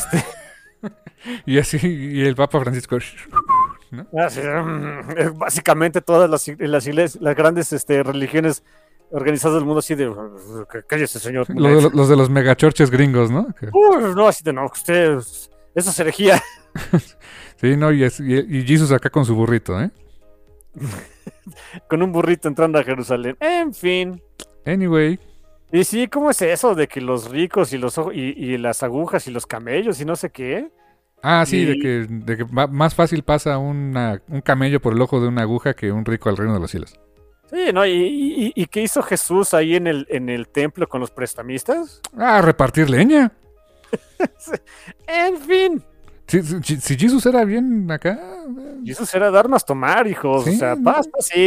Y así, y el Papa Francisco, ¿no? Básicamente todas las iglesias, las grandes religiones organizadas del mundo, así de, cállese, señor. Los de los megachorches gringos, ¿no? No, así de, no, usted, eso es herejía. Sí, no, y Jesus acá con su burrito, ¿eh? Con un burrito entrando a Jerusalén. En fin. Anyway. Y sí, ¿cómo es eso de que los ricos y las agujas y los camellos y no sé qué? Ah, sí, de que más fácil pasa un camello por el ojo de una aguja que un rico al reino de los cielos. Sí, ¿no? ¿Y qué hizo Jesús ahí en el templo con los prestamistas? Ah, repartir leña. En fin. Si Jesus era bien acá. Jesus era dar más tomar, hijos. Sí, o sea, ¿no?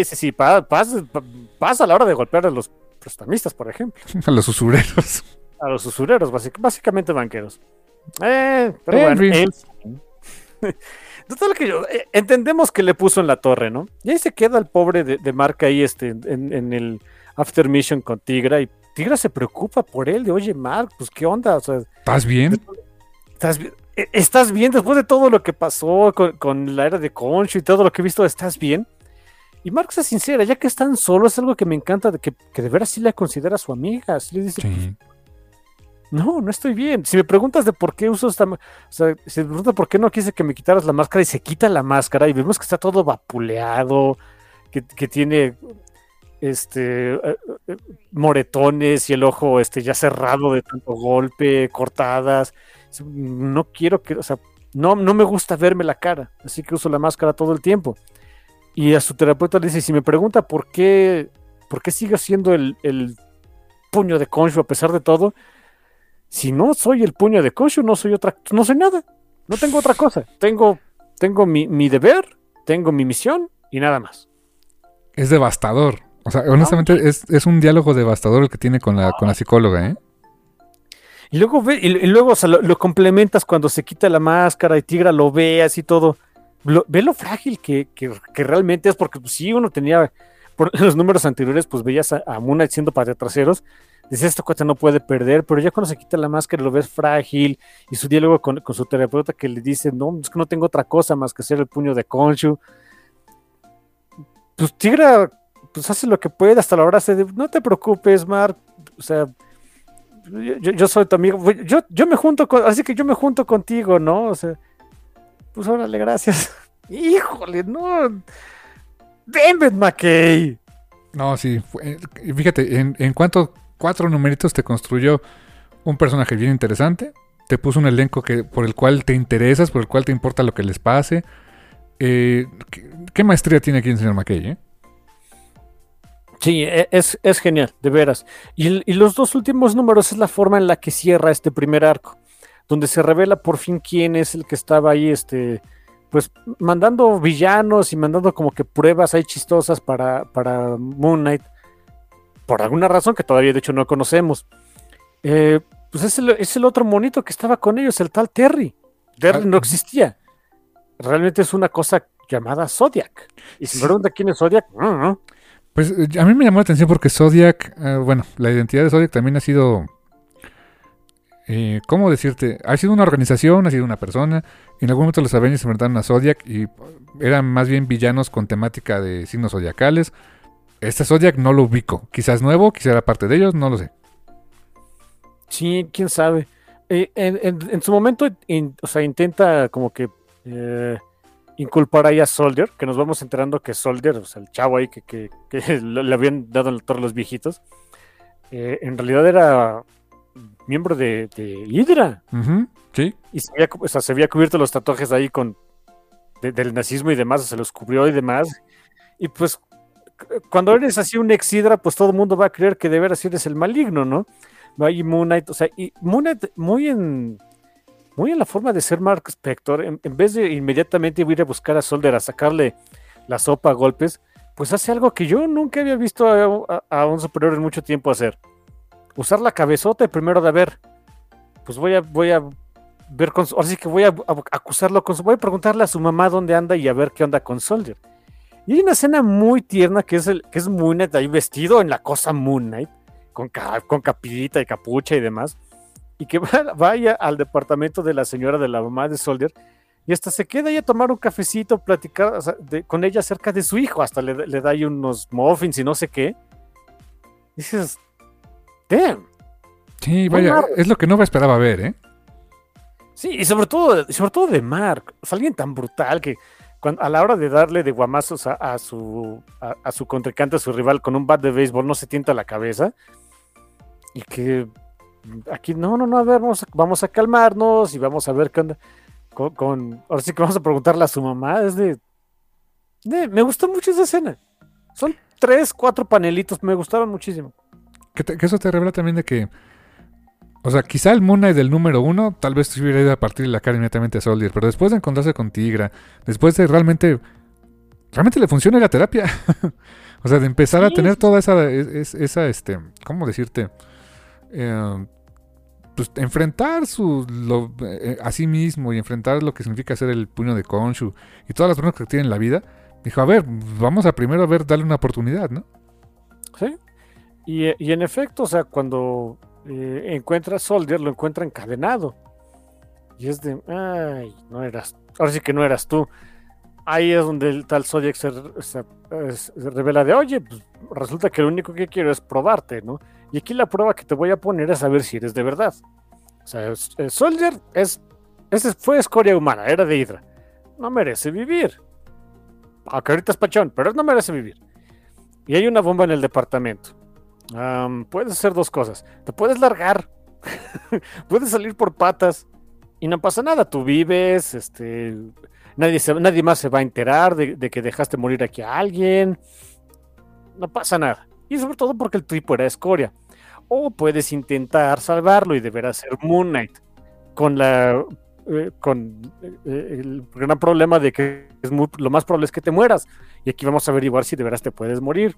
paz a la hora de golpear a los prestamistas, por ejemplo. A los usureros. A los usureros, básicamente banqueros. Pero En bueno, fin. Total que entendemos que le puso en la torre, ¿no? Y ahí se queda el pobre de Mark ahí en el After Mission con Tigra, y Tigra se preocupa por él, de, oye, Mark, pues qué onda, o sea, ¿Estás bien? ¿Estás bien después de todo lo que pasó con la era de Khonshu y todo lo que he visto? ¿Estás bien? Y Mark se sincera, ya que están solos, es algo que me encanta, de que de veras sí la considera su amiga, sí le dice, Sí. no estoy bien. Si me preguntas de por qué uso esta, o sea, si me preguntas por qué no quise que me quitaras la máscara, y se quita la máscara y vemos que está todo vapuleado, que tiene moretones y el ojo ya cerrado de tanto golpe, cortadas. No quiero que, o sea, no me gusta verme la cara, así que uso la máscara todo el tiempo. Y a su terapeuta le dice, si me pregunta por qué sigo siendo el puño de Khonshu a pesar de todo, si no soy el puño de Khonshu, no soy nada, no tengo otra cosa, tengo mi deber, tengo mi misión y nada más. Es devastador. O sea, honestamente es un diálogo devastador el que tiene con la psicóloga, ¿eh? Y luego o sea, lo complementas cuando se quita la máscara y Tigra lo ve así todo. Ve lo frágil que realmente es, porque pues, sí, uno tenía, en los números anteriores, pues veías a Moon Knight siendo pateatraseros, decías, esta cuota no puede perder, pero ya cuando se quita la máscara lo ves frágil, y su diálogo con su terapeuta que le dice, no, es que no tengo otra cosa más que ser el puño de Khonshu. Pues Tigra, pues hace lo que puede, hasta la hora de, no te preocupes, Mark, o sea, yo soy tu amigo, yo me junto así que yo me junto contigo, ¿no? O sea, pues órale, gracias. Híjole, no. David McKay. No, sí. Fíjate, en cuanto 4 numeritos te construyó un personaje bien interesante, te puso un elenco por el cual te interesas, por el cual te importa lo que les pase. ¿Qué maestría tiene aquí el señor McKay, eh? Sí, es genial, de veras. Y los 2 últimos números es la forma en la que cierra este primer arco, donde se revela por fin quién es el que estaba ahí, pues mandando villanos y mandando como que pruebas ahí chistosas para Moon Knight, por alguna razón que todavía de hecho no conocemos. Pues es el otro monito que estaba con ellos, el tal Terry. Terry no existía. Realmente es una cosa llamada Zodiac. Y si me preguntan quién es Zodiac, Pues a mí me llamó la atención porque Zodiac, bueno, la identidad de Zodiac también ha sido, ¿cómo decirte? Ha sido una organización, ha sido una persona. En algún momento los Avengers se enfrentaron a Zodiac y eran más bien villanos con temática de signos zodiacales. Este Zodiac no lo ubico. Quizás nuevo, quizás era parte de ellos, no lo sé. Sí, quién sabe. En su momento, o sea, intenta como que inculpar ahí a Soldier, que nos vamos enterando que Soldier, o sea, el chavo ahí que le habían dado en la torre los viejitos, en realidad era miembro de Hydra. Uh-huh, sí. Y se había cubierto los tatuajes ahí del nazismo y demás, se los cubrió y demás. Y pues cuando eres así un Exidra, pues todo el mundo va a creer que de veras eres el maligno, ¿no? Y Moon Knight, o sea, y Moon Knight muy en la forma de ser Mark Spector, en vez de inmediatamente ir a buscar a Soldier a sacarle la sopa a golpes, pues hace algo que yo nunca había visto a un superior en mucho tiempo hacer. Usar la cabezota y primero de ver, pues voy a ver ahora sí que voy a acusarlo voy a preguntarle a su mamá dónde anda y a ver qué onda con Soldier. Y hay una escena muy tierna que es Moon Knight ahí vestido en la cosa Moon Knight, con capillita y capucha y demás, y que vaya al departamento de la señora de la mamá de Soldier, y hasta se queda ahí a tomar un cafecito, platicar con ella acerca de su hijo, hasta le da ahí unos muffins y no sé qué. Y dices, damn. Sí, vaya, es lo que no me esperaba ver, ¿eh? Sí, y sobre todo de Mark, o sea, alguien tan brutal que a la hora de darle de guamazos a su contrincante, a su rival con un bat de béisbol, no se tienta la cabeza, y que aquí, no, a ver, vamos a calmarnos y vamos a ver qué onda ahora sí que vamos a preguntarle a su mamá. Me gustó mucho esa escena. Son 3, 4 panelitos, me gustaron muchísimo. Que eso te revela también de que, o sea, quizá el Moon Knight del número 1 tal vez hubiera ido a partir de la cara inmediatamente a Soldier, pero después de encontrarse con Tigra, después de realmente le funciona la terapia. O sea, de empezar a tener toda esa ¿cómo decirte? Pues enfrentar a sí mismo y enfrentar lo que significa ser el puño de Khonshu y todas las broncas que tiene en la vida. Dijo, a ver, vamos a primero darle una oportunidad, ¿no? Sí. Y en efecto, o sea, cuando encuentra a Soldier, lo encuentra encadenado. Y es de, ay, ahora sí que no eras tú. Ahí es donde el tal Zodiac se revela de, oye, pues resulta que lo único que quiero es probarte, ¿no? Y aquí la prueba que te voy a poner es saber si eres de verdad. O sea, Soldier fue escoria humana, era de Hydra. No merece vivir. Aunque ahorita es pachón, pero no merece vivir. Y hay una bomba en el departamento. Puedes hacer 2 cosas. Te puedes largar. Puedes salir por patas. Y no pasa nada. Tú vives, nadie más se va a enterar de que dejaste morir aquí a alguien. No pasa nada. Y sobre todo porque el tipo era escoria. O puedes intentar salvarlo y deberás ser Moon Knight. Con el gran problema de que lo más probable es que te mueras. Y aquí vamos a averiguar si de veras te puedes morir.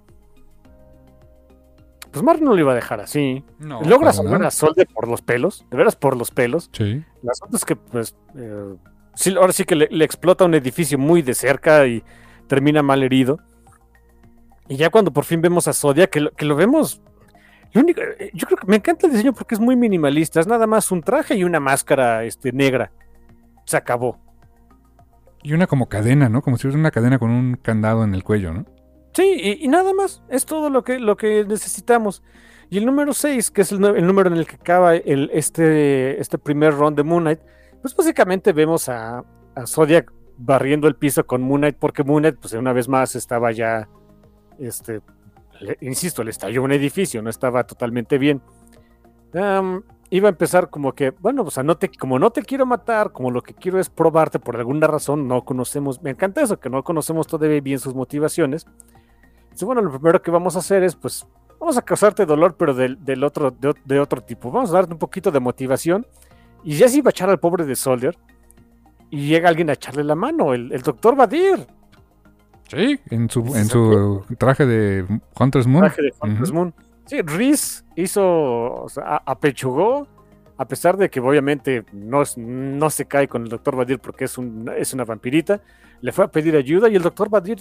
Pues Mark no lo iba a dejar así. No, logra salvar a Soldier por los pelos. De veras por los pelos. Sí. El asunto es que pues sí, ahora sí que le explota un edificio muy de cerca y termina mal herido. Y ya cuando por fin vemos a Zodiac, que lo vemos, yo creo que me encanta el diseño porque es muy minimalista, es nada más un traje y una máscara negra. Se acabó. Y una como cadena, ¿no? Como si fuera una cadena con un candado en el cuello, ¿no? Sí, y nada más, es todo lo que necesitamos. Y el número 6, que es el número en el que acaba este primer round de Moon Knight, pues básicamente vemos a Zodiac barriendo el piso con Moon Knight, porque Moon Knight, pues una vez más estaba ya, insisto, le estalló un edificio, no estaba totalmente bien. Iba a empezar como que, bueno, o sea, como no te quiero matar, como lo que quiero es probarte por alguna razón, no conocemos, me encanta eso, que no conocemos todavía bien sus motivaciones. Entonces, bueno, lo primero que vamos a hacer es, pues, vamos a causarte dolor, pero de otro tipo. Vamos a darte un poquito de motivación. Y ya se iba a echar al pobre de Soldier. Y llega alguien a echarle la mano, el Dr. Badir. Sí, en su traje de Hunter's Moon. Traje de Hunter's Moon. Sí, Reese apechugó, a pesar de que obviamente no se cae con el Dr. Badir porque es una vampirita. Le fue a pedir ayuda y el Dr. Badir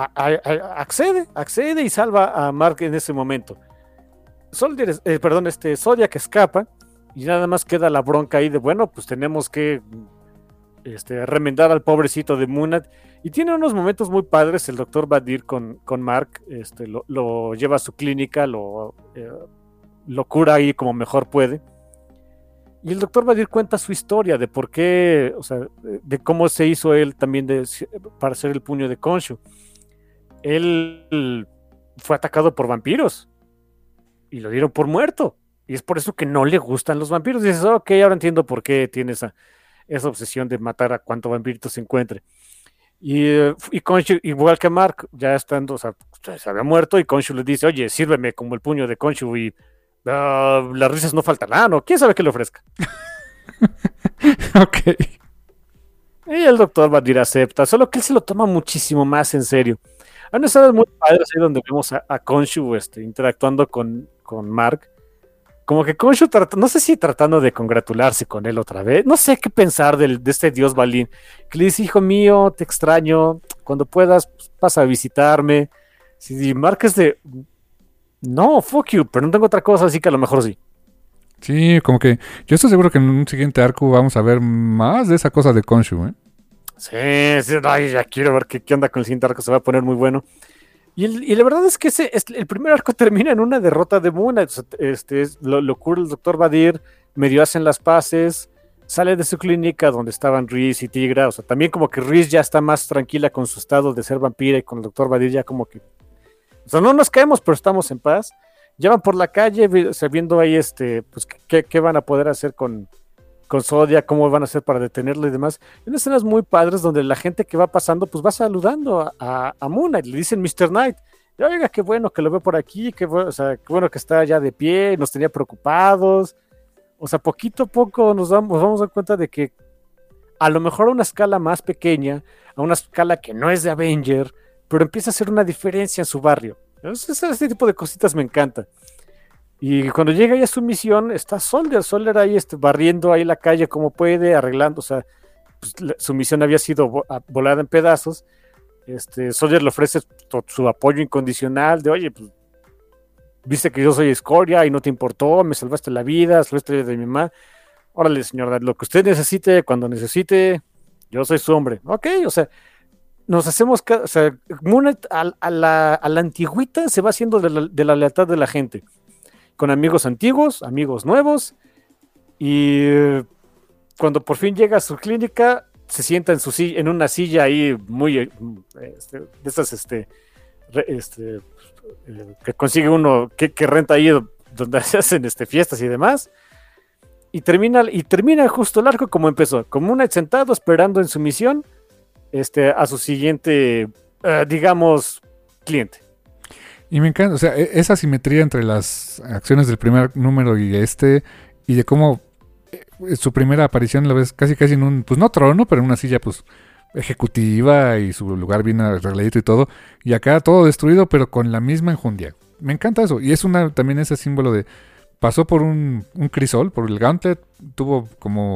accede y salva a Mark en ese momento. Zodiac escapa y nada más queda la bronca ahí de, bueno, pues tenemos que remendar al pobrecito de Moon Knight. Y tiene unos momentos muy padres el Dr. Badir con Mark. Lo lleva a su clínica, lo cura ahí como mejor puede. Y el Dr. Badir cuenta su historia de por qué, o sea, de cómo se hizo él también para hacer el puño de Khonshu. Él fue atacado por vampiros y lo dieron por muerto. Y es por eso que no le gustan los vampiros. Y dices, ok, ahora entiendo por qué tiene esa obsesión de matar a cuanto vampirito se encuentre. Y Khonshu, igual que Mark, ya estando, o sea, se había muerto y Khonshu le dice, oye, sírveme como el puño de Khonshu y las risas no faltarán, ¿no? ¿Quién sabe qué le ofrezca? Ok. Y el doctor Badir acepta, solo que él se lo toma muchísimo más en serio. Hay unas escenas muy padres ahí donde vemos a Khonshu interactuando con Mark. Como que Khonshu, no sé si tratando de congratularse con él otra vez, no sé qué pensar de este dios Balin, que le dice, hijo mío, te extraño, cuando puedas, pues, pasa a visitarme. Si Mark es de, no, fuck you, pero no tengo otra cosa, así que a lo mejor sí. Sí, como que yo estoy seguro que en un siguiente arco vamos a ver más de esa cosa de Khonshu, ¿eh? Sí, ay, ya quiero ver qué onda con el siguiente arco, se va a poner muy bueno. Y la verdad es que el primer arco termina en una derrota de Moon Knight. Lo cura el doctor Badir, medio hacen las paces, sale de su clínica donde estaban Reese y Tigra. O sea, también como que Reese ya está más tranquila con su estado de ser vampira y con el doctor Badir ya como que... O sea, no nos caemos, pero estamos en paz. Ya van por la calle, viendo ahí pues qué van a poder hacer con Zodiac, cómo van a hacer para detenerlo y demás. Hay unas escenas muy padres donde la gente que va pasando, pues va saludando a Moon Knight, le dicen Mr. Knight. Y, oiga, qué bueno que lo veo por aquí, qué bueno que está ya de pie, nos tenía preocupados. O sea, poquito a poco nos vamos a dar cuenta de que a lo mejor a una escala más pequeña, a una escala que no es de Avenger, pero empieza a hacer una diferencia en su barrio. Este tipo de cositas me encanta. Y cuando llega ahí a su misión, está Soldier ahí barriendo ahí la calle como puede, arreglando, o sea, pues, su misión había sido volada en pedazos. Soldier le ofrece su apoyo incondicional de, oye, pues, viste que yo soy escoria y no te importó, me salvaste la vida, salvaste la vida de mi mamá. Órale, señor, lo que usted necesite, cuando necesite, yo soy su hombre. Ok, o sea, nos hacemos, o sea, Moon Knight a la antigüita se va haciendo de la lealtad de la gente, con amigos antiguos, amigos nuevos, y cuando por fin llega a su clínica, se sienta en una silla ahí muy, de esas, que consigue uno, que renta ahí donde se hacen fiestas y demás, y termina justo el arco como empezó, como Moon Knight sentado esperando en su misión, a su siguiente, digamos, cliente. Y me encanta, o sea, esa simetría entre las acciones del primer número y y de cómo su primera aparición la ves casi en un, pues no trono, pero en una silla, pues, ejecutiva y su lugar bien arregladito y todo. Y acá todo destruido, pero con la misma enjundia. Me encanta eso. Y es también ese símbolo de, pasó por un crisol, por el Gauntlet, tuvo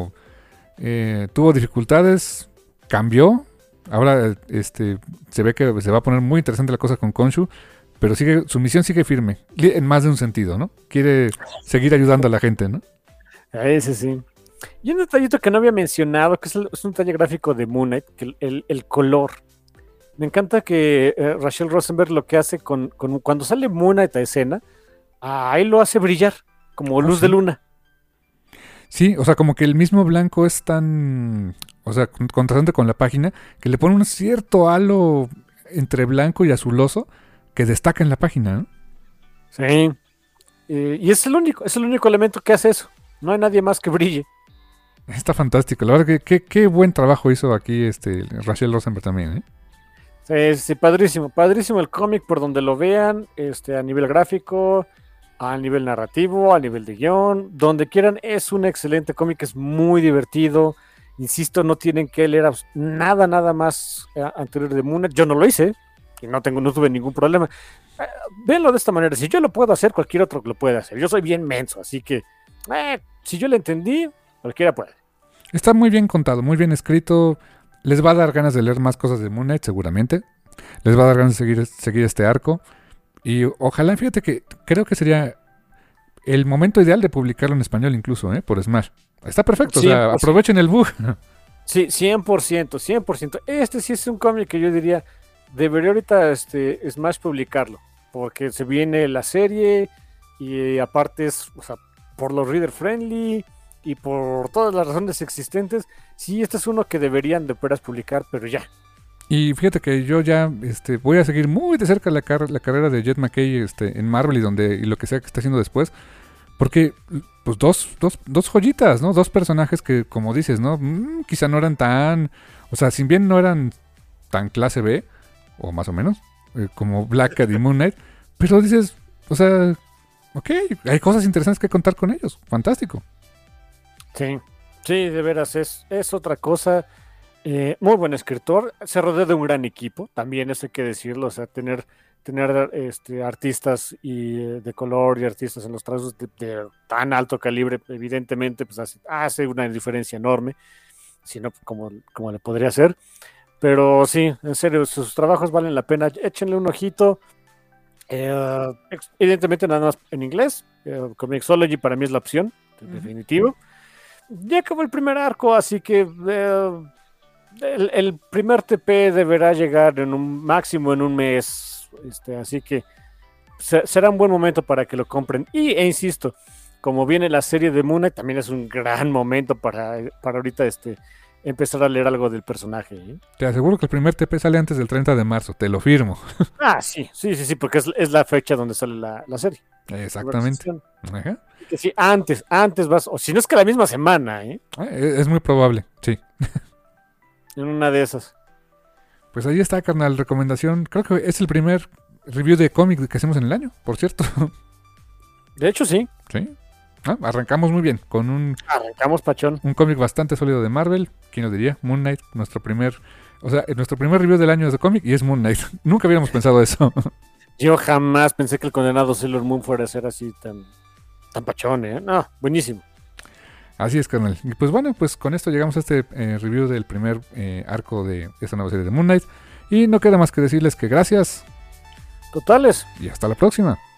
dificultades, cambió. Ahora se ve que se va a poner muy interesante la cosa con Khonshu. Pero su misión sigue firme, en más de un sentido, ¿no? Quiere seguir ayudando a la gente, ¿no? Ese sí. Y un detallito que no había mencionado, que es un detalle gráfico de Moon Knight, que el color. Me encanta que Rachel Rosenberg lo que hace cuando sale Moon Knight a escena, ahí lo hace brillar, como luz de luna. Sí, o sea, como que el mismo blanco es tan, o sea, contrastante con la página, que le pone un cierto halo entre blanco y azuloso, que destaca en la página, ¿no? Sí. Y es el único elemento que hace eso. No hay nadie más que brille. Está fantástico. La verdad que qué buen trabajo hizo aquí Rachel Rosenberg también, ¿eh? Sí, padrísimo. Padrísimo el cómic por donde lo vean, a nivel gráfico, a nivel narrativo, a nivel de guión, donde quieran. Es un excelente cómic, es muy divertido. Insisto, no tienen que leer nada más anterior de Moon Knight. Yo no lo hice. Y no tuve ningún problema. Véanlo de esta manera. Si yo lo puedo hacer, cualquier otro lo puede hacer. Yo soy bien menso, así que si yo lo entendí, cualquiera puede. Está muy bien contado, muy bien escrito. Les va a dar ganas de leer más cosas de Moon Knight, seguramente. Les va a dar ganas de seguir este arco. Y ojalá, fíjate que creo que sería el momento ideal de publicarlo en español incluso, por Smash. Está perfecto, o sea, aprovechen el bug. Sí, 100%. Este sí es un cómic que yo diría... Debería ahorita Smash publicarlo, porque se viene la serie y aparte o sea, por los reader friendly y por todas las razones existentes, sí, este es uno que deberían de veras publicar, pero ya. Y fíjate que yo ya voy a seguir muy de cerca la carrera de Jet McKay en Marvel y lo que sea que está haciendo después, porque pues dos joyitas, ¿no? Dos personajes que, como dices, ¿no? Quizá no eran tan, o sea, si bien no eran tan clase B, o más o menos, como Black Cat y Moon Knight, pero dices, o sea, ok, hay cosas interesantes que contar con ellos, fantástico. Sí, sí, de veras, es otra cosa. Muy buen escritor, se rodea de un gran equipo, también eso hay que decirlo, o sea, tener artistas de color y artistas en los trazos de tan alto calibre, evidentemente, pues hace una diferencia enorme, si no, como le podría hacer. Pero sí, en serio, sus trabajos valen la pena, échenle un ojito. Evidentemente nada más en inglés, Comixology para mí es la opción, definitivo. Ya acabó el primer arco, así que el primer TP deberá llegar máximo en un mes, así que será un buen momento para que lo compren. Insisto, como viene la serie de Moon Knight, también es un gran momento para ahorita empezar a leer algo del personaje, ¿eh? Te aseguro que el primer TP sale antes del 30 de marzo, te lo firmo. Sí, porque es la fecha donde sale la serie. Exactamente. Ajá. Que sí, antes vas, o si no es que la misma semana, ¿eh? Es muy probable, sí. En una de esas. Pues ahí está, carnal, recomendación. Creo que es el primer review de cómic que hacemos en el año, por cierto. De hecho, sí. Sí. Arrancamos muy bien, con Arrancamos pachón. Un cómic bastante sólido de Marvel. ¿Quién nos diría? Moon Knight, nuestro primer review del año de cómic, y es Moon Knight. Nunca hubiéramos pensado eso. Yo jamás pensé que el condenado Sailor Moon fuera a ser así tan pachón, ¿eh? No, buenísimo. Así es, carnal. Y pues bueno, pues con esto llegamos a este review del primer arco de esta nueva serie de Moon Knight. Y no queda más que decirles que gracias. Totales. Y hasta la próxima.